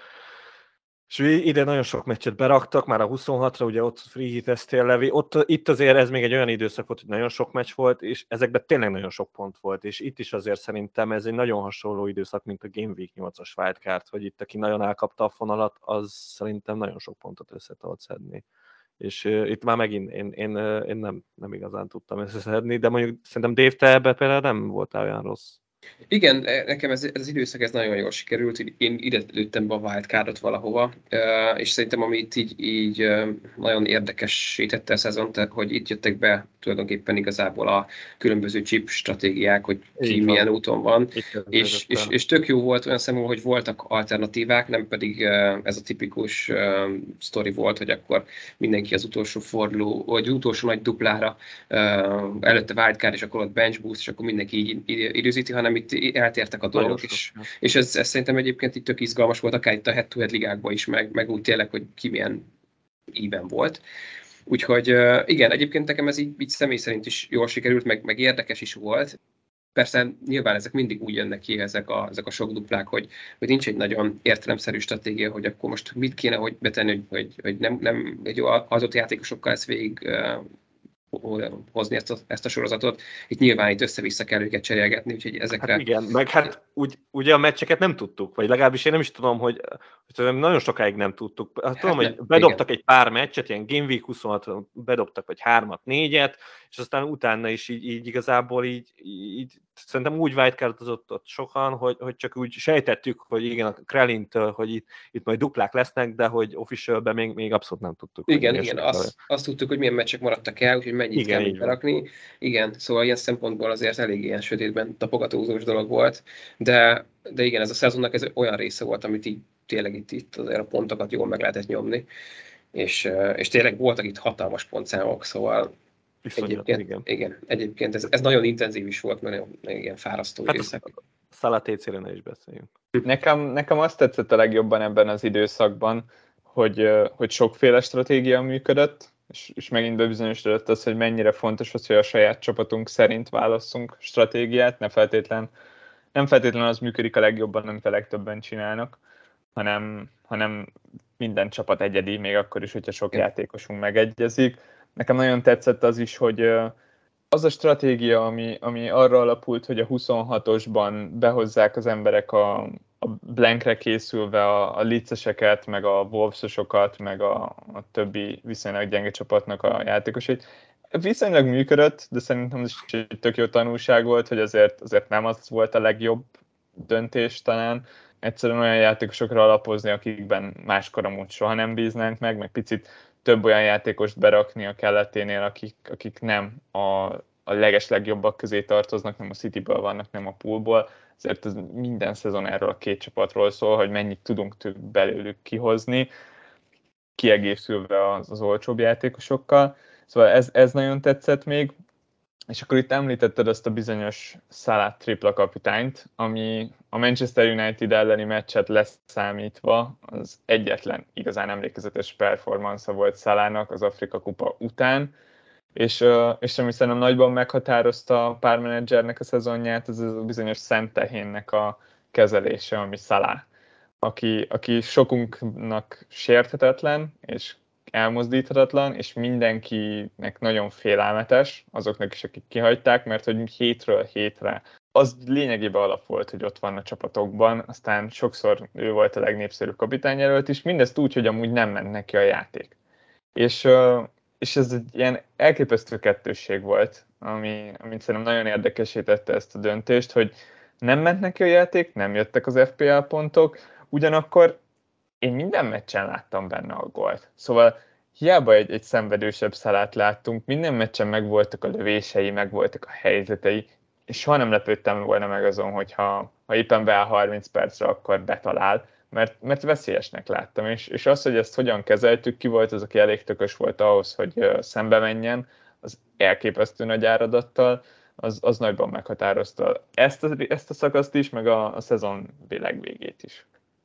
ide nagyon sok meccset beraktak, már a 26-ra, ugye ott free hit-eztél, Levi, itt azért ez még egy olyan időszak volt, hogy nagyon sok meccs volt, és ezekben tényleg nagyon sok pont volt, és itt is azért szerintem ez egy nagyon hasonló időszak, mint a Game Week 8-as wildcard, hogy itt aki nagyon elkapta a fonalat, az szerintem nagyon sok pontot össze tudott szedni. És itt már megint én nem igazán tudtam összeszedni, de mondjuk szerintem Dave, te ebben például nem voltál olyan rossz. Igen, nekem ez az időszak ez nagyon jól sikerült, én ide lőttem be a wildcardot valahova, és szerintem amit így nagyon érdekesítette a szezont, hogy itt jöttek be tulajdonképpen igazából a különböző chip stratégiák, hogy ki milyen úton van, és tök jó volt olyan szempontból, hogy voltak alternatívák, nem pedig ez a tipikus sztori volt, hogy akkor mindenki az utolsó forduló, vagy utolsó nagy duplára előtte wildcard, és akkor ott bench boost, és akkor mindenki így időzíti, hanem itt eltértek a dolgok, és ez szerintem egyébként itt tök izgalmas volt, akár itt a head-to-head ligákban is, meg úgy tényleg, hogy ki milyen íven volt. Úgyhogy igen, egyébként nekem ez így személy szerint is jól sikerült, meg érdekes is volt. Persze nyilván ezek mindig úgy jönnek ki, ezek a sok duplák, hogy nincs egy nagyon értelemszerű stratégia, hogy akkor most mit kéne hogy betenni, hogy nem egy adott játékosokkal lesz végig hozni ezt a sorozatot. Itt nyilván itt össze-vissza kell őket cserélgetni, úgyhogy ezekre... Hát igen, meg hát ugye a meccseket nem tudtuk, vagy legalábbis én nem is tudom, hogy nagyon sokáig nem tudtuk. Hát tudom, hogy bedobtak egy pár meccset, ilyen Game Week 26 bedobtak, vagy 3-at, 4-et, és aztán utána is így igazából így szerintem úgy wildcardozott ott sokan, hogy csak úgy sejtettük, hogy igen, a Krellintől, hogy itt majd duplák lesznek, de hogy officialben még abszolút nem tudtuk. Igen, azt tudtuk, hogy milyen meccsek maradtak el, úgyhogy mennyit kell még berakni. Igen, szóval ilyen szempontból azért elég ilyen sötétben tapogatózós dolog volt, de igen, ez a szezonnak ez olyan része volt, amit így tényleg itt azért a pontokat jól meg lehetett nyomni, és tényleg voltak itt hatalmas pontszámok, szóval egyébként ez nagyon intenzív is volt, mert nagyon ilyen fárasztó időszak. Salah TC-ről ne is beszéljünk. Nekem azt tetszett a legjobban ebben az időszakban, hogy sokféle stratégia működött, és megint bebizonyosodott az, hogy mennyire fontos az, hogy a saját csapatunk szerint válasszunk stratégiát, nem feltétlenül az működik a legjobban, amit a legtöbben csinálnak, hanem minden csapat egyedi, még akkor is, hogyha sok játékosunk megegyezik. Nekem nagyon tetszett az is, hogy az a stratégia, ami arra alapult, hogy a 26-osban behozzák az emberek a blankre készülve a Leedseseket, meg a Wolvesosokat, meg a többi viszonylag gyenge csapatnak a játékosait. Viszonylag működött, de szerintem ez is egy tök jó tanulság volt, hogy azért nem az volt a legjobb döntés talán. Egyszerűen olyan játékosokra alapozni, akikben máskor amúgy soha nem bíznánk meg picit több olyan játékost berakni a kelleténél, akik nem a legeslegjobbak közé tartoznak, nem a Cityből vannak, nem a Poolból. Ezért ez minden szezon erről a két csapatról szól, hogy mennyit tudunk belőlük kihozni, kiegészülve az olcsóbb játékosokkal. Szóval ez nagyon tetszett még. És akkor itt említetted azt a bizonyos Salah tripla kapitányt, ami a Manchester United elleni meccset leszámítva az egyetlen igazán emlékezetes performance volt Salahnak az Afrika Kupa után, és ami szerintem nagyban meghatározta a pármenedzsernek a szezonját, az a bizonyos szent tehénnek a kezelése, ami Salah, aki sokunknak sérthetetlen, és elmozdíthatatlan, és mindenkinek nagyon félelmetes, azoknak is, akik kihagyták, mert hogy hétről hétre az lényegében alap volt, hogy ott van a csapatokban, aztán sokszor ő volt a legnépszerűbb kapitányjelölt is, mindezt úgy, hogy amúgy nem ment neki a játék. És ez egy ilyen elképesztő kettősség volt, amit szerintem nagyon érdekessé tette ezt a döntést, hogy nem ment neki a játék, nem jöttek az FPL pontok, ugyanakkor én minden meccsen láttam benne a gólt. Szóval hiába egy szenvedősebb Salát láttunk, minden meccsen megvoltak a lövései, megvoltak a helyzetei, és soha nem lepődtem volna meg azon, hogyha éppen beáll 30 percre, akkor betalál, mert veszélyesnek láttam. És az, hogy ezt hogyan kezeltük, ki volt az, aki elég tökös volt ahhoz, hogy szembe menjen, az elképesztő nagy áradattal, az nagyban meghatározta ezt a szakaszt is, meg a szezon legvégét is.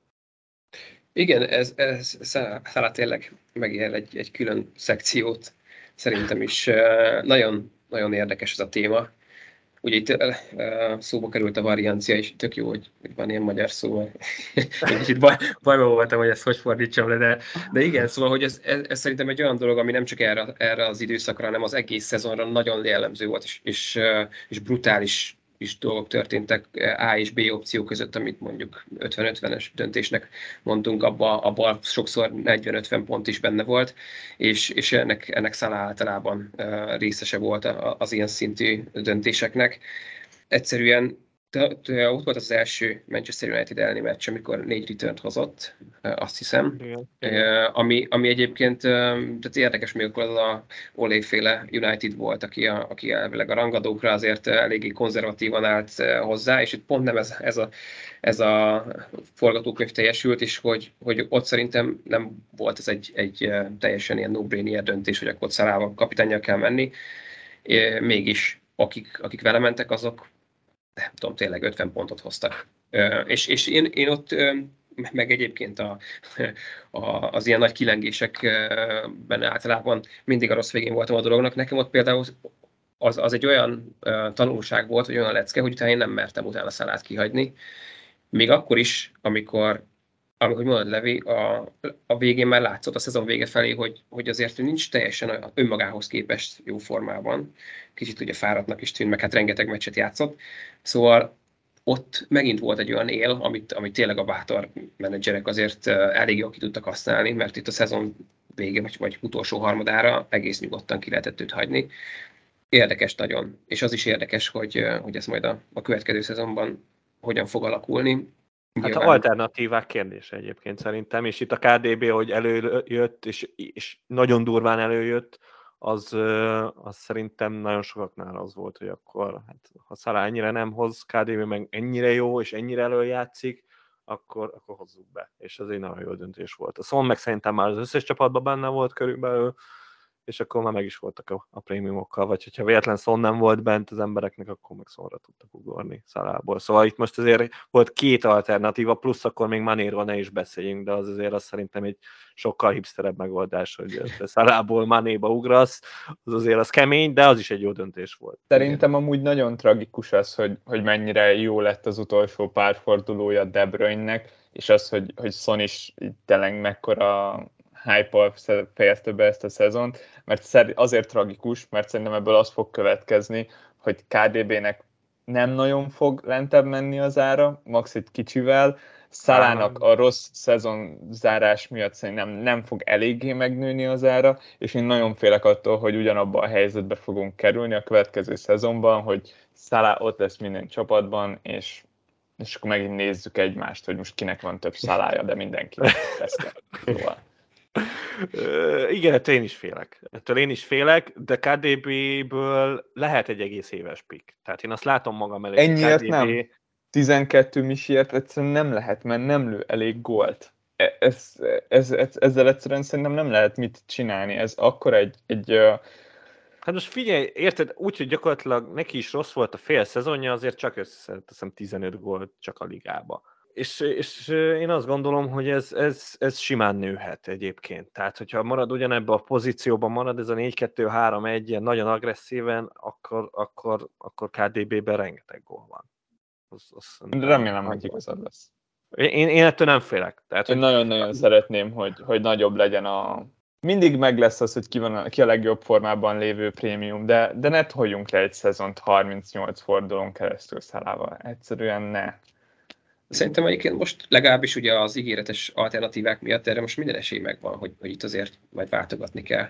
Igen, ez Salah tényleg megér egy külön szekciót. Szerintem is nagyon, nagyon érdekes ez a téma. Ugye itt szóba került a variancia, és tök jó, hogy van ilyen magyar szó. Én kicsit bajban voltam, hogy ezt hogy fordítsam le, de igen, szóval, hogy ez szerintem egy olyan dolog, ami nem csak erre az időszakra, hanem az egész szezonra nagyon jellemző volt, és brutális is dolgok történtek A és B opció között, amit mondjuk 50-50-es döntésnek mondtunk, abban sokszor 40-50 pont is benne volt, és ennek Salah általában részese volt az ilyen szintű döntéseknek. Egyszerűen ott volt az első Manchester United elleni meccs, amikor 4 returnt hozott, azt hiszem. Igen. Ami egyébként tehát érdekes, még akkor az a Olé-féle United volt, aki elvileg a rangadókra azért eléggé konzervatívan állt hozzá, és itt pont nem ez a forgatókönyv teljesült, és hogy ott szerintem nem volt ez egy teljesen ilyen no-brainer döntés, hogy akkor Salahval kapitánnyal kell menni. Mégis akik vele mentek, azok nem tudom, tényleg 50 pontot hoztak. És én ott, meg egyébként az ilyen nagy kilengésekben általában mindig a rossz végén voltam a dolognak. Nekem ott például az egy olyan tanulság volt, vagy olyan lecke, hogy utána én nem mertem utána Salát kihagyni. Még akkor is, amikor mondod, Levi, a végén már látszott a szezon vége felé, hogy azért nincs teljesen önmagához képest jó formában. Kicsit ugye fáradtnak is tűnt, meg hát rengeteg meccset játszott. Szóval ott megint volt egy olyan él, amit tényleg a bátor menedzserek azért elég jól ki tudtak használni, mert itt a szezon vége, vagy utolsó harmadára egész nyugodtan ki lehetett őt hagyni. Érdekes nagyon. És az is érdekes, hogy ez majd a következő szezonban hogyan fog alakulni. Hát a alternatívák kérdése egyébként szerintem, és itt a KDB, hogy előjött, és nagyon durván előjött, az szerintem nagyon sokaknál az volt, hogy akkor hát, ha Salah ennyire nem hoz, KDB meg ennyire jó, és ennyire előjátszik, akkor hozzuk be. És ez egy nagyon jó döntés volt. A Son meg szerintem már az összes csapatban benne volt körülbelül, és akkor már meg is voltak a prémiumokkal, vagy hogyha véletlen Son nem volt bent az embereknek, akkor meg Sonra tudtak ugorni Salahból. Szóval itt most azért volt két alternatíva, plusz akkor még Manéról ne is beszéljünk, de az azért azt szerintem egy sokkal hipsterebb megoldás, hogy Salahból Manéba ugrasz, az azért az kemény, de az is egy jó döntés volt. Szerintem amúgy nagyon tragikus az, hogy mennyire jó lett az utolsó pár fordulója De Bruyne-nek, és az, hogy Son is tényleg mekkora hype-al fejezte be ezt a szezont, mert azért tragikus, mert szerintem ebből az fog következni, hogy KDB-nek nem nagyon fog lentebb menni az ára, max egy kicsivel, Salának a rossz szezonzárás miatt szerintem nem fog eléggé megnőni az ára, és én nagyon félek attól, hogy ugyanabban a helyzetbe fogunk kerülni a következő szezonban, hogy Salah ott lesz minden csapatban, és akkor megint nézzük egymást, hogy most kinek van több Salahja, de mindenki lesz. Szóval. Igen, ettől én is félek, de KDB-ből lehet egy egész éves pick. Tehát én azt látom magam elé. Ennyiért KDB... nem. 12 misiért egyszerűen nem lehet, mert nem lő elég gólt. Ezzel egyszerűen szerintem nem lehet mit csinálni. Ez akkor egy Hát most figyelj, érted, úgy, hogy gyakorlatilag neki is rossz volt a fél szezonja, azért csak összeszedtem 15 gólt csak a ligába. És én azt gondolom, hogy ez simán nőhet egyébként. Tehát, hogyha marad ugyanebbe a pozícióban, marad ez a 4-2-3-1 ilyen nagyon agresszíven, akkor KDB-ben rengeteg gól van. Remélem, hogy igazad lesz. Én ettől nem félek. Tehát, én nagyon-nagyon szeretném, hogy nagyobb legyen a... Mindig meg lesz az, hogy ki a legjobb formában lévő prémium, de ne toljunk le egy szezont 38 fordulón keresztül Salahval. Egyszerűen ne. Szerintem egyébként most legalábbis ugye az ígéretes alternatívák miatt erre most minden esély megvan, hogy itt azért majd váltogatni kell.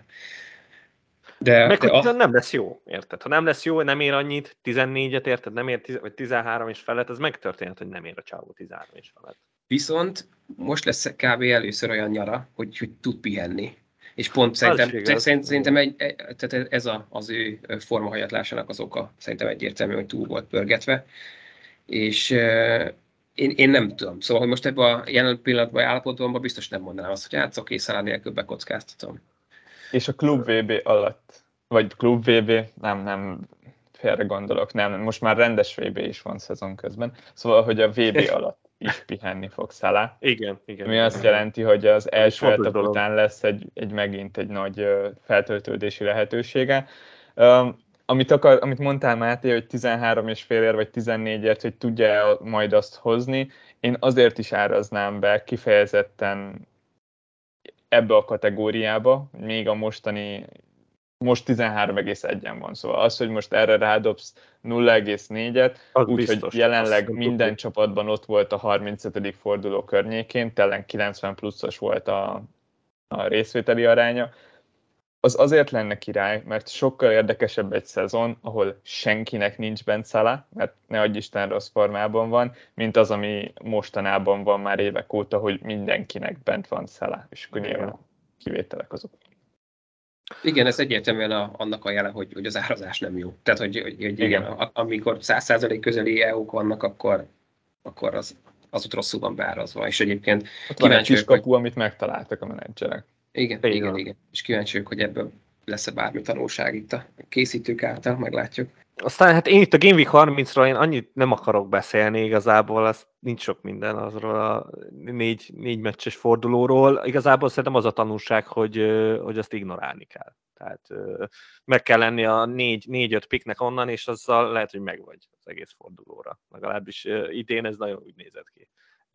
Hogy nem lesz jó, érted? Ha nem lesz jó, nem ér annyit, 14-et érted, nem ér, vagy 13 és felett, ez megtörténhet, hogy nem ér a csávó 13 és felett. Viszont most lesz kb. Először olyan nyara, hogy tud pihenni. És pont szerintem tehát ez az ő formahajatlásának az oka. Szerintem egyértelmű, hogy túl volt pörgetve. És én nem tudom. Szóval, hogy most ebben a jelen pillanatban állapotban biztos nem mondanám azt, hogy hát oké, Salah nélkül bekockáztatom. És a Klub VB alatt, vagy Klub VB, nem félre gondolok, nem, most már rendes VB is van szezon közben, szóval, hogy a VB alatt is pihenni fog Salah. Igen. Ami azt jelenti, hogy az első etap után lesz megint egy nagy feltöltődési lehetősége. Amit mondtál, Máté, hogy 13,5-ért vagy 14-ért, hogy tudja majd azt hozni, én azért is áraznám be kifejezetten ebbe a kategóriába, még a most 13,1-en van, szóval az, hogy most erre rádobsz 0,4-et, úgyhogy jelenleg minden csapatban ott volt a 35. forduló környékén, tényleg 90 pluszos volt a részvételi aránya, az azért lenne király, mert sokkal érdekesebb egy szezon, ahol senkinek nincs bent Salah, mert ne adj Isten rossz formában van, mint az, ami mostanában van már évek óta, hogy mindenkinek bent van Salah, és akkor nyilván kivételek azok. Igen, ez egyértelműen annak a jele, hogy az árazás nem jó. Tehát, hogy igen, amikor 100% közeli EU-k vannak, akkor az ott rosszul van beárazva. És egyébként ott van egy kis kapu, amit megtaláltak a menedzserek. Igen. És kíváncsi vagyok, hogy ebből lesz-e bármi tanulság itt a készítők által, meglátjuk. Aztán hát én itt a Game Week 30-ról én annyit nem akarok beszélni igazából, az nincs sok minden azról a négy meccses fordulóról. Igazából szerintem az a tanulság, hogy azt ignorálni kell. Tehát meg kell lenni a 4-5 picknek onnan, és azzal lehet, hogy megvagy az egész fordulóra. Legalábbis idén ez nagyon úgy nézett ki.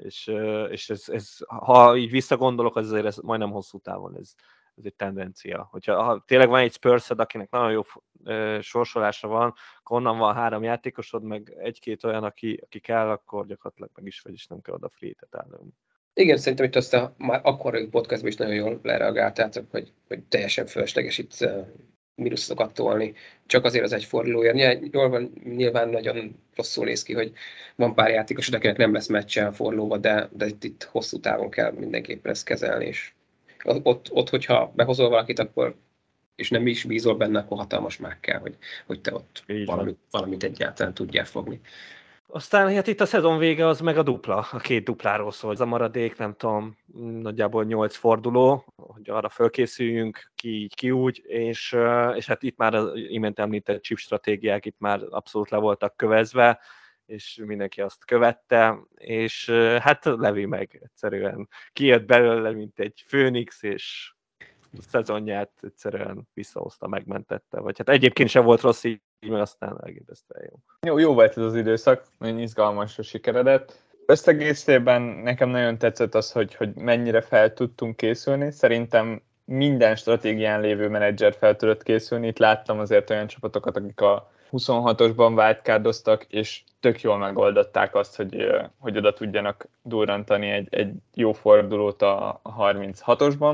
És ez, ha így visszagondolok, azért ez majdnem hosszú távon ez egy tendencia. Ha tényleg van egy Spurs-ed, akinek nagyon jó sorsolása van, akkor onnan van 3 játékosod, meg 1-2 olyan, aki kell, akkor gyakorlatilag meg is vagy, és nem kell oda free-t állni. Igen, szerintem itt azt már akkor podcastban is nagyon jól lereagáltátok, hogy teljesen fölösleges itt mínuszokat tolni, csak azért az egy fordulóért. Nyilván nagyon rosszul néz ki, hogy van pár játékosod, akinek nem lesz meccse a fordulóba, de itt hosszú távon kell mindenképpen ezt kezelni, és ott, hogyha behozol valakit, akkor, és nem is bízol benne, akkor hatalmas már kell, hogy te ott valamit egyáltalán tudjál fogni. Aztán hát itt a szezon vége az meg a dupla, a 2 dupláról szól. Ez a maradék, nem tudom, nagyjából 8 forduló, hogy arra fölkészüljünk, ki így, ki úgy, és hát itt már az imént említett chip stratégiák itt már abszolút le voltak kövezve, és mindenki azt követte, és hát Levi meg egyszerűen kijött belőle, mint egy főnix, és a szezonját egyszerűen visszahozta, megmentette. Vagy hát egyébként sem volt rossz így, mert aztán elgépesztően jó. Jó volt ez az időszak, nagyon izgalmasra sikeredett. Összegészében nekem nagyon tetszett az, hogy mennyire fel tudtunk készülni. Szerintem minden stratégián lévő menedzser fel tudott készülni. Itt láttam azért olyan csapatokat, akik a 26-osban wildcardoztak, és tök jól megoldották azt, hogy oda tudjanak durrantani egy jó fordulót a 36-osban.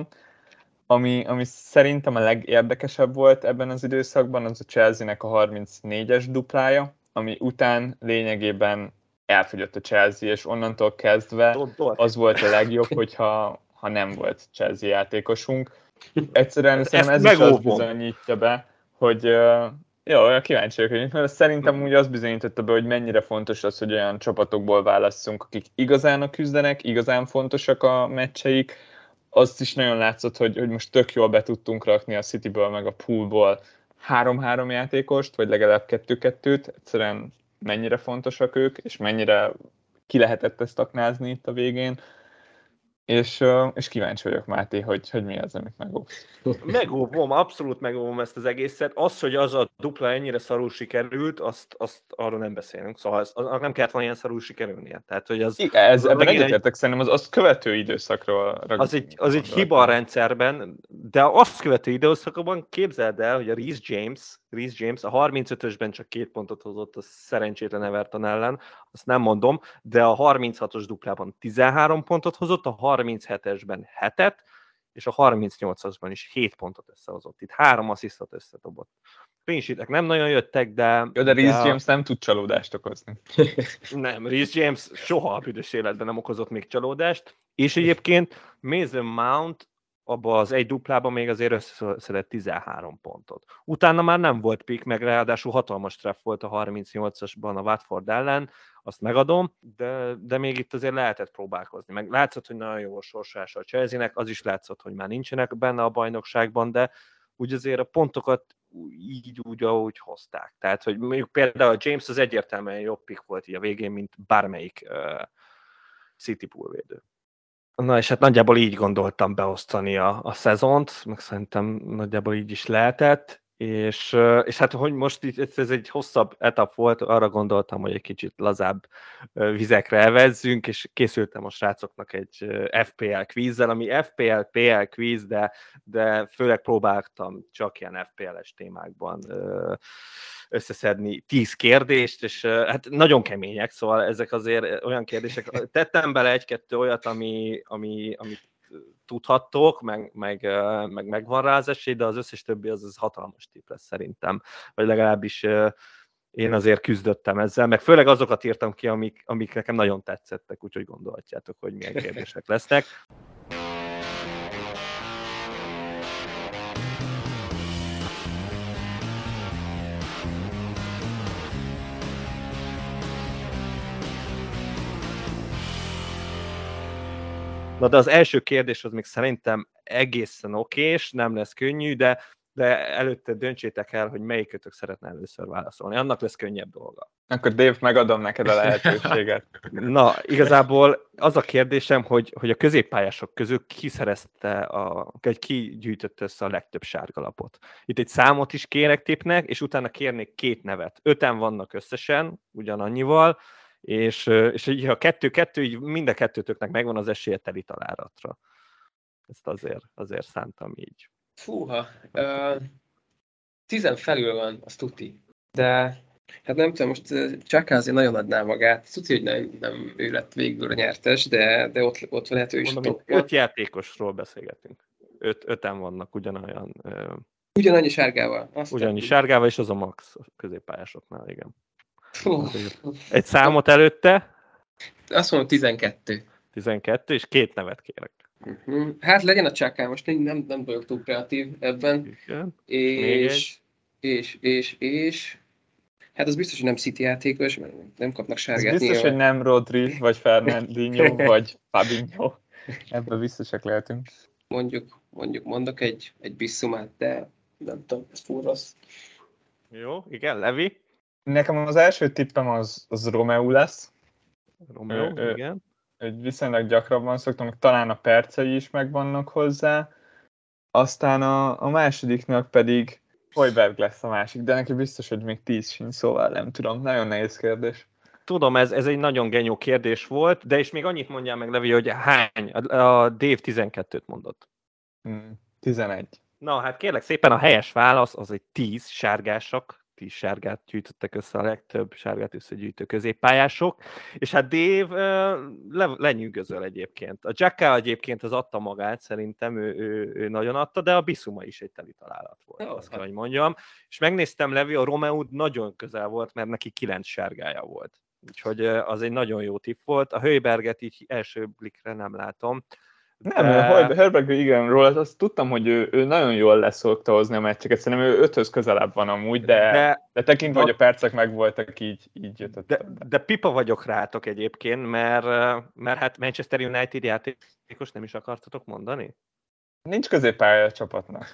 Ami szerintem a legérdekesebb volt ebben az időszakban, az a Chelsea-nek a 34-es duplája, ami után lényegében elfogyott a Chelsea, és onnantól kezdve az volt a legjobb, hogyha nem volt Chelsea játékosunk. Egyszerűen szerintem ez is azt bizonyítja be, hogy jó, kíváncsi vagyok, mert szerintem úgy azt bizonyította be, hogy mennyire fontos az, hogy olyan csapatokból válasszunk, akik igazán küzdenek, igazán fontosak a meccseik. Azt is nagyon látszott, hogy most tök jól be tudtunk rakni a Cityből meg a Poolból 3-3 játékost, vagy legalább 2-2-t. Egyszerűen mennyire fontosak ők, és mennyire ki lehetett ezt aknázni itt a végén. És kíváncsi vagyok, Máté, hogy mi az, amit megóvsz. Megóvom, abszolút megóvom ezt az egészet. Az, hogy az a dupla ennyire szarul sikerült, azt arról nem beszélünk. Szóval nem kellett volna ilyen szarul sikerülnie. Tehát, hogy ebben egyetértek, szerintem az követő időszakról. Az egy hiba a rendszerben, de azt követő időszakban képzeld el, hogy a Reece James a 35-ösben csak 2 pontot hozott a szerencsétlen Everton ellen, azt nem mondom, de a 36-os duplában 13 pontot hozott, a 37-esben 7-et, és a 38-asban is 7 pontot összehozott. Itt 3 asszisztot összedobott. Clean-sheetek nem nagyon jöttek, de... Jó, de Reece James nem tud csalódást okozni. Nem, Reece James soha a büdös életben nem okozott még csalódást, és egyébként Mason Mount abban az egy duplában még azért összeszedett 13 pontot. Utána már nem volt pick, meg ráadásul hatalmas treff volt a 38-asban a Watford ellen, azt megadom, de még itt azért lehetett próbálkozni. Meg látszott, hogy nagyon jó a sorsása a Chelsea-nek, az is látszott, hogy már nincsenek benne a bajnokságban, de úgy azért a pontokat így úgy, ahogy hozták. Tehát, hogy mondjuk például a James az egyértelműen jobb pick volt így a végén, mint bármelyik City poolvédő. Na és hát nagyjából így gondoltam beosztani a szezont, meg szerintem nagyjából így is lehetett, és hát hogy most így, ez egy hosszabb etap volt, arra gondoltam, hogy egy kicsit lazább vizekre elvezzünk, és készültem a srácoknak egy FPL kvízzel, ami FPL-PL kvíz, de főleg próbáltam csak ilyen FPL-es témákban összeszedni 10 kérdést, és hát nagyon kemények, szóval ezek azért olyan kérdések. Tettem bele egy-kettő olyat, amit tudhattok, meg van rá az esély, de az összes többi az hatalmas tipp lesz szerintem. Vagy legalábbis én azért küzdöttem ezzel, meg főleg azokat írtam ki, amik nekem nagyon tetszettek, úgyhogy gondolhatjátok, hogy milyen kérdések lesznek. Na de az első kérdés az még szerintem egészen okés, nem lesz könnyű, de előtte döntsétek el, hogy melyikötök szeretne először válaszolni. Annak lesz könnyebb dolga. Akkor Dave, megadom neked a lehetőséget. Na, igazából az a kérdésem, hogy a középpályások közül ki gyűjtött össze a legtöbb sárgalapot. Itt egy számot is kérek tipnek, és utána kérnék 2 nevet. 5-en vannak összesen, ugyanannyival, és így, ha 2-2, így mind a kettőtöknek megvan az esélye teli találatra. Ezt azért szántam így. Fúha, 10 felül van, az tuti. De hát nem tudom, most Xhaka azért nagyon adná magát. Tuti, hogy nem ő lett végül a nyertes, de ott lehet ő is. Mondom, 5 játékosról beszélgetünk. 5-en vannak ugyanolyan... Ugyanannyi sárgával. Ugyannyi sárgával, és az a max a középpályásoknál, igen. Egy számot előtte? Azt mondom 12. 12, és 2 nevet kérek. Hát legyen a Xhaka, most nem vagyok túl kreatív ebben. Igen. És hát az biztos, hogy nem City játékos, mert nem kapnak sárgát. Ez biztos, hogy nem Rodri, vagy Fernandinho, vagy Fabinho. Ebben biztosak lehetünk. Mondok egy bisszumát, de nem tudom, ez fúr rossz. Jó, igen, Levi? Nekem az első tippem az Romeu lesz. Romeu, igen. Viszonylag gyakrabban szoktam, talán a percei is megvannak hozzá. Aztán a másodiknak pedig Højbjerg lesz a másik, de neki biztos, hogy még 10 sincs, szóval nem tudom. Nagyon nehéz kérdés. tudom, ez egy nagyon genyó kérdés volt, de és még annyit mondjál meg, Levi, hogy hány? A Dave 12-t mondott. 11. Na, hát kérlek szépen, a helyes válasz az egy 10 sárgások, 10 sárgát gyűjtöttek össze, a legtöbb sárgát összegyűjtő középpályások, és hát Dave lenyűgözöl egyébként. A Jacka egyébként az adta magát, szerintem ő nagyon adta, de a Bissouma is egy teli találat volt, azt kell, hogy mondjam. És megnéztem, Levi, a Romeo nagyon közel volt, mert neki 9 sárgája volt. Úgyhogy az egy nagyon jó tipp volt. A Højbjerget így első blikre nem látom. Nem, Højbjerg, igen, róla azt tudtam, hogy ő nagyon jól leszokta hozni a meccseket, szerintem ő 5-höz közelebb van amúgy, de tekintve, hogy a percek megvoltak, így jött. De pipa vagyok rátok egyébként, mert hát Manchester United játékos nem is akartatok mondani? Nincs középpálya a csapatnak.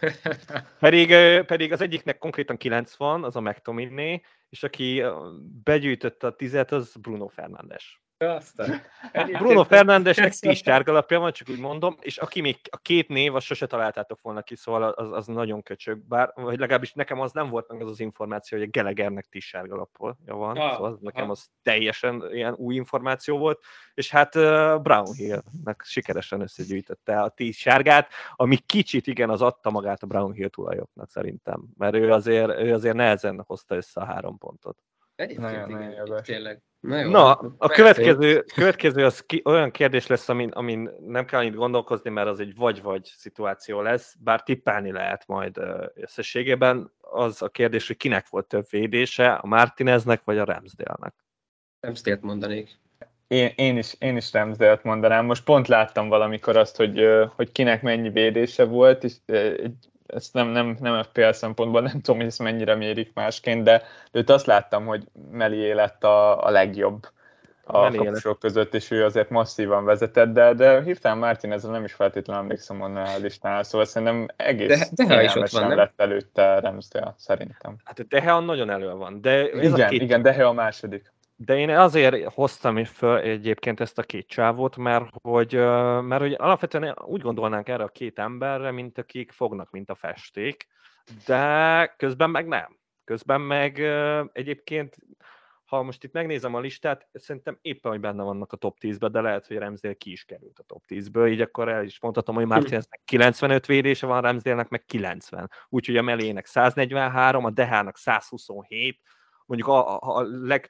Pedig az egyiknek konkrétan 9 van, az a McTominay, és aki begyűjtötte a 10-et, az Bruno Fernandes. Bruno Fernándesnek 10 sárgalapja van, csak úgy mondom, és aki még a 2 név, azt sose találtátok volna ki, szóval az nagyon köcsög, vagy legalábbis nekem az nem volt meg az információ, hogy a Gallaghernek 10 sárgalapja van, szóval nekem az teljesen ilyen új információ volt, és hát Brownhill-nek sikeresen összegyűjtötte a 10 sárgát, ami kicsit igen, az adta magát a Brownhill tulajoknak szerintem, mert ő azért nehezen hozta össze a 3 pontot. Egyébként tényleg. Na, a következő az olyan kérdés lesz, amin nem kell annyit gondolkozni, mert az egy vagy-vagy szituáció lesz, bár tippelni lehet majd összességében. Az a kérdés, hogy kinek volt több védése, a Martineznek vagy a Ramsdale-nek? Ramsdale-t mondanék. Én is Ramsdale-t mondanám. Most pont láttam valamikor azt, hogy kinek mennyi védése volt, és ezt nem FPL szempontból, nem tudom, hogy ezt mennyire mérik másként, de őt azt láttam, hogy Melié lett a legjobb a kapusok között, és ő azért masszívan vezetett, de hirtelen Martinezre nem is feltétlenül emlékszem onnan a listánál, szóval szerintem egész kényelmesen lett előtte Ramsdale, szerintem. Hát Deha nagyon elő van. De igen, Deha a második. De én azért hoztam föl egyébként ezt a 2 csávót, mert hogy alapvetően úgy gondolnánk erre a 2 emberre, mint akik fognak, mint a festék, de közben meg nem. Közben meg egyébként, ha most itt megnézem a listát, szerintem éppen, hogy benne vannak a top 10-ben, de lehet, hogy Ramsdale ki is került a top 10-ből, így akkor el is mondhatom, hogy Martineznek 95 védése van, Ramsdale-nek meg 90. Úgyhogy a Melének 143, a Dehának 127, mondjuk a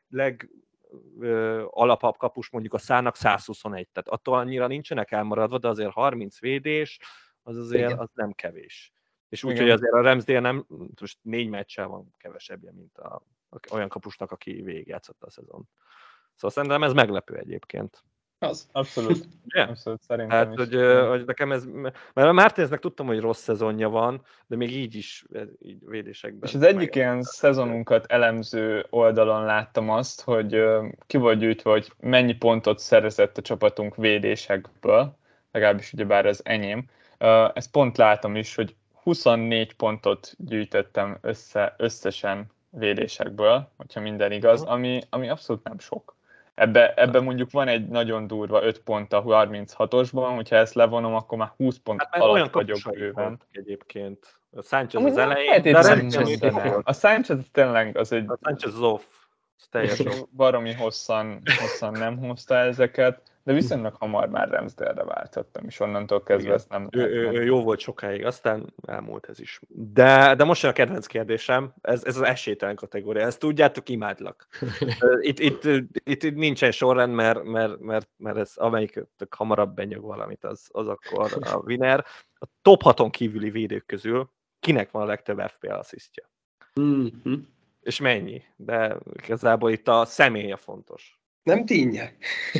alapabb kapus mondjuk a Szának 121, tehát attól annyira nincsenek elmaradva, de azért 30 védés, az azért az nem kevés. És úgyhogy azért a Ramsdale nem, most 4 meccsel van kevesebbje, mint olyan kapusnak, aki végigjátszotta a szezon. Szóval szerintem ez meglepő egyébként. Az. Abszolút. Yeah. Abszolút szerintem hát, is. hogy nekem ez, mert a Martineznek tudtam, hogy rossz szezonja van, de még így is így védésekben. És az egyik ilyen szezonunkat elemző oldalon láttam azt, hogy ki volt gyűjtve, hogy mennyi pontot szerezett a csapatunk védésekből, legalábbis ugyebár ez enyém. Ezt pont látom is, hogy 24 pontot gyűjtöttem összesen védésekből, hogyha minden igaz, ami abszolút nem sok. Ebbe mondjuk van egy nagyon durva 5 pont a 36-osban, hogyha ezt levonom, akkor már 20 pont alatt vagyok bőven. Egyébként. A Sánchez az elején. A Sánchez tényleg az egy... A Sánchez off. Teljesen. Baromi hosszan nem hozta ezeket, de viszonylag hamar már Ramsdale-re váltottam, és onnantól kezdve ezt nem... Ő jó volt sokáig, aztán elmúlt ez is. De most jön a kedvenc kérdésem, ez az esélytelen kategória, ezt tudjátok, imádlak. Itt nincsen sorrend, mert ez amelyik hamarabb benyög valamit, az akkor a winner. A top 6-on kívüli védők közül kinek van a legtöbb FPL asszisztja? És mennyi? De igazából itt a személye fontos. Nem tínje.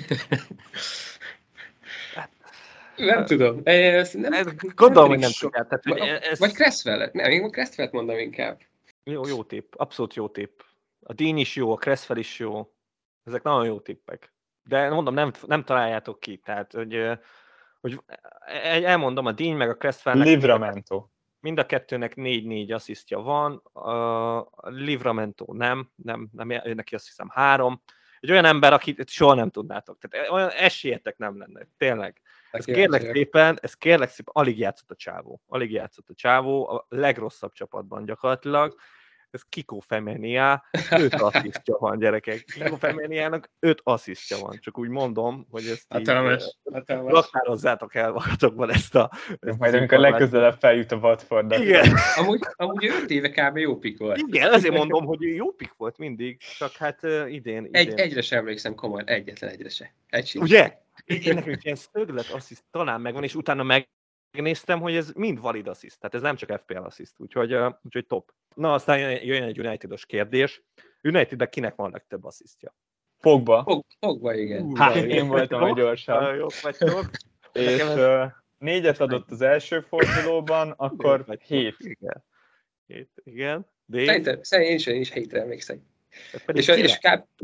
Nem tudom. Gondolom, hogy nem tudják. Vagy Cresswell. Nem, én Cresswellt mondom inkább. Jó tipp. Abszolút jó tipp. A Dean is jó, a Cresswell is jó. Ezek nagyon jó tippek. De mondom, nem találjátok ki. Tehát, hogy elmondom, a Dean meg a Cresswellnek... Livramento. Mind a kettőnek 4-4 asszisztja van, a Livramento nem, neki azt hiszem 3. Egy olyan ember, akit soha nem tudnátok. Tehát olyan esélyetek nem lenne, tényleg. Ez kérlek szépen, alig játszott a csávó. A legrosszabb csapatban gyakorlatilag. ez Kiko Femenia, 5 asszisztja van, gyerekek. Kiko Femeniának 5 asszisztja van, csak úgy mondom, hogy ezt így raktározzátok el magatokban ezt majd amikor legközelebb feljut a Watford. Igen. Amúgy 5 éve kb. Jó pik volt. Igen, ezért mondom, hogy jó pik volt mindig, csak hát idén. Egyre sem emlékszem komolyan, egyetlen egyre se. Ugye? Én nekünk ilyen szöglet assziszt talán megvan, és utána megnéztem, hogy ez mind valid assziszt, tehát ez nem csak FPL assziszt, úgyhogy top. Na, aztán jön egy United-os kérdés. Unitedben kinek van a legtöbb asszisztja? Pogba, igen. Én voltam a gyorsabb. Jók vagytok. És 4-et adott az első fordulóban, akkor 7. Igen. Szerintem én is 7-re emlékszem. És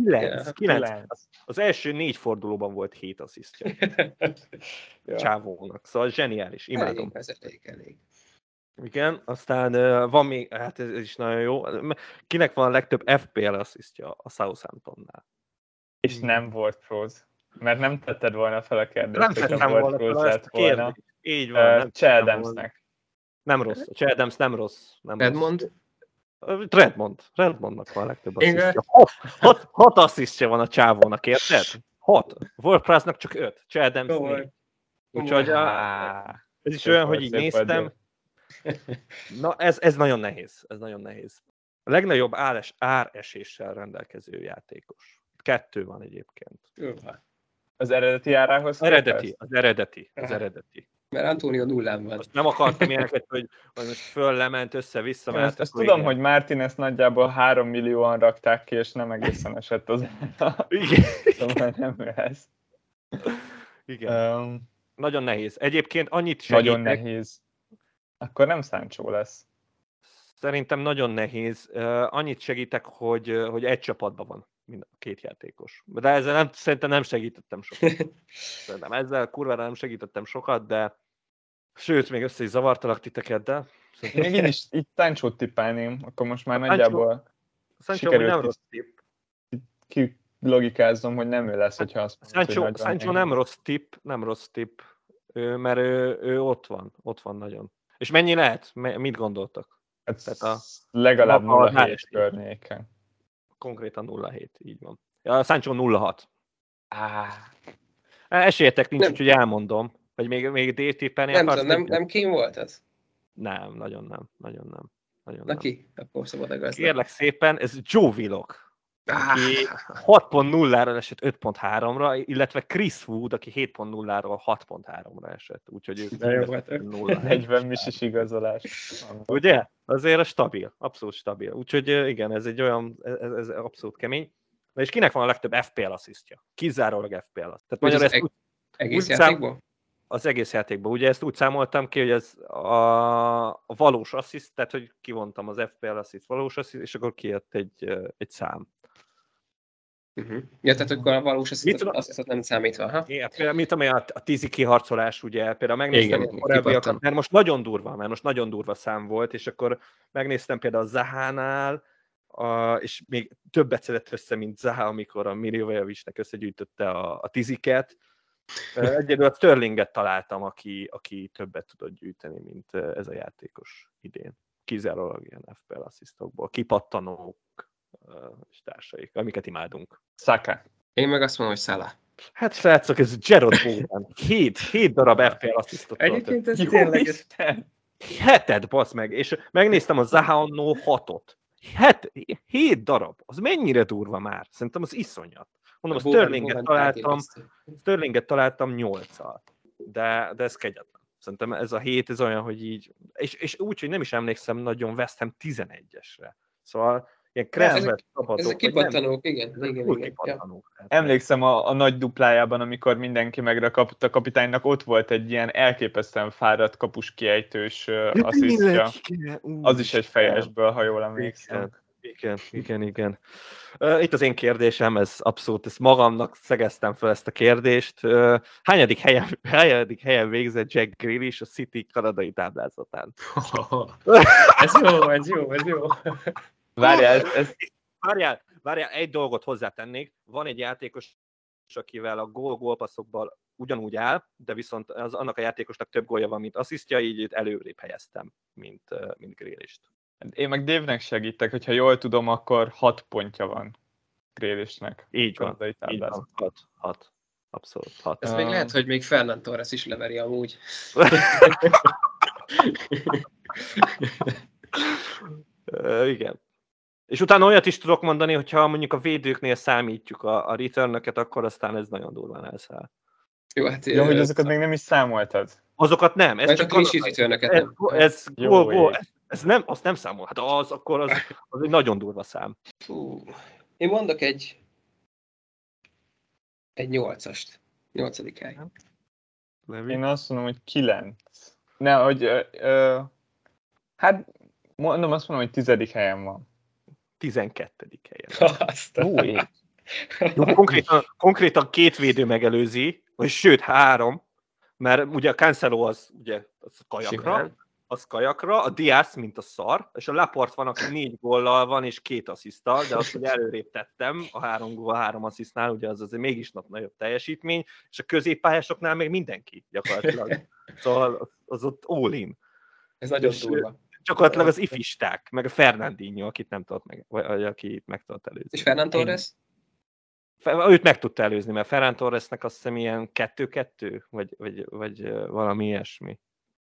9. Az első 4 fordulóban volt 7 asszisztja. Csávónak. Szóval zseniális. Imádom. Elég. Igen, aztán van még, hát ez is nagyon jó. Kinek van a legtöbb FPL asszisztja a Southamptonnál? És nem volt Prose. Mert nem tetted volna fel a kérdést. Nem tettem volna fel ezt a kérdést. Így van. Cheldamsnek. Nem rossz. Cheldams nem rossz. Redmond? Redmondnak van a legtöbb asszisztja. 6 asszisztja van a csávónak, érted? 6. WordPress-nak csak 5. Cheldams 4. Úgyhogy ez is olyan, hogy így néztem. Na, ez nagyon nehéz. A legnagyobb áreséssel rendelkező játékos. 2 van egyébként. Az eredeti árához? Az eredeti. Mert Antonio nullán van. Azt nem akartam ilyeneket, hogy most föl-lement, össze-vissza. Ezt tudom, hogy Martinez nagyjából 3 millióan rakták ki, és nem egészen esett az Igen. Szóval nem ez. Igen. Nagyon nehéz. Egyébként annyit segítek. Nagyon nehéz. Akkor nem Sancho lesz. Szerintem nagyon nehéz. Annyit segítek, hogy egy csapatban van mind a 2 játékos. De ezzel szerintem nem segítettem sokat. Szerintem ezzel kurvára nem segítettem sokat, de sőt, még össze is zavartalak titeket, de... Még én is itt Sanchót tippelném, akkor most már nagyjából sikerült nem rossz tipp. Kilogikázom, hogy nem ő lesz, hogyha azt mondod, Sancho nem rossz tipp, mert ő ott van nagyon. És mennyi lehet? Mit gondoltak? Hát tehát legalább 0,7 környéken. Konkrétan 0,7, így van. A Sancho 0,6. Esélyetek nincs, úgyhogy elmondom. Vagy még D-tippelni akarsz? Nem Kane volt ez? Nem, nagyon nem. Na ki? Akkor szabad igaz. Kérlek szépen, ez Joe Willock, aki 6.0-ra esett 5.3-ra, illetve Chris Wood, aki 7.0-ról 6.3-ra esett. Úgyhogy ők 40 misis igazolás. Ugye? Azért stabil, abszolút stabil. Úgyhogy igen, ez egy olyan, ez abszolút kemény. Na és kinek van a legtöbb FPL asszisztja? Kizárólag FPL asszisztja. Tehát egész játékból? Az egész játékban. Ugye ezt úgy számoltam ki, hogy ez a valós assziszt, tehát hogy kivontam az FPL assziszt, valós assziszt, és akkor kijött egy szám. Ja, tehát akkor a valós asszisztot nem számítva, ha? Igen, például, mint amely a 10 kiharcolás, ugye, például megnéztem a korábbiakat, mert most nagyon durva szám volt, és akkor megnéztem például a Zahánál, és még többet szedett össze, mint Zaha, amikor a Milivojevicsnek összegyűjtötte a 10-iket. Egyedül a Sterlinget találtam, aki többet tudott gyűjteni, mint ez a játékos idén. Kizárólag ilyen FPL asszisztokból. Kipattanók és társaik, amiket imádunk. Saka. Én meg azt mondom, hogy Salah. Hát srácok, ez Gerard Bowen. 7 darab FPL asszisztot. Egyébként ez tényleg... 7, bassz meg, és megnéztem a Zaha annó 6-ot. 7 darab, az mennyire durva már? Szerintem az iszonyat. Mondom, a Sterlinget találtam 8-al, de ez kegyetlen. Szerintem ez a 7, ez olyan, hogy így, és úgy, hogy nem is emlékszem nagyon West Ham 11-esre. Szóval ilyen Creswell csapatok. Ezek kipattanók, igen. Kipattanók. Ja. Emlékszem a nagy duplájában, amikor mindenki megrakadt a kapitánynak, ott volt egy ilyen elképesztően fáradt kapus kiejtős asszisztja. Az is egy fejesből, ha jól emlékszem. Igen. Itt az én kérdésem, ez abszolút, ezt magamnak szegeztem fel ezt a kérdést. Hányadik helyen végzett Jack Grealish a City kanadai táblázatán? Ez jó. Várjál, egy dolgot hozzátennék. Van egy játékos, akivel a gólpasszokban ugyanúgy áll, de viszont annak a játékosnak több gólja van, mint asszisztja, így előrébb helyeztem, mint Grealish-t. Én meg Dave-nek segítek, hogyha jól tudom, akkor 6 pontja van Grealishnek. Így van, így van. 6. Abszolút 6. Ez még lehet, hogy még Fernand Torres is leveri amúgy. Igen. És utána olyat is tudok mondani, hogyha mondjuk a védőknél számítjuk a return-öket, akkor aztán ez nagyon durván elszáll. Jó, hát hogy azokat még nem is számoltad. Azokat nem. Ez csak a clean sheet return-öket nem. Ez nem, azt nem számol. Hát az egy nagyon durva szám. Én mondok egy 8-ast. 8. hely. Én azt mondom, hogy 9. Ne, hogy hát mondom, azt mondom, hogy 10. helyen van. 12. helyen. Jó, konkrétan 2 védő megelőzi, vagy sőt 3, mert ugye a Cancelo az kajakra, a Diaz mint a szar, és a Laporte van, aki 4 góllal van, és 2 assziszttal, de azt ugye előrébb tettem, a 3 gól, 3 asszisztnál, ugye az azért mégis nagyobb teljesítmény, és a középpályásoknál még mindenki gyakorlatilag. Szóval az ott all-in. Ez nagyon durva. Gyakorlatilag az ifisták, meg a Fernandinho, akit nem tudott vagy aki meg tudott előzni. És Fernand Torres? Őt meg tudta előzni, mert Ferran Torresnek azt hiszem ilyen 2-2, vagy valami ilyesmi.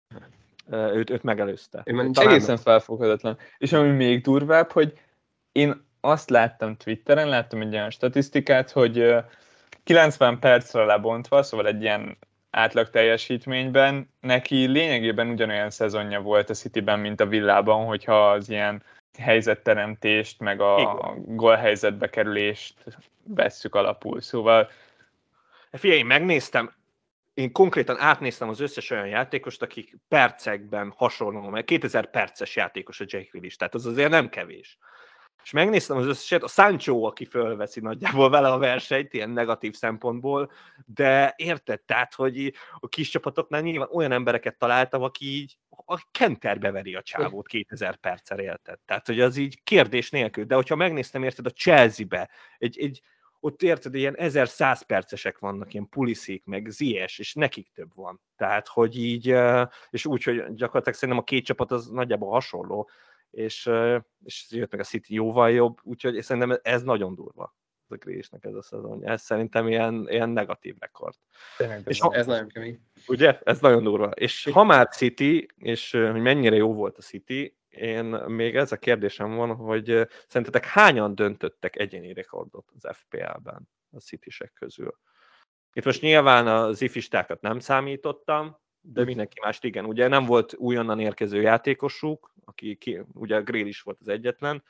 Őt megelőzte. Egészen felfoghatatlan. És ami még durvább, hogy én azt láttam Twitteren, láttam egy olyan statisztikát, hogy 90 percre lebontva, szóval egy ilyen átlag teljesítményben, neki lényegében ugyanolyan szezonja volt a Cityben, mint a Villában, hogyha az ilyen helyzetteremtést, meg a gólhelyzetbe kerülést vesszük alapul. Szóval... Figyelj, én megnéztem, én konkrétan átnéztem az összes olyan játékost, akik percekben hasonló, mert 2000 perces játékos a Jack Grealish, tehát az azért nem kevés. És megnéztem az összeset, a Sancho, aki fölveszi nagyjából vele a versenyt, ilyen negatív szempontból, de érted, tehát, hogy a kis csapatoknál nyilván olyan embereket találtam, aki így a kenterbe veri a csávót 2000 perccel, érted. Tehát, hogy az így kérdés nélkül. De hogyha megnéztem, érted, a Chelsea-be, ott érted, ilyen 1100 percesek vannak, ilyen Pulisic, meg Ziyech, és nekik több van. Tehát, hogy így, és úgy, hogy gyakorlatilag szerintem a 2 csapat az nagyjából hasonló, és jött meg a City jóval jobb, úgyhogy szerintem ez nagyon durva, ez a Grealishnek ez a szezon. Ez szerintem ilyen negatív rekord. Ez nagyon kemény. Ugye? Ez nagyon durva. És ha már City, és hogy mennyire jó volt a City, én még ez a kérdésem van, hogy szerintetek hányan döntöttek egyéni rekordot az FPL-ben a Citysek közül? Itt most nyilván az ifistákat nem számítottam, de mindenki mást igen. Ugye nem volt újonnan érkező játékosuk, ugye Grealish volt az egyetlen,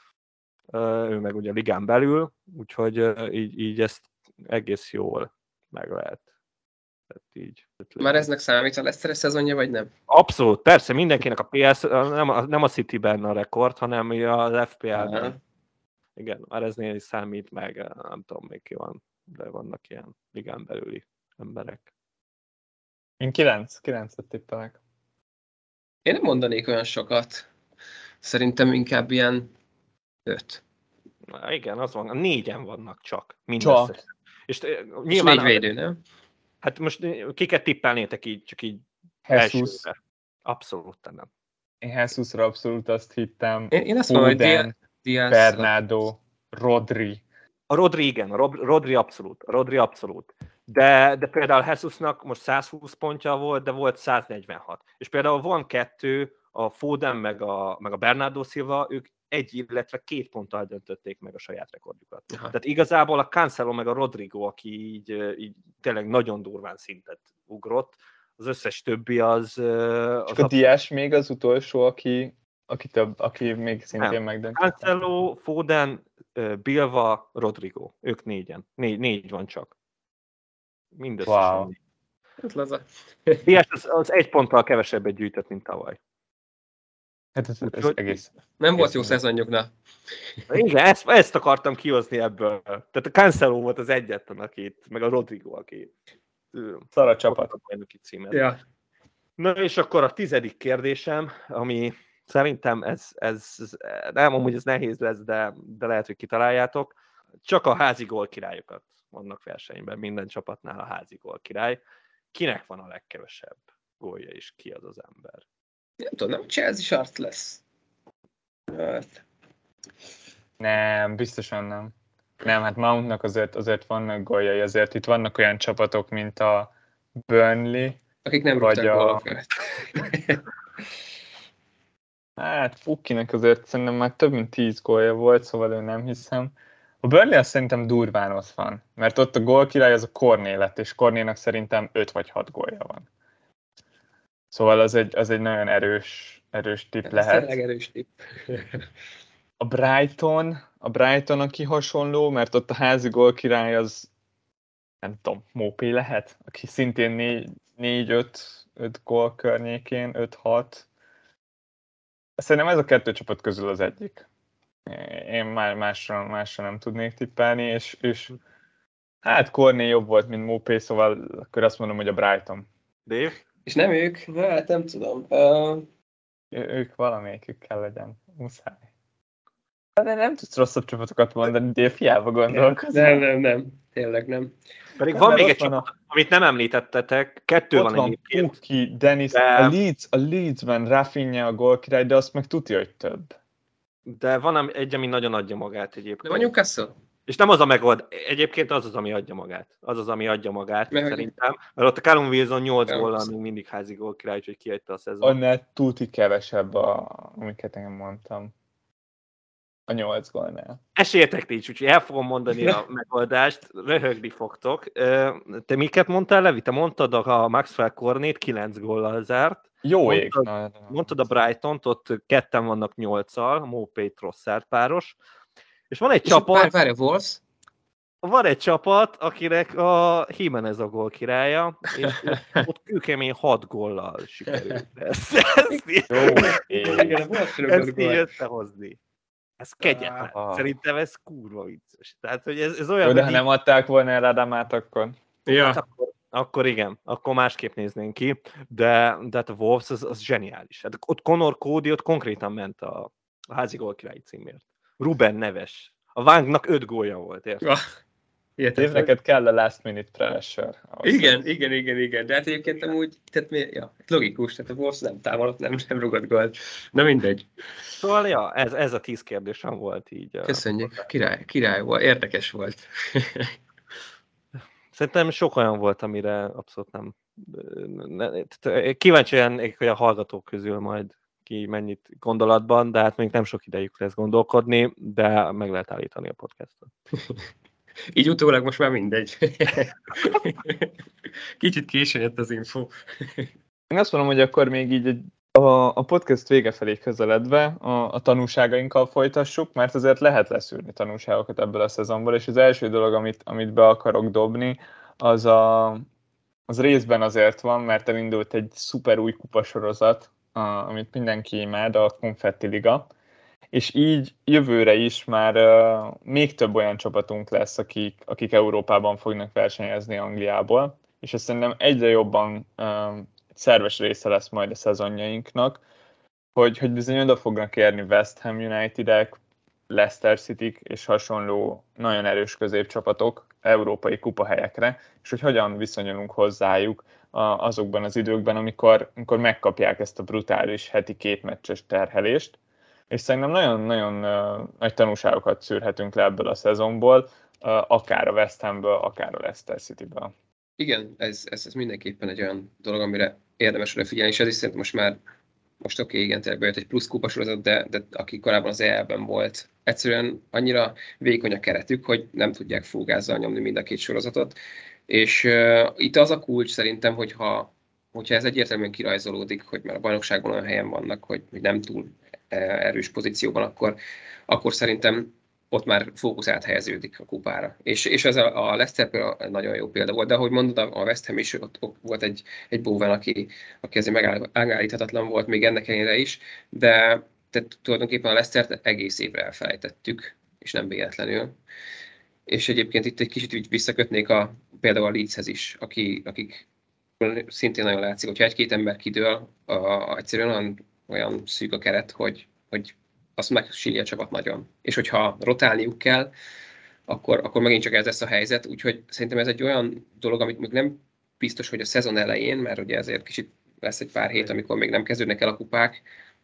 ő meg ugye ligán belül, úgyhogy így ezt egész jól meg lehet. Így. Már eznek számít a Leicester szezonja, vagy nem? Abszolút, persze, mindenkinek a PS, nem a Cityben a rekord, hanem az FPL-ben. Igen, már eznél is számít, meg nem tudom még ki van, de vannak ilyen ligán belüli emberek. Én 9-et tippelek. Én nem mondanék olyan sokat. Szerintem inkább ilyen 5. Na, igen, az van, 4-en vannak csak. Csak. És nyilván 4 védő, nem? Hát most kiket tippelnétek így, csak így Jesus. Abszolút nem. Én Jesusra abszolút azt hittem. Én azt mondom, hogy Diaz, Bernardo, Rodri. A Rodri igen, Rodri abszolút. De például Jesusnak most 120 pontja volt, de volt 146. És például van 2, a Foden meg a Bernardo Silva, ők 1, illetve 2 ponttal döntötték meg a saját rekordjukat. Aha. Tehát igazából a Cancelo meg a Rodrigo, aki így tényleg nagyon durván szintet ugrott, az összes többi az... Csak a Diaz még az utolsó, aki még szintén megdöntött. Cancelo, Foden, Bilva, Rodrigo. Ők 4-en. 4 van csak. Mindösszesen. Wow. Ez laza. Diaz az 1 ponttal kevesebbet gyűjtött, mint tavaly. Hát ez egész. Nem volt jó szezonjuk, na. Igen, ezt akartam kihozni ebből. Tehát a Cancelo volt az egyetlen, meg a Rodrigo, aki szar a csapat. Ja. Na és akkor a 10. kérdésem, ami szerintem ez nem amúgy ez nehéz lesz, de lehet, hogy kitaláljátok. Csak a házi gólkirályokat vannak versenyben, minden csapatnál a házi gólkirály. Kinek van a legkevesebb gólja, és ki az az ember? Nem tudom, nem Chelsea Shart lesz. Hát. Nem, biztosan nem. Nem, hát Mountnak azért vannak góljai, azért itt vannak olyan csapatok, mint a Burnley, Akik nem vagy rúgtak gólok felett. Hát Pukkinek azért szerintem már több mint 10 gólja volt, szóval ő nem hiszem. A Burnley azt szerintem durván ott van, mert ott a gólkirály az a Corné lett, és Cornénak szerintem 5 vagy 6 gólja van. Szóval az egy nagyon erős tipp lehet. Tényleg erős tipp. A Brighton, aki hasonló, mert ott a házi gólkirály az, nem tudom, Mopé lehet, aki szintén 4-5 gól környékén, 5-6. Szerintem ez a kettő csapat közül az egyik. Én már másra nem tudnék tippelni, és hát Corné jobb volt, mint Mopé, szóval akkor azt mondom, hogy a Brighton. Dave? És nem ők? Hát nem tudom. Ők valamelyikük kell legyen, muszáj. De nem tudsz rosszabb csapatokat mondani, de hiába gondolkozol. Nem. Tényleg nem. Pedig Nem, van mert még ott egy van csapat, amit nem említettetek, kettő Ott van van egyébként. Pukki, Dennis, De- a Leedsben Rafinha a gólkirály, de azt meg tudja, hogy több. De van egy, ami nagyon adja magát egyébként. De van Newcastle? És nem az a megold, egyébként az, ami adja magát. Az, ami adja magát, Mert szerintem. Mert ott a Callum Wilson 8 Ja. góllal még mindig házi gólkirály, úgyhogy kihagyta a szezon. Annál tuti kevesebb, amiket én mondtam. A 8 gólnál. Esélytek nincs, úgyhogy el fogom mondani a megoldást, röhögni fogtok. Te miket mondtál, Levi? Te mondtad a Maxwell Cornét 9 góllal zárt. Jó ég. Mondtad a Brightont, ott ketten vannak 8-al, Mopé Trossard páros. És van egy csapat, Várj, Wolves? van egy csapat, akinek a Jimenez a gól királya, és ott kőkemény 6 góllal sikerült ezt Jó ég. Igen, a Wolves így összehozni. Ez kegyetlen. Ah. Szerintem ez kurva vicces. Tehát, hogy ez olyan, Jó, de hogy ha nem adták volna el Adamát, akkor... Ja. akkor igen, akkor másképp néznénk ki, de hát a Wolves az zseniális. Hát ott Conor Cody ott konkrétan ment a házi gólkirályi címért. Ruben Neves. A Vánknak 5 gólja volt, érted? Év neked kell a last minute pressure. Igen. De hát egyébként amúgy, tehát logikus, tehát a Wolves nem támadott, nem rugott gólt. Na mindegy. Szóval, ja, ez a 10 kérdésem volt így. Köszönjük, király volt, érdekes volt. Szerintem sok olyan volt, amire abszolút nem... Kíváncsi lennék, hogy a hallgatók közül majd ki mennyit gondolatban, de hát még nem sok idejük lesz gondolkodni, de meg lehet állítani a podcastot. Így utólag most már mindegy. Kicsit későn jött az info. Én azt mondom, hogy akkor még így a podcast vége felé közeledve a tanulságainkkal folytassuk, mert azért lehet leszűrni tanulságokat ebből a szezonból, és az első dolog, amit be akarok dobni, az részben azért van, mert elindult egy szuper új kupasorozat, amit mindenki imád, a Confetti Liga, és így jövőre is már még több olyan csapatunk lesz, akik Európában fognak versenyezni Angliából, és ez szerintem egyre jobban szerves része lesz majd a szezonjainknak, hogy bizony oda fognak érni West Ham United-ek, Leicester City és hasonló nagyon erős középcsapatok európai kupahelyekre, és hogy hogyan viszonyulunk hozzájuk azokban az időkben, amikor megkapják ezt a brutális heti 2 meccses terhelést. És szerintem nagyon-nagyon nagy tanulságokat szűrhetünk le ebből a szezonból, akár a West Hamből, akár a Leicester Cityből. Igen, ez mindenképpen egy olyan dolog, amire érdemes odafigyelni, és ez is szerintem most oké, igen, tényleg bejött egy plusz kupasorozat, de aki korábban az EL-ben volt, egyszerűen annyira vékony a keretük, hogy nem tudják fullgázzal nyomni mind a két sorozatot. És itt az a kulcs szerintem, hogyha ez egyértelműen kirajzolódik, hogy már a bajnokságban olyan helyen vannak, hogy nem túl erős pozícióban, akkor szerintem ott már fókusz áthelyeződik a kupára. És ez a Leicester nagyon jó példa volt, de ahogy mondod, a West Ham is, ott volt egy Bowen, aki azért megállíthatatlan volt még ennek ellenére is, de tulajdonképpen a Leicestert egész évre elfelejtettük, és nem véletlenül. És egyébként itt egy kicsit visszakötnék például a Leedshez is, akik szintén nagyon látszik, hogyha egy-két ember kidől, egyszerűen olyan szűk a keret, hogy azt megsírja a csapat nagyon. És hogyha rotálniuk kell, akkor megint csak ez lesz a helyzet. Úgyhogy szerintem ez egy olyan dolog, amit még nem biztos, hogy a szezon elején, mert ugye ezért kicsit lesz egy pár hét, amikor még nem kezdődnek el a kupák,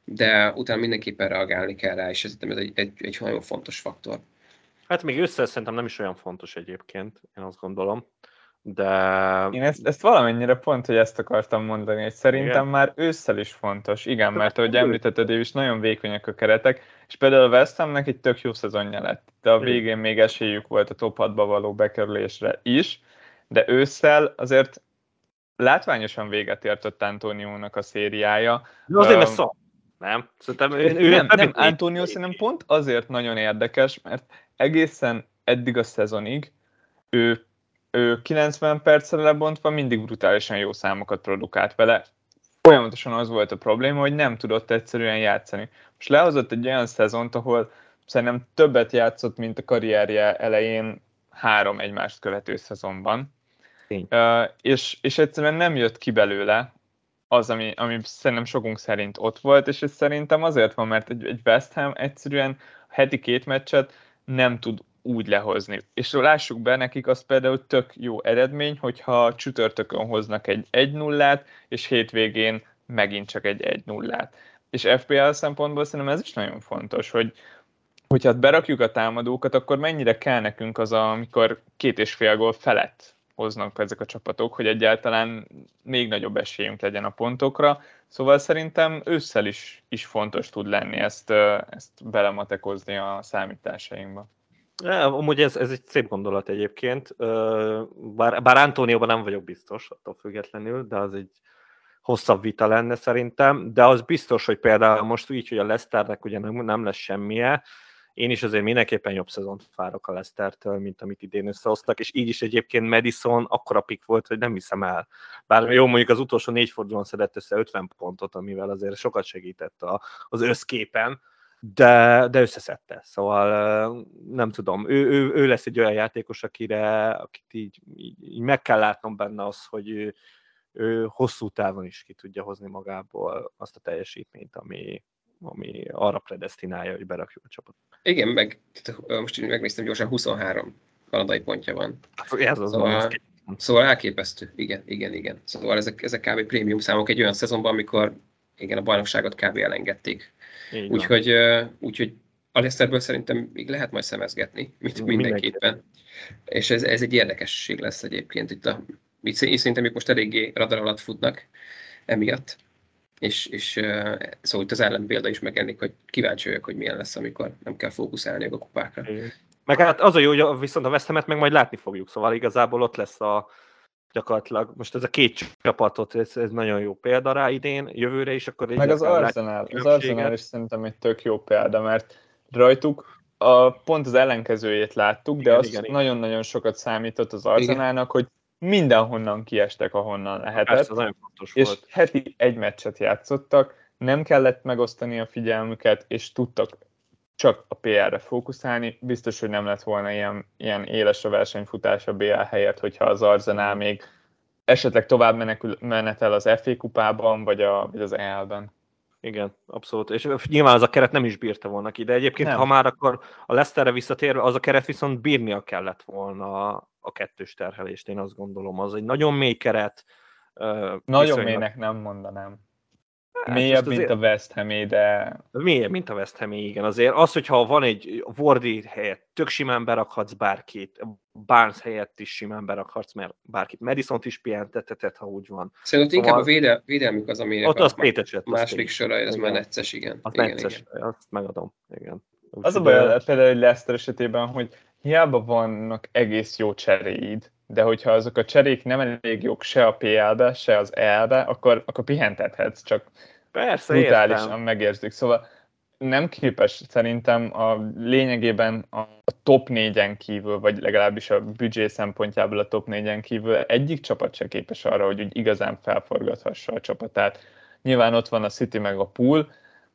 de utána mindenképpen reagálni kell rá, és szerintem ez egy nagyon fontos faktor. Hát még ősszel szerintem nem is olyan fontos egyébként, én azt gondolom, de... Én ezt valamennyire pont, hogy ezt akartam mondani, hogy szerintem Igen? már ősszel is fontos. Igen, mert ahogy említetted, is nagyon vékonyak a keretek, és például a West Hamnek egy tök jó szezonja lett, de a végén még esélyük volt a top 6-ba való bekerülésre is, de ősszel azért látványosan véget ért ott Antoniónak a szériája. De azért, mert szar. Nem? Szerintem Nem, Antonio szerintem pont azért nagyon érdekes, mert egészen eddig a szezonig ő 90 percre lebontva mindig brutálisan jó számokat produkált vele. Folyamatosan az volt a probléma, hogy nem tudott egyszerűen játszani. Most lehozott egy olyan szezont, ahol szerintem többet játszott, mint a karrierje elején 3 egymást követő szezonban. És egyszerűen nem jött ki belőle az, ami szerintem sokunk szerint ott volt, és ez szerintem azért van, mert egy West Ham egyszerűen heti 2 meccset nem tud úgy lehozni. És lássuk be, nekik az például tök jó eredmény, hogyha csütörtökön hoznak egy 1-0-át, és hétvégén megint csak egy 1-0-át. És FPL szempontból szerintem ez is nagyon fontos, hogy hát berakjuk a támadókat, akkor mennyire kell nekünk az, amikor 2,5 gól felett hoznak ezek a csapatok, hogy egyáltalán még nagyobb esélyünk legyen a pontokra. Szóval szerintem ősszel is fontos tud lenni ezt belematekozni a számításainkba. Amúgy ez egy szép gondolat egyébként, bár Antónióban nem vagyok biztos, attól függetlenül, de az egy hosszabb vita lenne szerintem, de az biztos, hogy például most így, hogy a Leicesternek ugye nem lesz semmije, én is azért mindenképpen jobb szezont várok a Leicestertől, mint amit idén összehoztak, és így is egyébként Madison akkora pick volt, hogy nem hiszem el. Bár jó, mondjuk az utolsó 4 fordulón szedett össze 50 pontot, amivel azért sokat segített az összképen, de összeszedte. Szóval nem tudom, ő lesz egy olyan játékos, akit így meg kell látnom benne az, hogy ő hosszú távon is ki tudja hozni magából azt a teljesítményt, ami arra predesztinálja, hogy berakjuk a csapatot. Igen, most megnéztem gyorsan, 23 kanadai pontja van. Ez az szóval elképesztő. Igen. Szóval ezek kb. Prémium számok egy olyan szezonban, amikor igen, a bajnokságot kb. Elengedték. Úgyhogy a Leicesterből szerintem még lehet majd szemezgetni, mindenképpen. És ez egy érdekesség lesz egyébként. Itt szerintem most eléggé radar alatt futnak emiatt. És szóval itt az ellenpélda is megjelenik, hogy kíváncsi vagyok, hogy milyen lesz, amikor nem kell fókuszálni a kupákra. Meg hát az a jó, hogy viszont a West Hamet meg majd látni fogjuk, szóval igazából ott lesz gyakorlatilag, most ez a 2 csapatot, ez nagyon jó példa rá idén, jövőre is, akkor... Meg az Arsenal is szerintem egy tök jó példa, mert rajtuk pont az ellenkezőjét láttuk, de igen, nagyon-nagyon sokat számított az Arsenalnak, hogy mindenhonnan kiestek, ahonnan lehetett. Persze, nagyon fontos és volt. heti 1 meccset játszottak, nem kellett megosztani a figyelmüket, és tudtak csak a PR-re fókuszálni. Biztos, hogy nem lett volna ilyen éles a versenyfutás a BL helyett, hogyha az Arsenal még esetleg tovább menetel az FA kupában, vagy az EL-ben. Igen, abszolút. És nyilván az a keret nem is bírta volna ki, de egyébként, ha már akkor a Leicesterre visszatérve, az a keret viszont bírnia kellett volna a 2-s terhelést, én azt gondolom. Az egy nagyon mély keret. Nagyon mélynek nem mondanám. Mélyebb, mint a West Hamé, de... Mélyebb, mint a West Hamé, igen. Azért az, hogyha van egy Wardy helyett, tök simán berakhatsz bárkit, Barnes helyett is simán berakhatsz, mert bárkit. Madisont is pihentetheted, ha úgy van. Szerintem inkább a védelmük az, aminek ott a második sora, ez már necces, igen. Az necces, azt megadom, igen. Az a baj például egy Leicester esetében, hogy hiába vannak egész jó cseréid, de hogyha azok a cserék nem elég jók se a PL-be, se az EL-be, akkor pihentethetsz, csak persze, brutálisan értem. megérzik. Szóval nem képes szerintem lényegében a top 4-en kívül, vagy legalábbis a büdzsé szempontjából a top 4-en kívül egyik csapat se képes arra, hogy úgy igazán felforgathassa a csapatát. Nyilván ott van a City meg a Pool,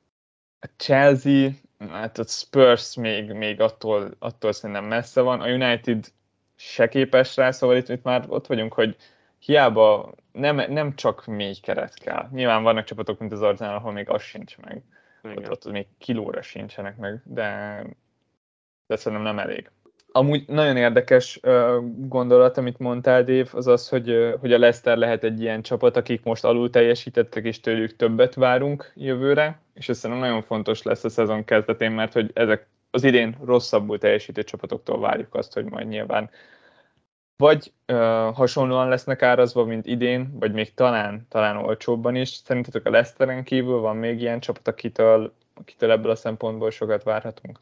a Chelsea, hát a Spurs még attól szerintem messze van, a United se képes rá, szóval itt már ott vagyunk, hogy hiába nem csak mély keret kell. Nyilván vannak csapatok, mint az Arsenal, ahol még az sincs meg. Ott még kilóra sincsenek meg, de szerintem nem elég. Amúgy nagyon érdekes gondolat, amit mondtál, Dave, az az, hogy a Leicester lehet egy ilyen csapat, akik most alul teljesítettek, és tőlük többet várunk jövőre, és ez szerintem nagyon fontos lesz a szezon kezdetén, mert hogy ezek az idén rosszabbul teljesítő csapatoktól várjuk azt, hogy majd nyilván vagy hasonlóan lesznek árazva, mint idén, vagy még talán olcsóbban is. Szerintetek a Leicesteren kívül van még ilyen csapat, akitől ebből a szempontból sokat várhatunk?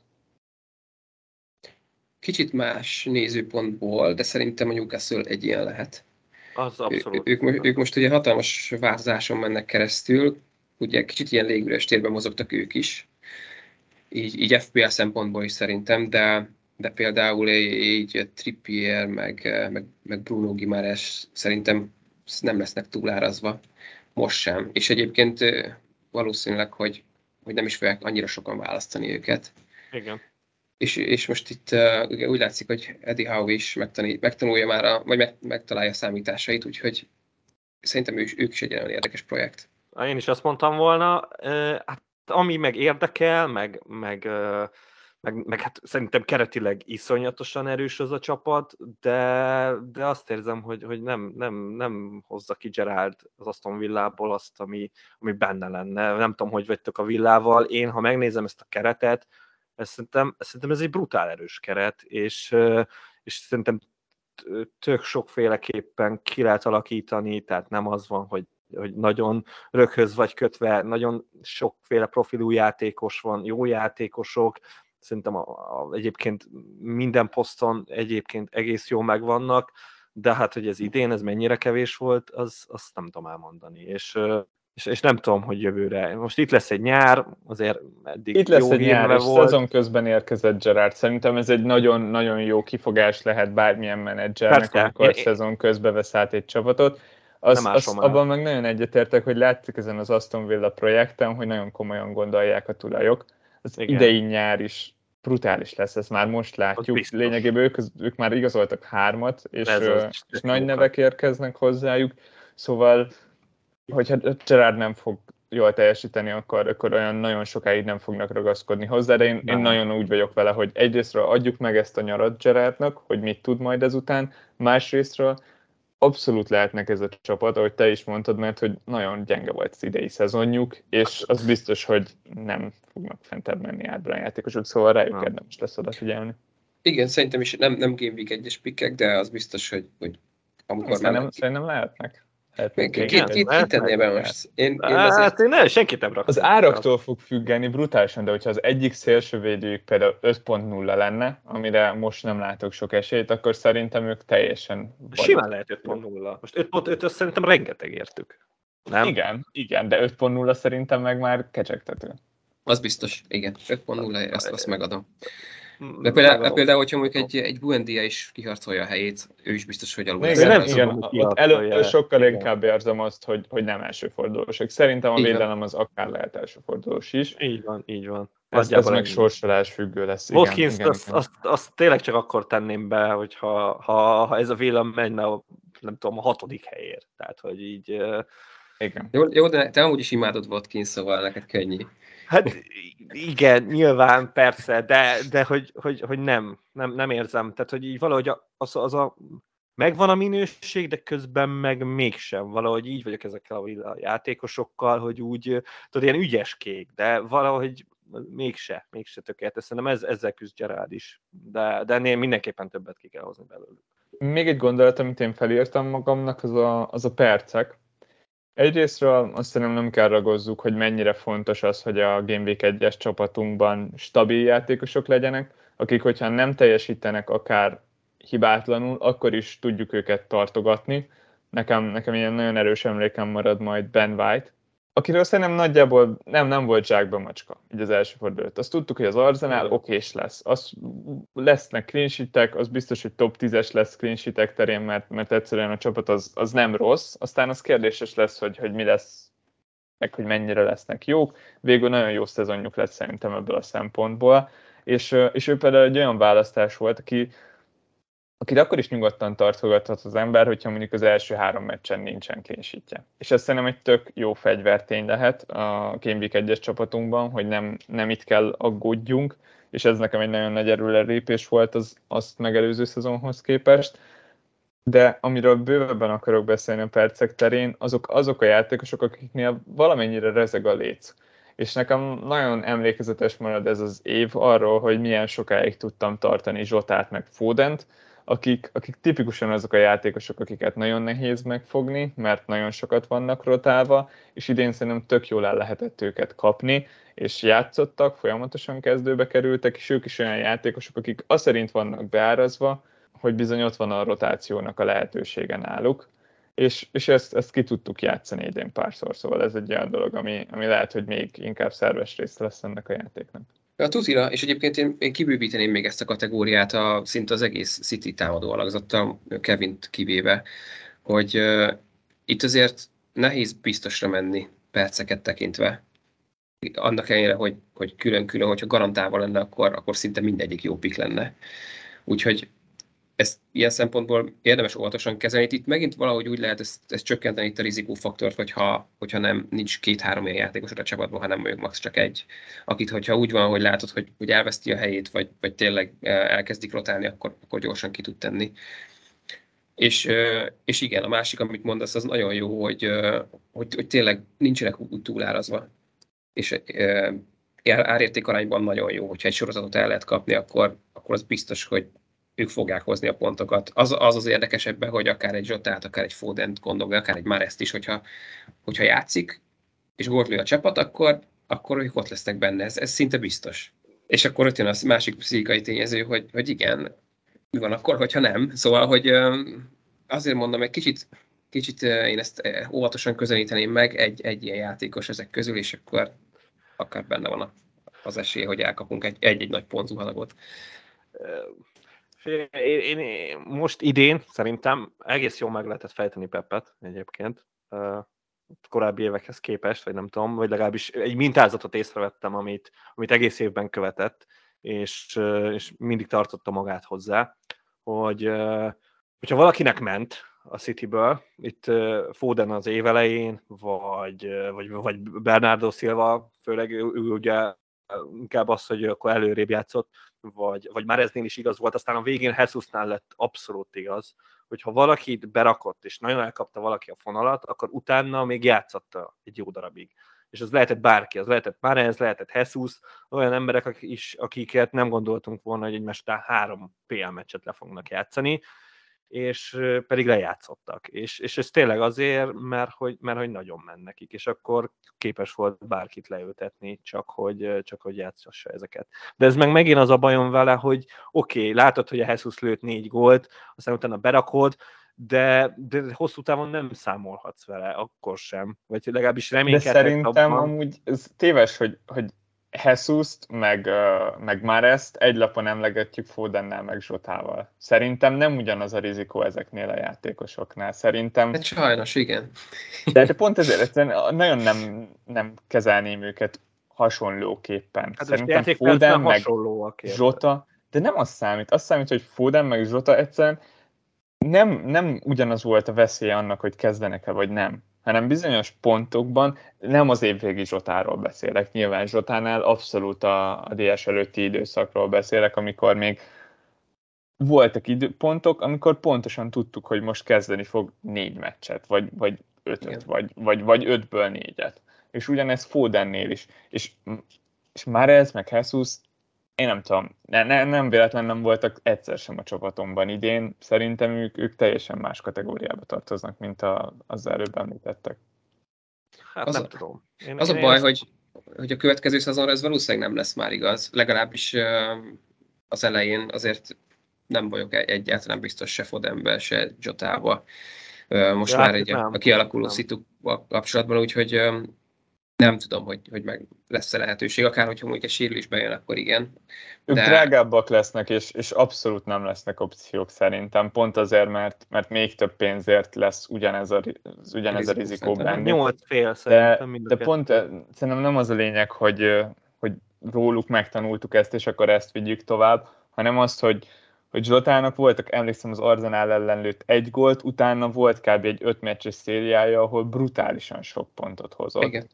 Kicsit más nézőpontból, de szerintem a Newcastle egy ilyen lehet. Az abszolút. Ők most ugye hatalmas változáson mennek keresztül, ugye kicsit ilyen légüres térben mozogtak ők is, így FPL szempontból is szerintem, de például így Trippier, meg Bruno Guimaraes szerintem nem lesznek túlárazva, most sem. És egyébként valószínűleg, hogy nem is fogják annyira sokan választani őket. Igen. És most itt úgy látszik, hogy Eddie Howe is megtanulja már, vagy megtalálja a számításait, úgyhogy szerintem ők is egy nagyon érdekes projekt. Én is azt mondtam volna, hát ami meg érdekel, meg hát szerintem keretileg iszonyatosan erős az a csapat, de azt érzem, hogy nem hozza ki Gerrard az Aston Villából azt, ami benne lenne. Nem tudom, hogy vagytok a Villával. Én, ha megnézem ezt a keretet, szerintem ez egy brutál erős keret, és szerintem tök sokféleképpen ki lehet alakítani, tehát nem az van, hogy nagyon röghöz vagy kötve, nagyon sokféle profilú játékos van, jó játékosok, szerintem egyébként minden poszton egyébként egész jó megvannak, de hát, hogy ez idén, ez mennyire kevés volt, azt nem tudom elmondani, és nem tudom, hogy jövőre. Most itt lesz egy nyár, azért eddig itt lesz jó egy nyár, és volt. szezon közben érkezett Gerrard. Szerintem ez egy nagyon-nagyon jó kifogás lehet bármilyen menedzsernek, Persze. amikor szezon közben vesz át egy csapatot. Abban meg nagyon egyetértek, hogy látszik ezen az Aston Villa projekten, hogy nagyon komolyan gondolják a tulajok. Az idei nyár is brutális lesz, ezt már most látjuk. Lényegében ők már igazoltak 3, és nagy nevek érkeznek hozzájuk. Szóval, hogyha Gerrard nem fog jól teljesíteni, akkor olyan nagyon sokáig nem fognak ragaszkodni hozzá, de én nagyon úgy vagyok vele, hogy egyrésztről adjuk meg ezt a nyarat Gerrardnak, hogy mit tud majd ezután, másrésztről abszolút lehetnek ez a csapat, ahogy te is mondtad, mert hogy nagyon gyenge volt az idei szezonjuk, és az biztos, hogy nem fognak fentebb menni átbrán játékosok, szóval rájuk érdemes lesz odafigyelni. Igen, szerintem is nem Game Week 1-es pikkek, de az biztos, hogy amikor szerintem lehetnek. Kitenné be most? Én senkit nem raktam. Az áraktól fog függeni brutálisan, de hogyha az egyik szélsővédőjük például 5.0 lenne, amire most nem látok sok esélyt, akkor szerintem ők teljesen... Simán lehet 5.0. Most 5.5-ös szerintem rengeteg értük. Nem? Igen, de 5.0 szerintem meg már kecsegtető. Az biztos, igen. 5.0, azt megadom. De például, hogyha mondjuk egy Buendia is kiharcolja a helyét, ő is biztos, hogy alul lesz. Előtt sokkal inkább érzem azt, hogy nem elsőfordulósok. Szerintem a védelem az akár lehet elsőfordulós is. Így van. Ez meg sorsolás függő lesz. Watkins, azt tényleg csak akkor tenném be, ha ez a vélem menne nem tudom, a 6. helyért. Tehát, hogy így... Igen. Jó, de te amúgy is imádod Watkins, szóval neked könnyű. Hát igen, nyilván, persze, de hogy nem érzem. Tehát, hogy így valahogy az a megvan a minőség, de közben meg mégsem. Valahogy így vagyok ezekkel a játékosokkal, hogy úgy, tudod, ilyen ügyeskék, de valahogy mégse tökéletes. Szerintem ezzel küzd Gerrard is. De ennél mindenképpen többet ki kell hozni belőlük. Még egy gondolat, amit én felírtam magamnak, az a percek. Egyrésztről azt szerintem nem kell ragozzuk, hogy mennyire fontos az, hogy a Game Week 1-es csapatunkban stabil játékosok legyenek, akik, hogyha nem teljesítenek akár hibátlanul, akkor is tudjuk őket tartogatni. Nekem ilyen nagyon erős emlékem marad majd Ben White, akiről szerintem nagyjából nem volt zsákba macska, így az első fordulót. Azt tudtuk, hogy az Arsenal okés lesz. Lesznek clean sheetek, az biztos, hogy top 10-es lesz clean sheetek terén, mert egyszerűen a csapat az nem rossz. Aztán az kérdéses lesz, hogy mi lesz, meg hogy mennyire lesznek jók. Végül nagyon jó szezonjuk lett szerintem ebből a szempontból. És ő például egy olyan választás volt, akit akkor is nyugodtan tartogathat az ember, hogyha mondjuk az első 3 meccsen nincsen clean sheetje. És ez szerintem egy tök jó fegyvertény lehet a Game Week 1-es csapatunkban, hogy nem itt kell aggódjunk, és ez nekem egy nagyon nagy erőlépés volt az azt megelőző szezonhoz képest. De amiről bővebben akarok beszélni a percek terén, azok a játékosok, akiknél valamennyire rezeg a léc. És nekem nagyon emlékezetes marad ez az év arról, hogy milyen sokáig tudtam tartani Zsotát meg Fodent, akik tipikusan azok a játékosok, akiket nagyon nehéz megfogni, mert nagyon sokat vannak rotálva, és idén szerintem tök jól el lehetett őket kapni, és játszottak, folyamatosan kezdőbe kerültek, és ők is olyan játékosok, akik azt szerint vannak beárazva, hogy bizony ott van a rotációnak a lehetősége náluk, és ezt ki tudtuk játszani idén párszor, szóval ez egy olyan dolog, ami lehet, hogy még inkább szerves része lesz ennek a játéknak. A tutira, és egyébként én kibővíteném még ezt a kategóriát szinte az egész City támadó alakzattal, Kevint kivéve, hogy itt azért nehéz biztosra menni perceket tekintve. Annak ellenére, hogy külön-külön, hogyha garantálva lenne, akkor szinte mindegyik jó pik lenne. Úgyhogy ezt ilyen szempontból érdemes óvatosan kezelni. Itt megint valahogy úgy lehet ezt csökkenteni itt a rizikófaktort, hogyha nem nincs 2-3 ilyen játékosod a csapatban, hanem mondjuk max csak egy. Akit, hogyha úgy van, hogy látod, hogy elveszti a helyét, vagy tényleg elkezdik rotálni, akkor gyorsan ki tud tenni. És igen, a másik, amit mondasz, az nagyon jó, hogy tényleg nincsenek úgy túlárazva. És árértékarányban nagyon jó, hogyha egy sorozatot el lehet kapni, akkor az biztos, hogy ők fogják hozni a pontokat. Az érdekesebben, hogy akár egy Zsotát, akár egy Fodent gondolj, akár egy Mahrest is, hogyha játszik, és gólt lő a csapat, akkor ők ott lesznek benne. Ez szinte biztos. És akkor ott jön a másik pszichikai tényező, hogy igen, mi van akkor, hogyha nem. Szóval, hogy azért mondom, egy kicsit én ezt óvatosan közelíteném meg egy ilyen játékos ezek közül, és akkor akár benne van az esély, hogy elkapunk egy nagy pontzuhanagot. Én most idén szerintem egész jól meg lehetett fejteni Pepet egyébként. Korábbi évekhez képest, vagy nem tudom, vagy legalábbis egy mintázatot észrevettem, amit egész évben követett, és mindig tartotta magát hozzá, hogyha valakinek ment a Cityből, itt Foden az év elején, vagy Bernardo Silva, főleg ő ugye inkább az, hogy akkor előrébb játszott, vagy már eznél is igaz volt, aztán a végén Jesusnál lett abszolút igaz, hogyha valakit berakott, és nagyon elkapta valaki a fonalat, akkor utána még játszotta egy jó darabig. És az lehetett bárki, az lehetett Mahrez, lehetett Jesus, olyan emberek is, akiket nem gondoltunk volna, hogy egymás után 3 PL meccset le fognak játszani, és pedig lejátszottak. És ez tényleg azért, mert hogy nagyon ment nekik, és akkor képes volt bárkit leültetni, csak hogy játszassa ezeket. De ez meg megint az a bajom vele, hogy oké, látod, hogy a Jesus lőtt 4 gólt, aztán utána berakod, de hosszú távon nem számolhatsz vele, akkor sem. Vagy legalábbis reménykedtek abban. De szerintem abban. amúgy ez téves, hogy Jesus-t, meg Mahrest egy lapon emlegetjük Fodennel, meg Zsotával. Szerintem nem ugyanaz a rizikó ezeknél a játékosoknál. Szerintem... Hát sajnos, igen. De pont ezért nagyon nem kezelném őket hasonlóképpen. Hát szerintem Foden, meg Zsota, de nem az számít, hogy Foden, meg Zsota egyszerűen nem ugyanaz volt a veszélye annak, hogy kezdenek-e, vagy nem, hanem bizonyos pontokban, nem az évvégi Zsotáról beszélek, nyilván Zsotánál abszolút a DS előtti időszakról beszélek, amikor még voltak pontok, amikor pontosan tudtuk, hogy most kezdeni fog 4 meccset, vagy 5-öt, vagy 5-ből 4-et. És ugyanez Fodennél is. És Mahrez, meg Jesus, én nem tudom, nem véletlenül nem voltak egyszer sem a csapatomban idén. Szerintem ők teljesen más kategóriába tartoznak, mint az előbb említettek. Hát nem tudom. Az a baj, hogy a következő szezonra ez valószínűleg nem lesz már igaz. Legalábbis az elején azért nem vagyok egyáltalán biztos se Fodenbe, se Zsotába. Most már a kialakuló szitukban kapcsolatban, úgyhogy nem tudom, hogy meg lesz-e lehetőség, akár hogyha mondjuk egy sérülés bejön, akkor igen. Ők drágábbak lesznek, és abszolút nem lesznek opciók szerintem, pont azért, mert még több pénzért lesz ugyanez a rizikó bennük. 8,5 szerintem. De pont szerintem nem az a lényeg, hogy róluk megtanultuk ezt, és akkor ezt vigyük tovább, hanem azt, hogy Zsotának voltak, emlékszem, az Arsenal ellen lőtt 1 gólt, utána volt kb. Egy 5 meccses szériája, ahol brutálisan sok pontot hozott. Igen.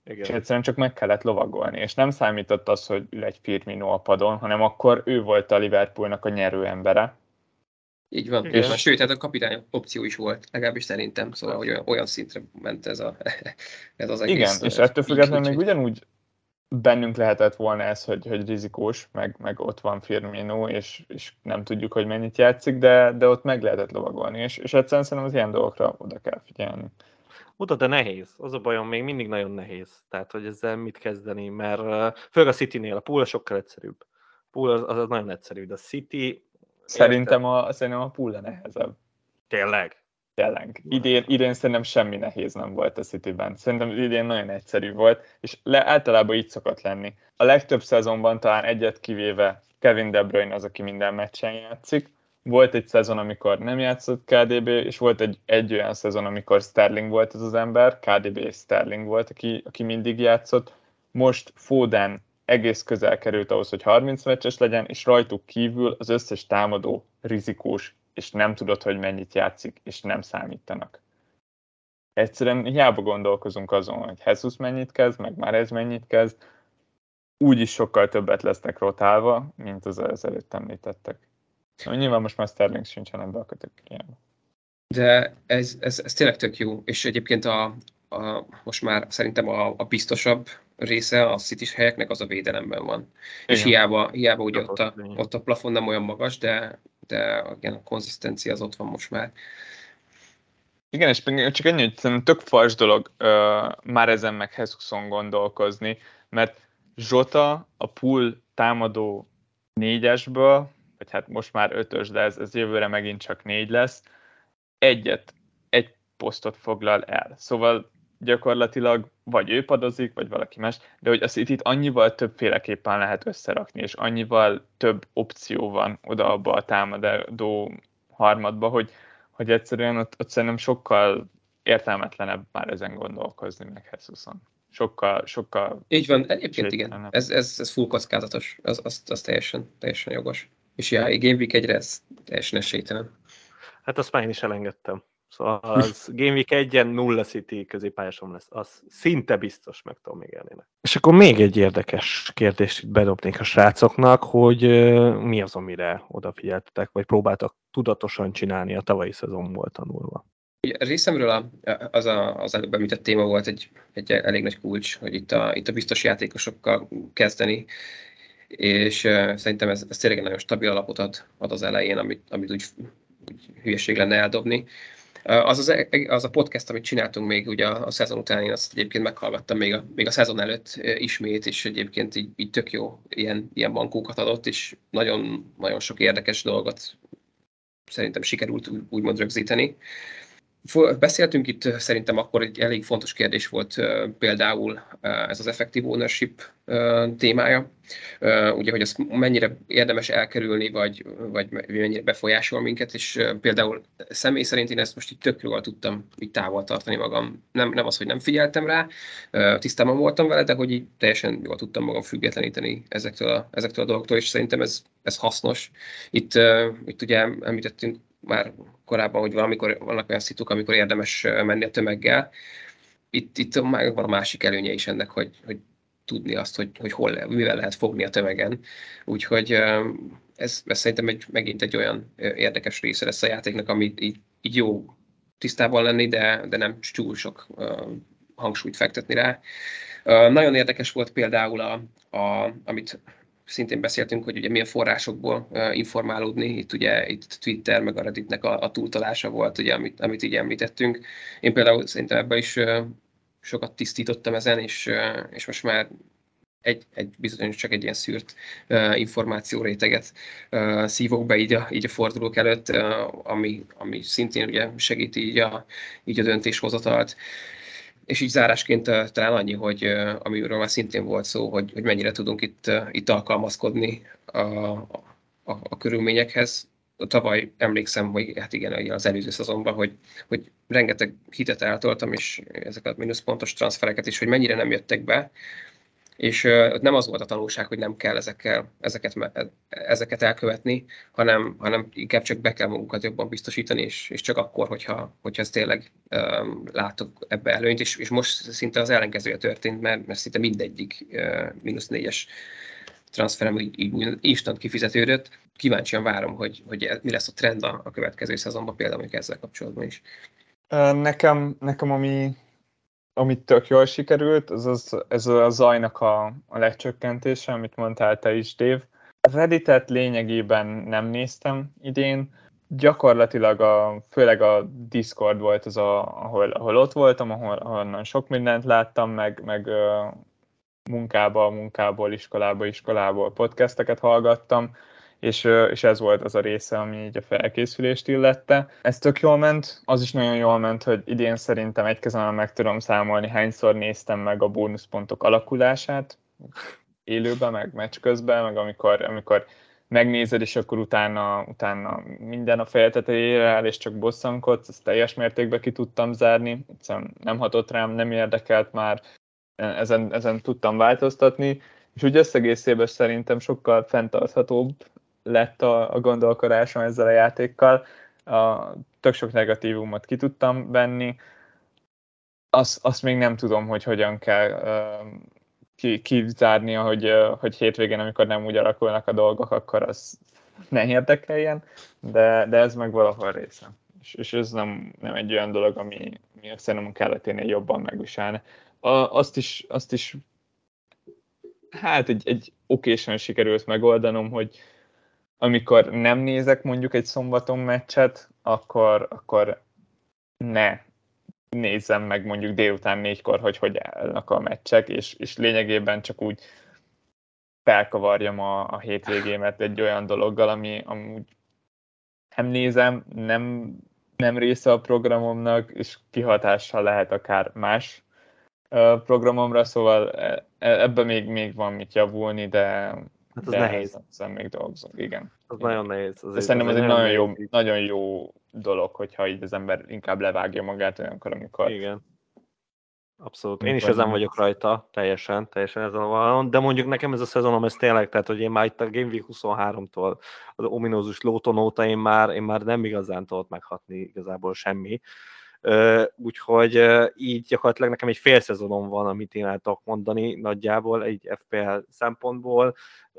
És egyszerűen csak meg kellett lovagolni, és nem számított az, hogy ül egy Firmino a padon, hanem akkor ő volt a Liverpoolnak a nyerő embere. Így van. És sőt, hát a kapitány opció is volt, legalábbis szerintem, szóval hogy olyan szintre ment ez az egész. Igen, és ettől függetlenül még ugyanúgy bennünk lehetett volna ez, hogy rizikós, meg ott van Firmino, és nem tudjuk, hogy mennyit játszik, de ott meg lehetett lovagolni, és egyszerűen szerintem az ilyen dolgokra oda kell figyelni. Oda, de nehéz. Az a bajom, még mindig nagyon nehéz. Tehát, hogy ezzel mit kezdeni, mert főleg a Citynél a pool sokkal egyszerűbb. Pool az nagyon egyszerű, de a City... Szerintem a pool a nehezebb. Tényleg? Tényleg. Idén szerintem semmi nehéz nem volt a Cityben. Szerintem idén nagyon egyszerű volt, és általában így szokott lenni. A legtöbb szezonban talán egyet kivéve Kevin De Bruyne az, aki minden meccsen játszik. Volt egy szezon, amikor nem játszott KDB, és volt egy olyan szezon, amikor Sterling volt ez az ember, KDB és Sterling volt, aki mindig játszott. Most Foden egész közel került ahhoz, hogy 30 meccses legyen, és rajtuk kívül az összes támadó rizikós, és nem tudod, hogy mennyit játszik, és nem számítanak. Egyszerűen hiába gondolkozunk azon, hogy Jesus mennyit kezd, meg Mahrez mennyit kezd, úgyis sokkal többet lesznek rotálva, mint az előtt említettek. Nyilván most már Sterling sincsen ebbe a kategóriába. De ez tényleg tök jó, és egyébként most már szerintem a biztosabb része a City-s helyeknek az a védelemben van. Igen. És hiába ugye ott a plafon nem olyan magas, de igen, a konzisztencia az ott van most már. Igen, és csak ennyi, hogy szerintem tök fals dolog már ezen meg Jesuson gondolkozni, mert Zsota a pool támadó 4-esből, vagy hát most már 5-ös, de ez jövőre megint csak 4 lesz, egy posztot foglal el. Szóval gyakorlatilag vagy ő padozik, vagy valaki más, de hogy a Cityt annyival többféleképpen lehet összerakni, és annyival több opció van oda abba a támadó harmadba, hogy egyszerűen ott szerintem sokkal értelmetlenebb már ezen gondolkozni meg Jesuson. Sokkal... Így van, egyébként igen. Ez full kockázatos, az teljesen jogos. És Game Week 1-re ez teljesen esélytelen. Hát azt már én is elengedtem. Szóval az Game Week 1-en 0 City középpályásom lesz. Az szinte biztos meg tudom még élni. És akkor még egy érdekes kérdést itt bedobnék a srácoknak, hogy mi az, amire odafigyeltetek, vagy próbáltak tudatosan csinálni a tavalyi szezonból tanulva. Részemről az előbb említett téma volt egy elég nagy kulcs, hogy itt a biztos játékosokkal kezdeni, és szerintem ez tényleg egy nagyon stabil alapot ad az elején, amit úgy hülyeség lenne eldobni. Az a podcast, amit csináltunk még ugye a szezon után, én azt egyébként meghallgattam még a szezon előtt ismét, és egyébként így tök jó ilyen bankókat adott, és nagyon, nagyon sok érdekes dolgot szerintem sikerült úgymond rögzíteni. Beszéltünk itt, szerintem akkor egy elég fontos kérdés volt például ez az effective ownership témája. Ugye, hogy azt mennyire érdemes elkerülni, vagy mennyire befolyásol minket, és például személy szerint én ezt most így tök jól tudtam így távol tartani magam. Nem az, hogy nem figyeltem rá, tisztában voltam vele, de hogy így teljesen jól tudtam magam függetleníteni ezektől a dolgoktól, és szerintem ez hasznos. Itt ugye említettünk már korábban, hogy valamikor vannak olyan szituk, amikor érdemes menni a tömeggel. Itt már van a másik előnye is ennek, hogy tudni azt, hogy mivel lehet fogni a tömegen. Úgyhogy ez szerintem megint egy olyan érdekes része lesz a játéknak, amit így jó tisztában lenni, de nem túl sok hangsúlyt fektetni rá. Nagyon érdekes volt például, amit szintén beszéltünk, hogy ugye milyen forrásokból informálódni. Itt Twitter meg a Redditnek a túltalása volt, ugye, amit így említettünk. Én például szerintem ebben is sokat tisztítottam ezen, és most már bizonyos csak egy ilyen szűrt információréteget szívok be így a fordulók előtt, ami szintén ugye segíti így a döntéshozatalt. És így zárásként talán annyi, hogy amiről már szintén volt szó, hogy mennyire tudunk itt alkalmazkodni a körülményekhez. Tavaly emlékszem, hogy hát igen, az előző szezonban, hogy rengeteg hitet eltoltam, és ezeket a mínuszpontos transfereket is, hogy mennyire nem jöttek be. és nem az volt a tanulság, hogy nem kell ezeket elkövetni, hanem inkább csak be kell magunkat jobban biztosítani, és csak akkor, hogyha ez tényleg látok ebbe előnyt, és most szinte az ellenkezője történt, mert szinte mindegyik -4-es transferem így instant kifizetődött. Kíváncsian várom, hogy mi lesz a trend a következő szezonban, például mondjuk ezzel kapcsolatban is. Nekem ami tök jól sikerült, ez a zajnak a lecsökkentése, amit mondtál te is, Dave. Redditet lényegében nem néztem idén. Gyakorlatilag főleg a Discord volt az, ahol ott voltam, ahonnan sok mindent láttam, meg munkából, iskolából podcasteket hallgattam, és ez volt az a része, ami így a felkészülést illette. Ez tök jól ment, az is nagyon jól ment, hogy idén szerintem egy kezemmel meg tudom számolni, hányszor néztem meg a bónuszpontok alakulását, élőben, meg meccs közben, meg amikor megnézed, és akkor utána minden a feje tetejére áll, és csak bosszankodsz, ezt teljes mértékben ki tudtam zárni, egyszerűen nem hatott rám, nem érdekelt már, ezen tudtam változtatni, és úgy összegészében szerintem sokkal fenntarthatóbb lett a gondolkodásom ezzel a játékkal. Tök sok negatívumot ki tudtam venni. Azt még nem tudom, hogy hogyan kell kizárnia, hogy hétvégén, amikor nem úgy alakulnak a dolgok, akkor az ne érdekeljen, de ez meg valahol része. És ez nem egy olyan dolog, ami szerintem a kelleténél jobban megviselne. Azt is hát egy okésan sikerült megoldanom, hogy amikor nem nézek mondjuk egy szombaton meccset, akkor ne nézzem meg mondjuk délután 4-kor, hogy állnak a meccsek, és lényegében csak úgy felkavarjam a hétvégémet egy olyan dologgal, ami amúgy nem nézem, nem része a programomnak, és kihatással lehet akár más programomra, szóval ebben még van mit javulni, de hát az nehéz. Ezen még dolgozunk, igen. Az nagyon nehéz. De szerintem ez egy nagyon jó dolog, hogyha így az ember inkább levágja magát olyankor, amikor... Igen. Abszolút. Én is ezen vagyok rajta, teljesen ezen a vonalon, de mondjuk nekem ez a szezonom, ez tényleg, tehát hogy én már itt a Game Week 23-tól az ominózus Lóton óta én már nem igazán tudott meghatni igazából semmi. Úgyhogy így gyakorlatilag nekem egy fél szezonom van, amit én el tudok mondani nagyjából egy FPL szempontból.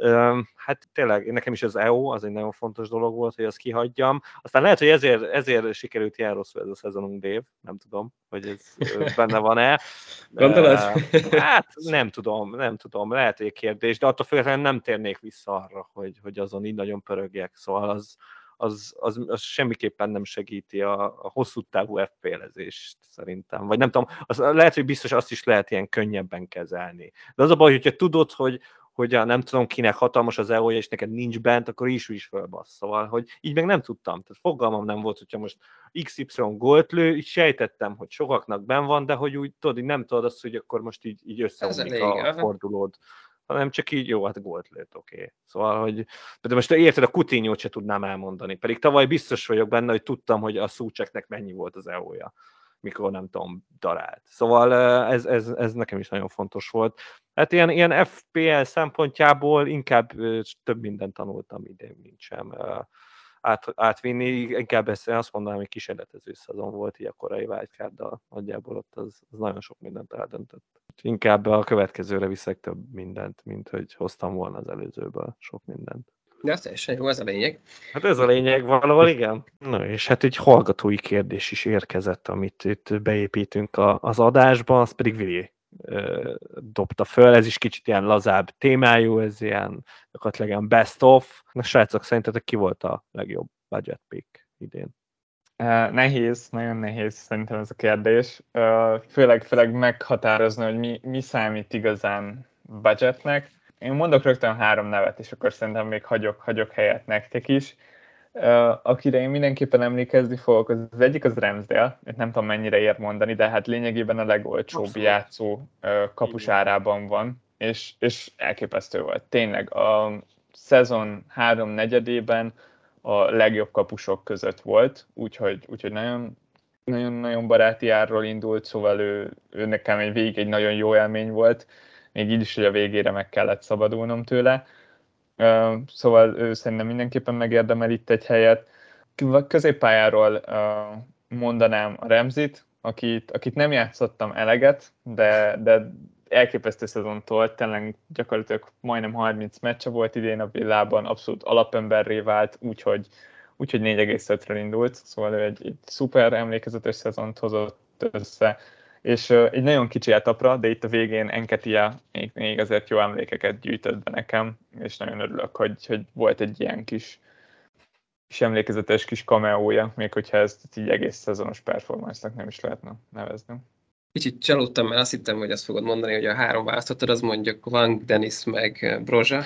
Hát tényleg nekem is az EO, az egy nagyon fontos dolog volt, hogy azt kihagyjam. Aztán lehet, hogy ezért sikerült ilyen rosszul ez a szezonunk, Dave. Nem tudom, hogy ez benne van-e. Gondolod? Hát nem tudom, lehet egy kérdés, de attól függetlenül nem térnék vissza arra, hogy azon így nagyon pörögjek. Szóval az semmiképpen nem segíti a hosszú távú FPL-ezést szerintem. Vagy nem tudom, lehet, hogy biztos azt is lehet ilyen könnyebben kezelni. De az a baj, hogyha tudod, hogy nem tudom kinek hatalmas az EO-ja, és neked nincs bent, akkor is fölbassz. Szóval, hogy így meg nem tudtam. Tehát fogalmam nem volt, hogyha most XY gólt lő, így sejtettem, hogy sokaknak benn van, de hogy úgy tudod, így nem tudod azt, hogy akkor most így összeomlik a fordulód. Hanem csak így, jó, hát gólt lőtt, oké. Szóval, hogy de most érted, a Coutinho-t se tudnám elmondani. Pedig tavaly biztos vagyok benne, hogy tudtam, hogy a Součeknek mennyi volt az EO-ja, mikor nem tudom, darált. Szóval ez nekem is nagyon fontos volt. Hát ilyen FPL szempontjából inkább több mindent tanultam idén, mint sem átvinni. Inkább azt mondanám, hogy kísérletező szezon volt így a korai wildcarddal. Nagyjából ott az nagyon sok mindent eldöntött. Inkább a következőre viszek több mindent, mint hogy hoztam volna az előzőből sok mindent. De az teljesen jó, ez a lényeg. Hát ez a lényeg valahol, igen. Na és hát egy hallgatói kérdés is érkezett, amit itt beépítünk az adásba, az pedig Vili dobta föl, ez is kicsit ilyen lazább témájú, ez ilyen gyakorlatilag best of. Na srácok, szerintetek ki volt a legjobb budget pick idén? Nagyon nehéz szerintem ez a kérdés. Főleg meghatározni, hogy mi számít igazán budgetnek. Én mondok rögtön 3 nevet, és akkor szerintem még hagyok helyet nektek is. Akire én mindenképpen emlékezni fogok, az egyik az Ramsdale, nem tudom mennyire ér mondani, de hát lényegében a legolcsóbb játszó kapusárában van, és elképesztő volt. Tényleg a szezon 3/4-ében a legjobb kapusok között volt, úgyhogy nagyon baráti árról indult, szóval ő nekem végig egy nagyon jó élmény volt, még így is, hogy a végére meg kellett szabadulnom tőle. Szóval ő szerintem mindenképpen megérdemel itt egy helyet. Középpályáról mondanám a Ramsey-t, akit nem játszottam eleget, de elképesztő szezon tolt, tényleg gyakorlatilag majdnem 30 meccse volt idén a Villában, abszolút alapemberré vált, úgyhogy 4,5-ről indult, szóval ő egy szuper emlékezetes szezont hozott össze, és egy nagyon kicsi etapra, de itt a végén Enketia még azért jó emlékeket gyűjtött be nekem, és nagyon örülök, hogy volt egy ilyen kis emlékezetes kis cameója, még hogyha ezt így egész szezonos performance-nak nem is lehetne nevezni. Kicsit csalódtam, mert azt hittem, hogy azt fogod mondani, hogy a 3 választottad, az mondjuk Wang, Dennis meg Broja.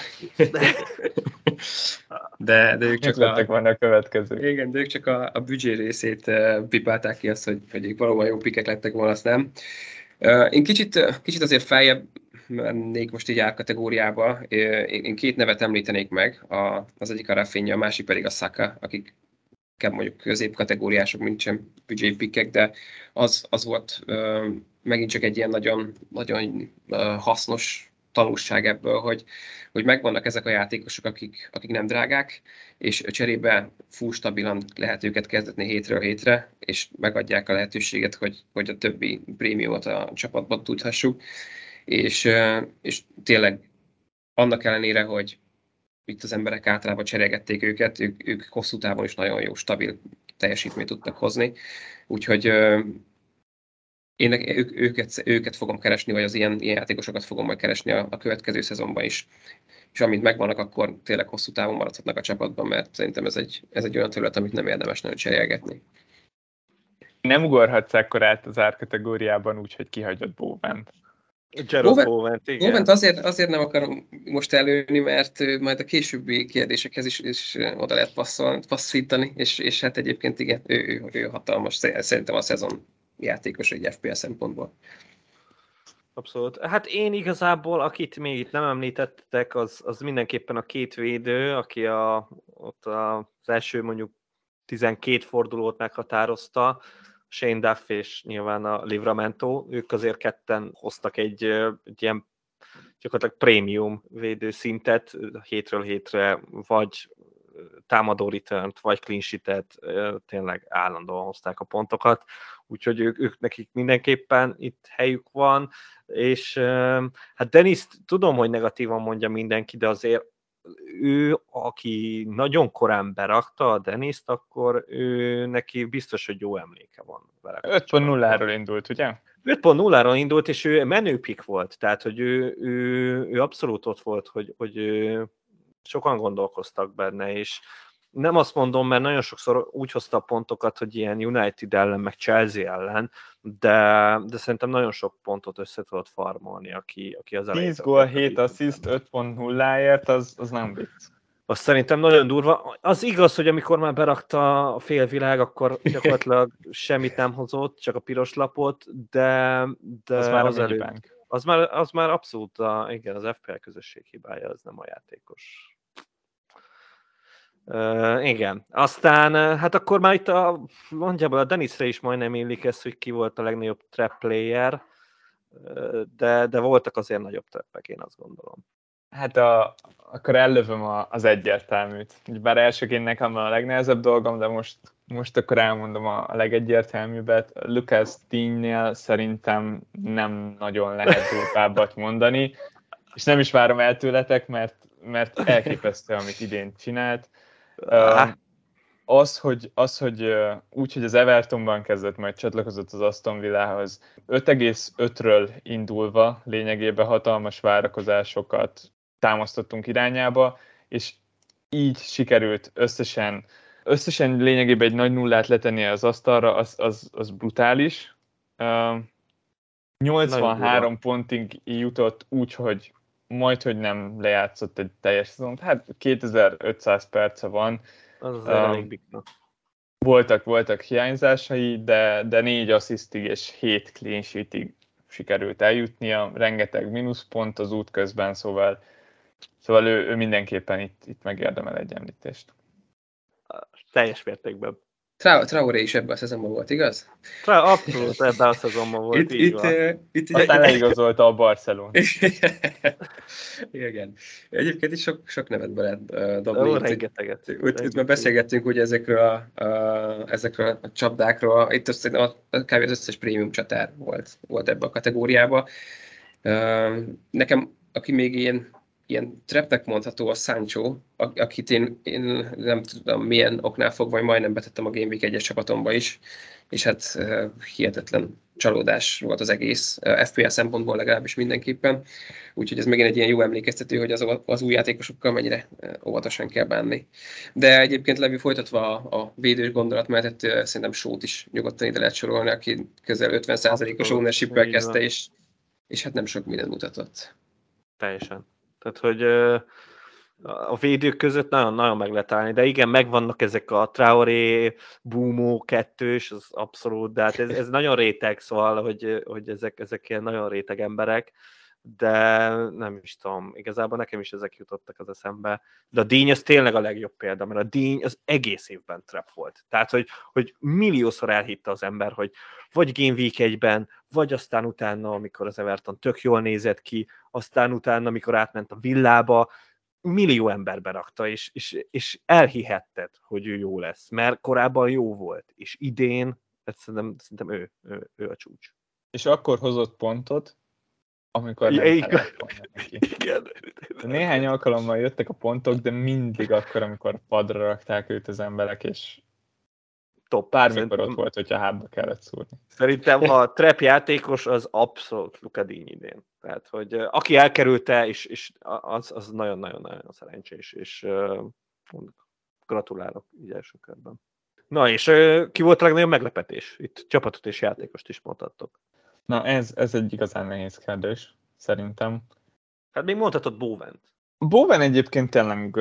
De ők csak a következő. Igen, de ők csak a büdzsé részét pipálták ki azt, hogy ők valóban jó pikek lettek volna, azt nem. Én kicsit azért feljebb mennék most így árkategóriába. Én 2 nevet említenék meg, az egyik a Rafinha, a másik pedig a Saka, akik mondjuk középkategóriások, mint sem büdzsépikek, de az volt megint csak egy ilyen nagyon, nagyon hasznos tanulság ebből, hogy megvannak ezek a játékosok, akik nem drágák, és cserébe full stabilan lehet őket kezdetni hétről hétre, és megadják a lehetőséget, hogy a többi prémiumot a csapatban tudhassuk, és tényleg annak ellenére, hogy itt az emberek általában cserélgették őket, ők hosszú távon is nagyon jó, stabil teljesítményt tudtak hozni. Úgyhogy én őket fogom keresni, vagy az ilyen játékosokat fogom majd keresni a következő szezonban is. És amint megvannak, akkor tényleg hosszú távon maradhatnak a csapatban, mert szerintem ez egy olyan terület, amit nem érdemes nagyon cserélgetni. Nem ugorhatsz akkor át az árkategóriában úgy, hogy kihagyod Bowent. Bowent azért nem akarom most előni, mert majd a későbbi kérdésekhez is oda lehet passzítani, és hát egyébként igen, ő hatalmas, szerintem a szezon játékos egy FPL szempontból. Abszolút. Hát én igazából, akit még itt nem említettek, az mindenképpen a 2 védő, aki ott az első mondjuk 12 fordulót meghatározta, Shane Duff és nyilván a Livramento, ők azért ketten hoztak egy ilyen gyakorlatilag prémium védőszintet hétről hétre, vagy támadó returnt, vagy clean sheetet, tényleg állandóan hozták a pontokat, úgyhogy ők nekik mindenképpen itt helyük van, és hát Dennis tudom, hogy negatívan mondja mindenki, de azért ő, aki nagyon korán berakta a Dennis-t, akkor ő neki biztos, hogy jó emléke van vele. 5.0-ról indult, ugye? 5.0-ról indult, és ő menőpik volt, tehát hogy ő abszolút ott volt, hogy sokan gondolkoztak benne, és nem azt mondom, mert nagyon sokszor úgy hozta a pontokat, hogy ilyen United ellen, meg Chelsea ellen, de szerintem nagyon sok pontot össze tudott farmolni, aki az elején. 10 gól, 7 assist, 5.0-ért, az nem vicc. Az szerintem nagyon durva. Az igaz, hogy amikor már berakta a félvilág, akkor gyakorlatilag semmit nem hozott, csak a piros lapot, de az már az előbb. Az már abszolút igen, az FPL közösség hibája, az nem a játékos. Igen. Aztán hát akkor már itt mondjából a Dennisre is majdnem illik ez, hogy ki volt a legnagyobb trap player, de voltak azért nagyobb trappek, én azt gondolom. Hát akkor ellövöm az egyértelműt. Bár elsőként nekem a legnehezebb dolgom, de most akkor elmondom a legegyértelműbbet. Lucas Digne-nél szerintem nem nagyon lehet durvábbat mondani, és nem is várom el tőletek, mert elképesztő, amit idén csinált. Az, hogy úgy, hogy az Evertonban kezdett, majd csatlakozott az Aston Villahoz, 5,5-ről indulva lényegében hatalmas várakozásokat támasztottunk irányába, és így sikerült összesen lényegében egy nagy nullát letenni az asztalra, az brutális. 83 pontig jutott úgy, hogy majdhogy nem lejátszott egy teljes szezont. Hát 2500 perce van. Az elég bikna. Voltak hiányzásai, de 4 asszisztig és 7 clean sheetig sikerült eljutnia. Rengeteg mínuszpont az út közben, szóval ő mindenképpen itt megérdemel egy említést. Teljes mértékben. Traoré is ebben a szezonban volt, igaz? Abszolút ebben a szezonban volt, így van. Aztán leigazolta a Barcelona. Igen. Egyébként is sok nevet be lehet dobni. Rengeteget. Itt már beszélgettünk ugye ezekről a csapdákról. Itt kb. Az összes prémium csatár volt ebbe a kategóriába. Nekem, aki még ilyen trapnek mondható, a Sancho, akit én nem tudom milyen oknál fogva, vagy majdnem betettem a Game Week 1-es csapatomba is, és hát hihetetlen csalódás volt az egész, FPL szempontból legalábbis mindenképpen. Úgyhogy ez megint egy ilyen jó emlékeztető, hogy az új játékosokkal mennyire óvatosan kell bánni. De egyébként Levi, folytatva a védős gondolatmenetet, szerintem Sót is nyugodtan ide lehet sorolni, aki közel 50%-os ownership-el kezdte, és hát nem sok mindent mutatott. Teljesen. Tehát, hogy a védők között nagyon meg lehet állni, de igen, megvannak ezek a Traoré, Bumó kettős, az abszolút, de hát ez nagyon réteg, szóval, hogy ezek ilyen nagyon réteg emberek, de nem is tudom, igazából nekem is ezek jutottak az eszembe. De a Díny az tényleg a legjobb példa, mert a Díny az egész évben trap volt. Tehát, hogy milliószor elhitte az ember, hogy vagy Game Week 1-ben, vagy aztán utána, amikor az Everton tök jól nézett ki, aztán utána, amikor átment a Villába, millió ember berakta, és elhihetted, hogy ő jó lesz, mert korábban jó volt, és idén szerintem ő a csúcs. És akkor hozott pontot, amikor nem kellett volna neki. Igen. Néhány alkalommal jöttek a pontok, de mindig akkor, amikor padra rakták őt az emberek, és bármikor ott volt, hogyha hátba kellett szúrni. Szerintem a trap játékos az abszolút Luka Díny idén. Tehát, hogy aki elkerülte, és az nagyon-nagyon szerencsés, és gratulálok így első körben. Na, és ki volt a legnagyobb meglepetés? Itt csapatot és játékost is mondhattok. Na, ez egy igazán nehéz kérdés, szerintem. Hát még mondhatod Bowent. Bowen egyébként tényleg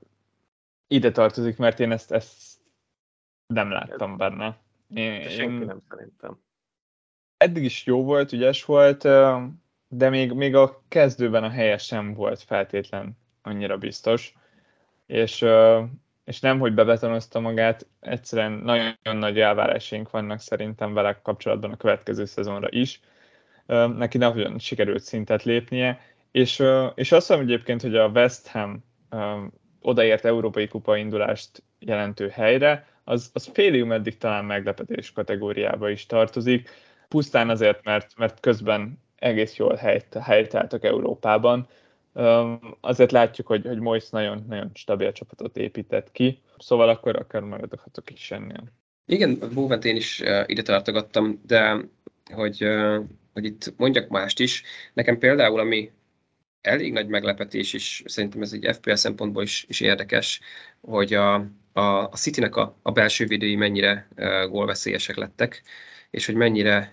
ide tartozik, mert én ezt nem láttam benne. Senki nem szerintem. Eddig is jó volt, ügyes volt, de még a kezdőben a helye sem volt feltétlen annyira biztos. És nem, hogy bebetonozta magát, egyszerűen nagyon nagy elvárásaink vannak szerintem vele kapcsolatban a következő szezonra is. Neki nagyon sikerült szintet lépnie, és azt hiszem egyébként, hogy a West Ham odaért európai kupa indulást jelentő helyre, az félig meddig talán meglepetés kategóriába is tartozik, pusztán azért, mert közben egész jól helytálltak Európában. Azért látjuk, hogy Moyes nagyon stabil csapatot épített ki, szóval akkor akár maradhatok is ennél. Igen, Bowent én is ide tartogattam, de hogy itt mondjak mást is, nekem például, ami elég nagy meglepetés, és szerintem ez egy FPL szempontból is érdekes, hogy a Citynek a belső védői mennyire gólveszélyesek lettek, és hogy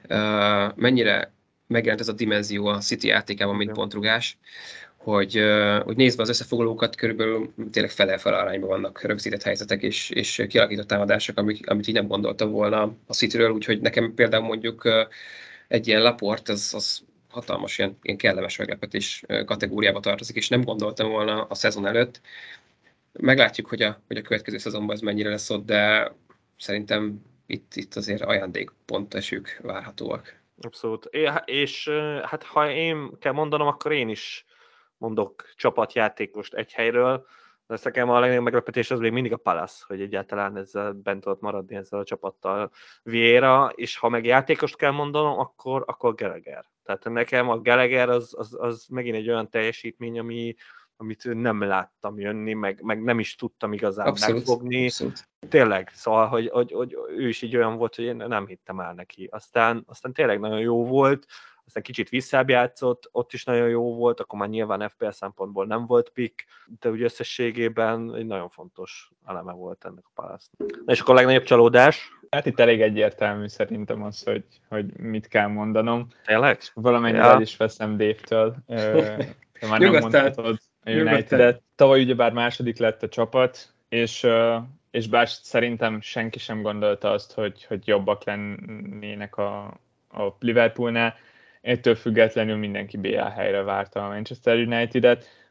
mennyire megjelent ez a dimenzió a City játékában, mint pontrugás, hogy nézve az összefoglalókat, körülbelül tényleg fele-fele arányban vannak rögzített helyzetek és kialakított támadások, amit így nem gondoltam volna a Cityről, úgyhogy nekem például mondjuk egy ilyen Laporte, az hatalmas ilyen kellemes meglepetés kategóriába tartozik, és nem gondoltam volna a szezon előtt. Meglátjuk, hogy a következő szezonban ez mennyire lesz ott, de szerintem itt azért ajándékpontesők várhatóak. Abszolút. És hát ha én kell mondanom, akkor én is mondok csapatjátékost egy helyről, de ezt nekem a legnagyobb meglepetés az még mindig a Palace, hogy egyáltalán ezzel bent tudott maradni ezzel a csapattal Vieira, és ha meg játékost kell mondanom, akkor Gallagher. Tehát nekem a Gallagher az megint egy olyan teljesítmény, amit nem láttam jönni, meg nem is tudtam igazán megfogni. Abszolút. Tényleg, szóval, hogy ő is így olyan volt, hogy én nem hittem el neki. Aztán tényleg nagyon jó volt, aztán kicsit visszább játszott, ott is nagyon jó volt, akkor már nyilván FPL szempontból nem volt pick, de úgy összességében egy nagyon fontos eleme volt ennek a Palace-nak. És akkor a legnagyobb csalódás? Hát itt elég egyértelmű szerintem az, hogy mit kell mondanom. Tényleg? Valamennyire el is veszem Dave-től. Te már nem mondhatod a United-et. Tavaly ugyebár második lett a csapat, és bár szerintem senki sem gondolta azt, hogy jobbak lennének a Liverpoolnál, ettől függetlenül mindenki BL helyre várta a Manchester United-et,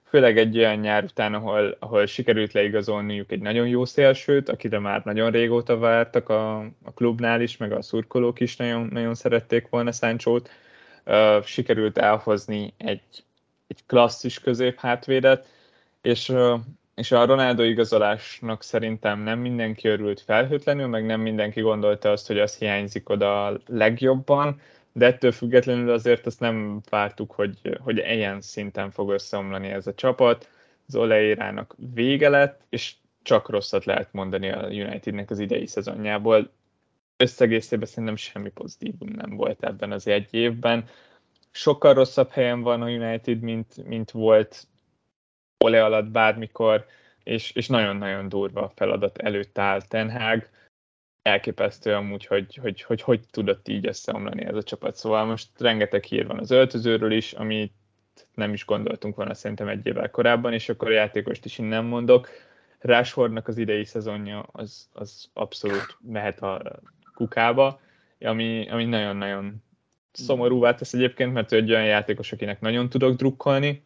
főleg egy olyan nyár után, ahol sikerült leigazolniuk egy nagyon jó szélsőt, akire már nagyon régóta vártak a klubnál is, meg a szurkolók is nagyon, nagyon szerették volna Sanchót. Sikerült elhozni egy klasszis középhátvédet, és a Ronaldo igazolásnak szerintem nem mindenki örült felhőtlenül, meg nem mindenki gondolta azt, hogy az hiányzik oda legjobban, de ettől függetlenül azért azt nem vártuk, hogy ilyen szinten fog összeomlani ez a csapat. Az Oleérának vége lett, és csak rosszat lehet mondani a Unitednek az idei szezonjából. Összegészében szerintem semmi pozitívum nem volt ebben az egy évben. Sokkal rosszabb helyen van a United, mint volt Ole alatt bármikor, és nagyon-nagyon durva feladat előtt áll Ten Hag. Elképesztő amúgy, hogy tudott így összeomlani ez a csapat. Szóval most rengeteg hír van az öltözőről is, amit nem is gondoltunk volna szerintem egy évvel korábban, és akkor a játékost is innen mondok. Rashfordnak az idei szezonja az abszolút mehet a kukába, ami nagyon-nagyon szomorúvá tesz egyébként, mert ő egy olyan játékos, akinek nagyon tudok drukkolni.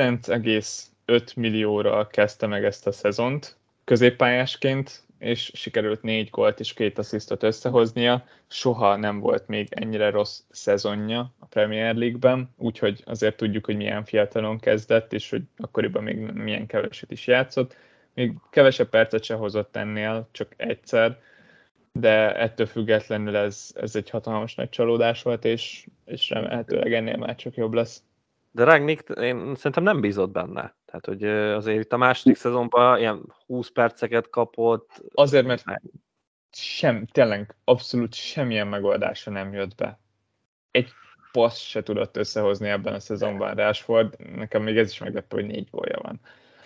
9,5 millióra kezdte meg ezt a szezont középpályásként, és sikerült 4 gólt és 2 asszisztot összehoznia. Soha nem volt még ennyire rossz szezonja a Premier League-ben, úgyhogy azért tudjuk, hogy milyen fiatalon kezdett, és hogy akkoriban még milyen keveset is játszott. Még kevesebb percet se hozott ennél, csak egyszer, de ettől függetlenül ez egy hatalmas nagy csalódás volt, és remélhetőleg ennél már csak jobb lesz. De Rangnick, én szerintem nem bízott benne. Tehát, hogy azért itt a második szezonban ilyen 20 perceket kapott. Azért, mert tényleg abszolút semmilyen megoldása nem jött be. Egy passz se tudott összehozni ebben a szezonban Rashford. Nekem még ez is meglepő, hogy 4 gólja van.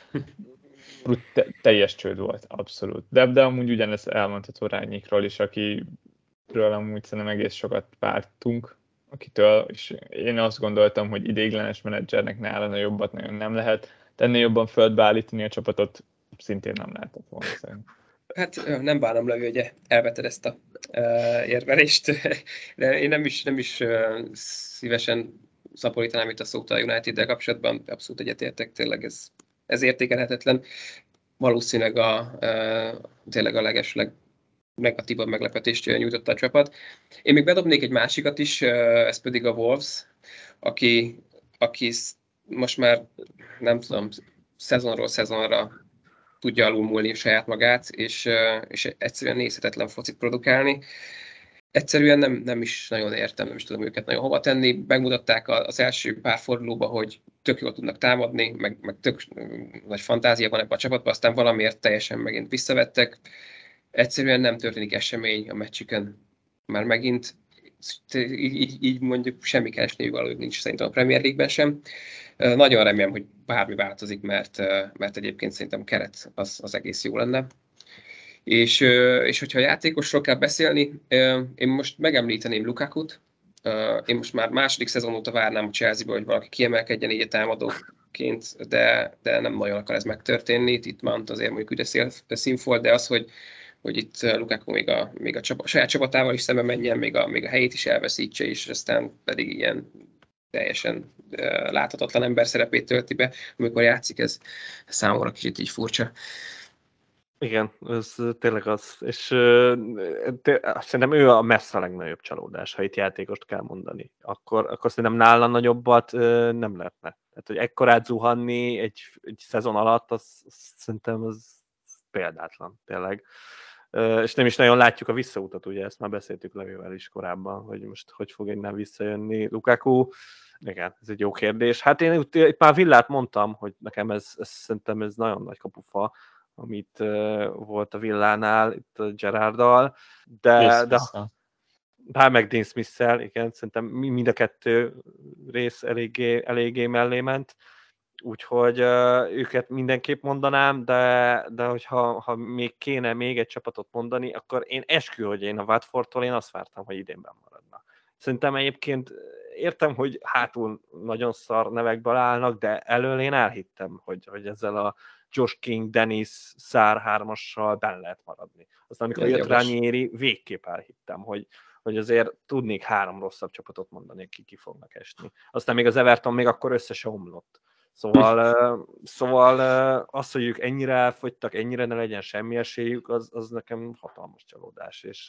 Teljes csőd volt, abszolút. De amúgy ugyanezt elmondható Rangnickról is, akiről amúgy szerintem egész sokat vártunk, akitől, és én azt gondoltam, hogy ideiglenes menedzsernek nála jobbat nagyon nem lehet. Ennél jobban földbe állítani a csapatot szintén nem lehetett volna szerintem. Hát nem bánom, Levi, hogy elveted ezt a érvelést, de én nem is szívesen szaporítanám itt a szót a United-del kapcsolatban, abszolút egyetértek, tényleg ez értékelhetetlen. Valószínűleg tényleg a legesleg negatívabb meglepetést nyújtotta a csapat. Én még bedobnék egy másikat is, ez pedig a Wolves, aki most már nem tudom, szezonról szezonra tudja alulmúlni saját magát, és egyszerűen nézhetetlen focit produkálni. Egyszerűen nem is nagyon értem, nem is tudom őket nagyon hova tenni. Megmutatták az első pár fordulóban, hogy tök jól tudnak támadni, meg tök nagy fantázia van ebben a csapatban, aztán valamiért teljesen megint visszavettek. Egyszerűen nem történik esemény a meccsükön már megint. Így mondjuk semmi keresni valójuk nincs szerintem a Premier League-ben sem. Nagyon remélem, hogy bármi változik, mert egyébként szerintem keret az egész jó lenne. És hogyha a játékosról kell beszélni, én most megemlíteném Lukakut. Én most már második szezon óta várnám a Chelsea-ből, hogy valaki kiemelkedjen így a támadóként, de nem nagyon akar ez megtörténni. Itt Mount azért mondjuk üde színfolt, de az, hogy itt Lukaku még a saját csapatával is szembe menjen, még a helyét is elveszítse, és aztán pedig ilyen teljesen láthatatlan ember szerepét tölti be, amikor játszik, ez számomra kicsit így furcsa. Igen, ez tényleg az. És szerintem ő a messze a legnagyobb csalódás, ha itt játékost kell mondani. Akkor szerintem nála nagyobbat nem lehetne. Tehát, hogy ekkorát zuhanni egy szezon alatt, az szerintem az példátlan, tényleg. És nem is nagyon látjuk a visszautat, ugye ezt már beszéltük Levivel is korábban, hogy most hogy fog innen visszajönni Lukaku. Igen, ez egy jó kérdés. Hát én itt már Villát mondtam, hogy nekem szerintem ez nagyon nagy kapufa, amit volt a Villánál, itt a Gerarddal, de meg Dean Smith-szel, igen, szerintem mind a kettő rész eléggé mellé ment, úgyhogy őket mindenképp mondanám, de hogyha még kéne még egy csapatot mondani, akkor én eskü, hogy én a Watfordtól én azt vártam, hogy idénben maradna. Szerintem egyébként értem, hogy hátul nagyon szar nevekből állnak, de elől én elhittem, hogy ezzel a Josh King, Dennis, Sarr 3-assal benn lehet maradni. Aztán amikor jött Ranieri, végképp elhittem, hogy azért tudnék 3 rosszabb csapatot mondani, akik ki fognak esni. Aztán még az Everton még akkor össze se omlott. Szóval az, hogy ők ennyire elfogytak, ennyire ne legyen semmi esélyük, az nekem hatalmas csalódás, és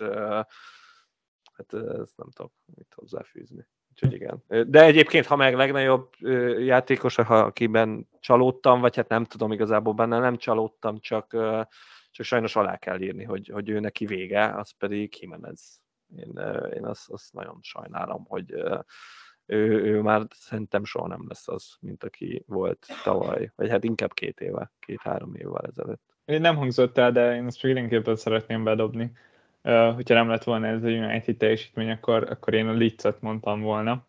hát ezt nem tudok mit hozzáfűzni. Úgyhogy igen. De egyébként, ha meg legnagyobb játékos, akiben csalódtam, vagy hát nem tudom, igazából benne nem csalódtam, csak sajnos alá kell írni, hogy ő neki vége, az pedig Jimenez. Én azt nagyon sajnálom, hogy ő már szerintem soha nem lesz az, mint aki volt tavaly, vagy hát inkább 2-3 évvel ezelőtt. Nem hangzott el, de én ezt mindenképpen szeretném bedobni. Hogyha nem lett volna ez a United teljesítmény, akkor én a Leeds-et mondtam volna.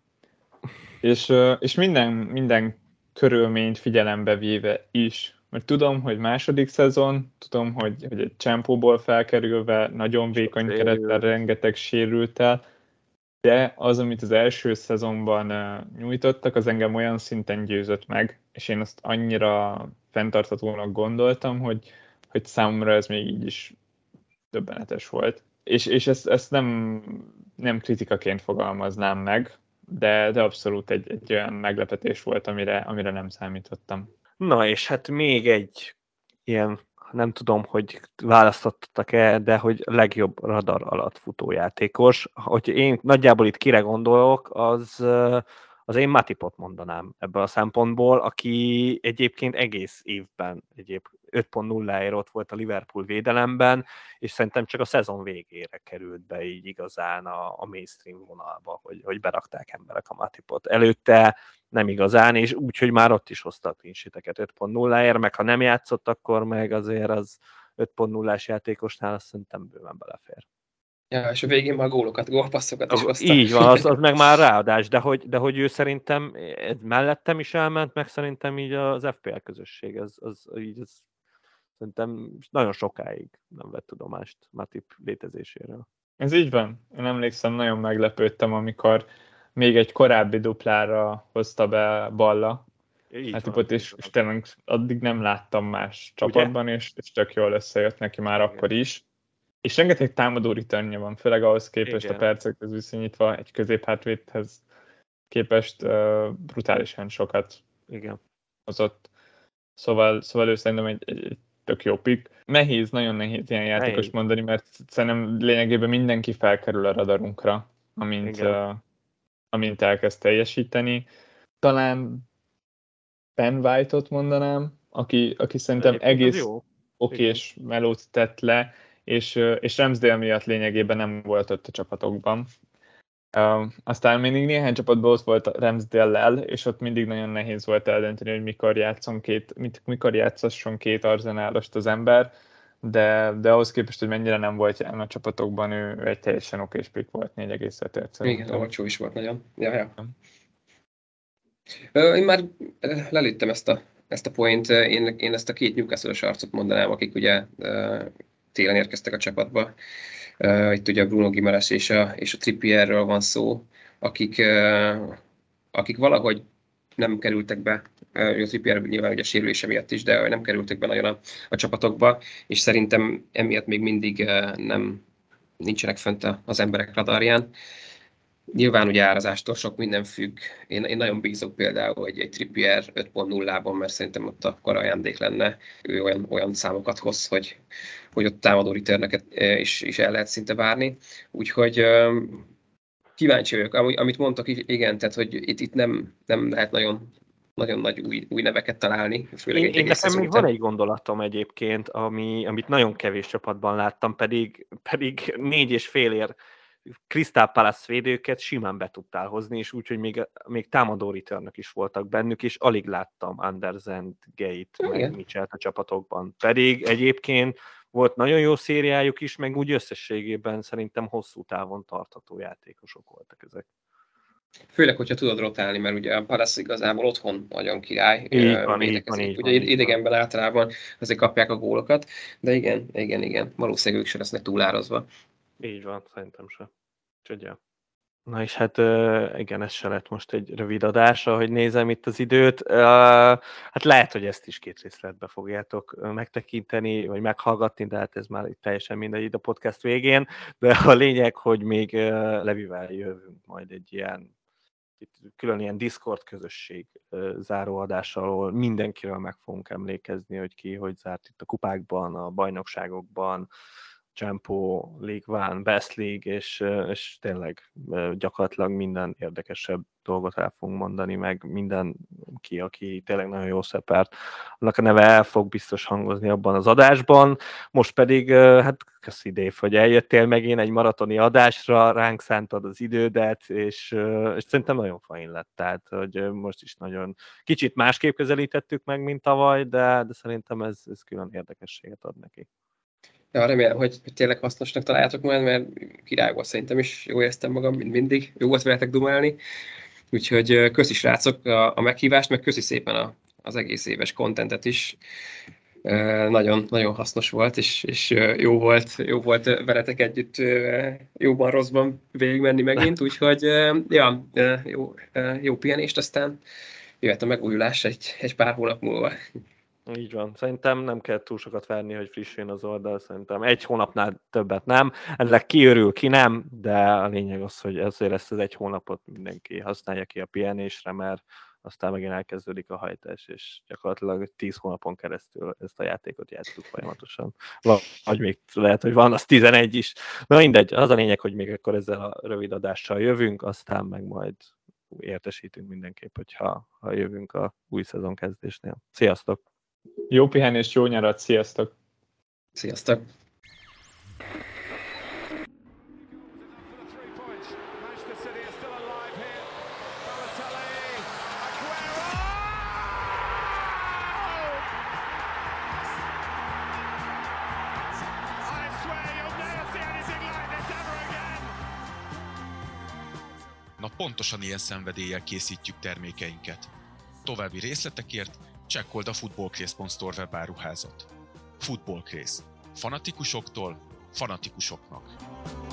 És minden körülményt figyelembe véve is. Mert tudom, hogy második szezon, tudom, hogy egy csempóból felkerülve, nagyon vékony kerettel, rengeteg sérültel, de az, amit az első szezonban nyújtottak, az engem olyan szinten győzött meg, és én azt annyira fenntarthatónak gondoltam, hogy számomra ez még így is döbbenetes volt. És ezt nem kritikaként fogalmaznám meg, de abszolút egy olyan meglepetés volt, amire nem számítottam. Na és hát még egy ilyen, nem tudom, hogy választottak-e, de hogy legjobb radar alatt futó játékos. Hogy én nagyjából itt kire gondolok, az én Matipot mondanám ebből a szempontból, aki egyébként egész évben 5.0-ért ott volt a Liverpool védelemben, és szerintem csak a szezon végére került be így igazán a mainstream vonalba, hogy berakták emberek a Matipot. Előtte nem igazán, és úgy, hogy már ott is hoztak clean-sheeteket 5.0-ért, meg ha nem játszott, akkor meg azért az 5.0-ás játékosnál azt szerintem bőven belefér. Ja, és a végén már gólpasszokat is hozta. Így van, az meg már ráadás, de hogy ő szerintem ez mellettem is elment, meg szerintem így az FPL közösség, ez szerintem nagyon sokáig nem vett tudomást Matip létezéséről. Ez így van. Én emlékszem, nagyon meglepődtem, amikor még egy korábbi duplára hozta be Balla Matipot, és tényleg addig nem láttam más csapatban, és tök jól összejött neki már akkor is. És rengeteg támadó returnja van, főleg ahhoz képest igen. A percekhez viszonyítva egy középhátvédhez képest brutálisan sokat hozott. Szóval ő szerintem egy tök jó pick. Nagyon nehéz ilyen játékos mondani, mert szerintem lényegében mindenki felkerül a radarunkra, amint elkezd teljesíteni. Talán Ben White-ot mondanám, aki szerintem egész okés melót tett le, és Ramsdale miatt lényegében nem volt ott a csapatokban. Aztán mindig néhány csapatban ott volt Ramsdale-lel, és ott mindig nagyon nehéz volt eldönteni, hogy mikor játszasson két arzenálost az ember, de ahhoz képest, hogy mennyire nem volt jelen a csapatokban, ő egy teljesen okés pick volt, 4,5. Igen, olcsó is volt nagyon. Ja. Én már lelőttem ezt a point, én ezt a két Newcastle-os arcot mondanám, akik ugye télen érkeztek a csapatba. Itt ugye Bruno Guimaraes és a Trippierről van szó, akik valahogy nem kerültek be, a Trippier nyilván ugye sérülése miatt is, de nem kerültek be nagyon a csapatokba, és szerintem emiatt még mindig nincsenek fönt az emberek radarján. Nyilván ugye árazástól sok minden függ. Én nagyon bízok például, hogy egy Trippier 5.0-ban, mert szerintem ott akkor ajándék lenne. Ő olyan számokat hoz, hogy ott támadó returneket is el lehet szinte várni. Úgyhogy kíváncsi vagyok. Amit mondtak, igen, tehát hogy itt nem lehet nagyon nagy új neveket találni. Főleg nekem még van egy gondolatom egyébként, amit nagyon kevés csapatban láttam, pedig 4,5 Crystal Palace védőket simán be tudtál hozni, és úgy, hogy még támadó returnök is voltak bennük, és alig láttam Andersen, Gate, meg Mitchell a csapatokban. Pedig egyébként volt nagyon jó szériájuk is, meg úgy összességében szerintem hosszú távon tartható játékosok voltak ezek. Főleg, hogyha tudod rotálni, mert ugye a Palace igazából otthon nagyon király. Így van. Ugye idegenben általában azért kapják a gólokat, de igen. Valószínűleg ők sem lesznek túlározva. Így van, szerintem sem. Csodja. Na és hát igen, ez se lett most egy rövid adás, ahogy nézem itt az időt. Hát lehet, hogy ezt is 2 részletbe fogjátok megtekinteni, vagy meghallgatni, de hát ez már teljesen mindegy itt a podcast végén. De a lényeg, hogy még Levivel jövünk majd egy ilyen itt külön ilyen Discord közösség záróadással, ahol mindenkiről meg fogunk emlékezni, hogy ki hogy zárt itt a kupákban, a bajnokságokban, Champo, League One, Best League, és tényleg gyakorlatilag minden érdekesebb dolgot el fogunk mondani, meg mindenki, aki tényleg nagyon jól szerepelt, annak a neve el fog biztos hangozni abban az adásban. Most pedig, hát köszi Dave, hogy eljöttél megint egy maratoni adásra, ránk szántad az idődet, és szerintem nagyon fain lett, tehát hogy most is nagyon kicsit másképp közelítettük meg, mint tavaly, de szerintem ez külön érdekességet ad neki. Ja, remélem, hogy tényleg hasznosnak találjátok majd, mert király volt, szerintem is jól éreztem magam, mint mindig. Jó volt veletek dumálni. Úgyhogy köszi srácok a meghívást, meg köszi szépen az egész éves contentet is. Nagyon, nagyon hasznos volt, és jó volt veletek együtt jóban, rosszban végigmenni megint, úgyhogy jó pihenést, aztán jöhet a megújulás egy pár hónap múlva. Így van. Szerintem nem kell túl sokat várni, hogy frissüljön az oldal. Szerintem egy hónapnál többet nem. Ennek ki örül, ki nem, de a lényeg az, hogy ezért ezt az egy hónapot mindenki használja ki a pihenésre, mert aztán megint elkezdődik a hajtás, és gyakorlatilag 10 hónapon keresztül ezt a játékot játszunk folyamatosan. Vagy még lehet, hogy van az 11 is. Na mindegy, az a lényeg, hogy még akkor ezzel a rövid adással jövünk, aztán meg majd értesítünk mindenképp, hogyha jövünk a új szezon kezdésnél. Sziasztok! Jó pihenést, jó nyarat, sziasztok! Sziasztok! Na pontosan ilyen szenvedéllyel készítjük termékeinket. További részletekért csekkold a footballcraze.store webáruházat. Footballcraze. Fanatikusoktól fanatikusoknak.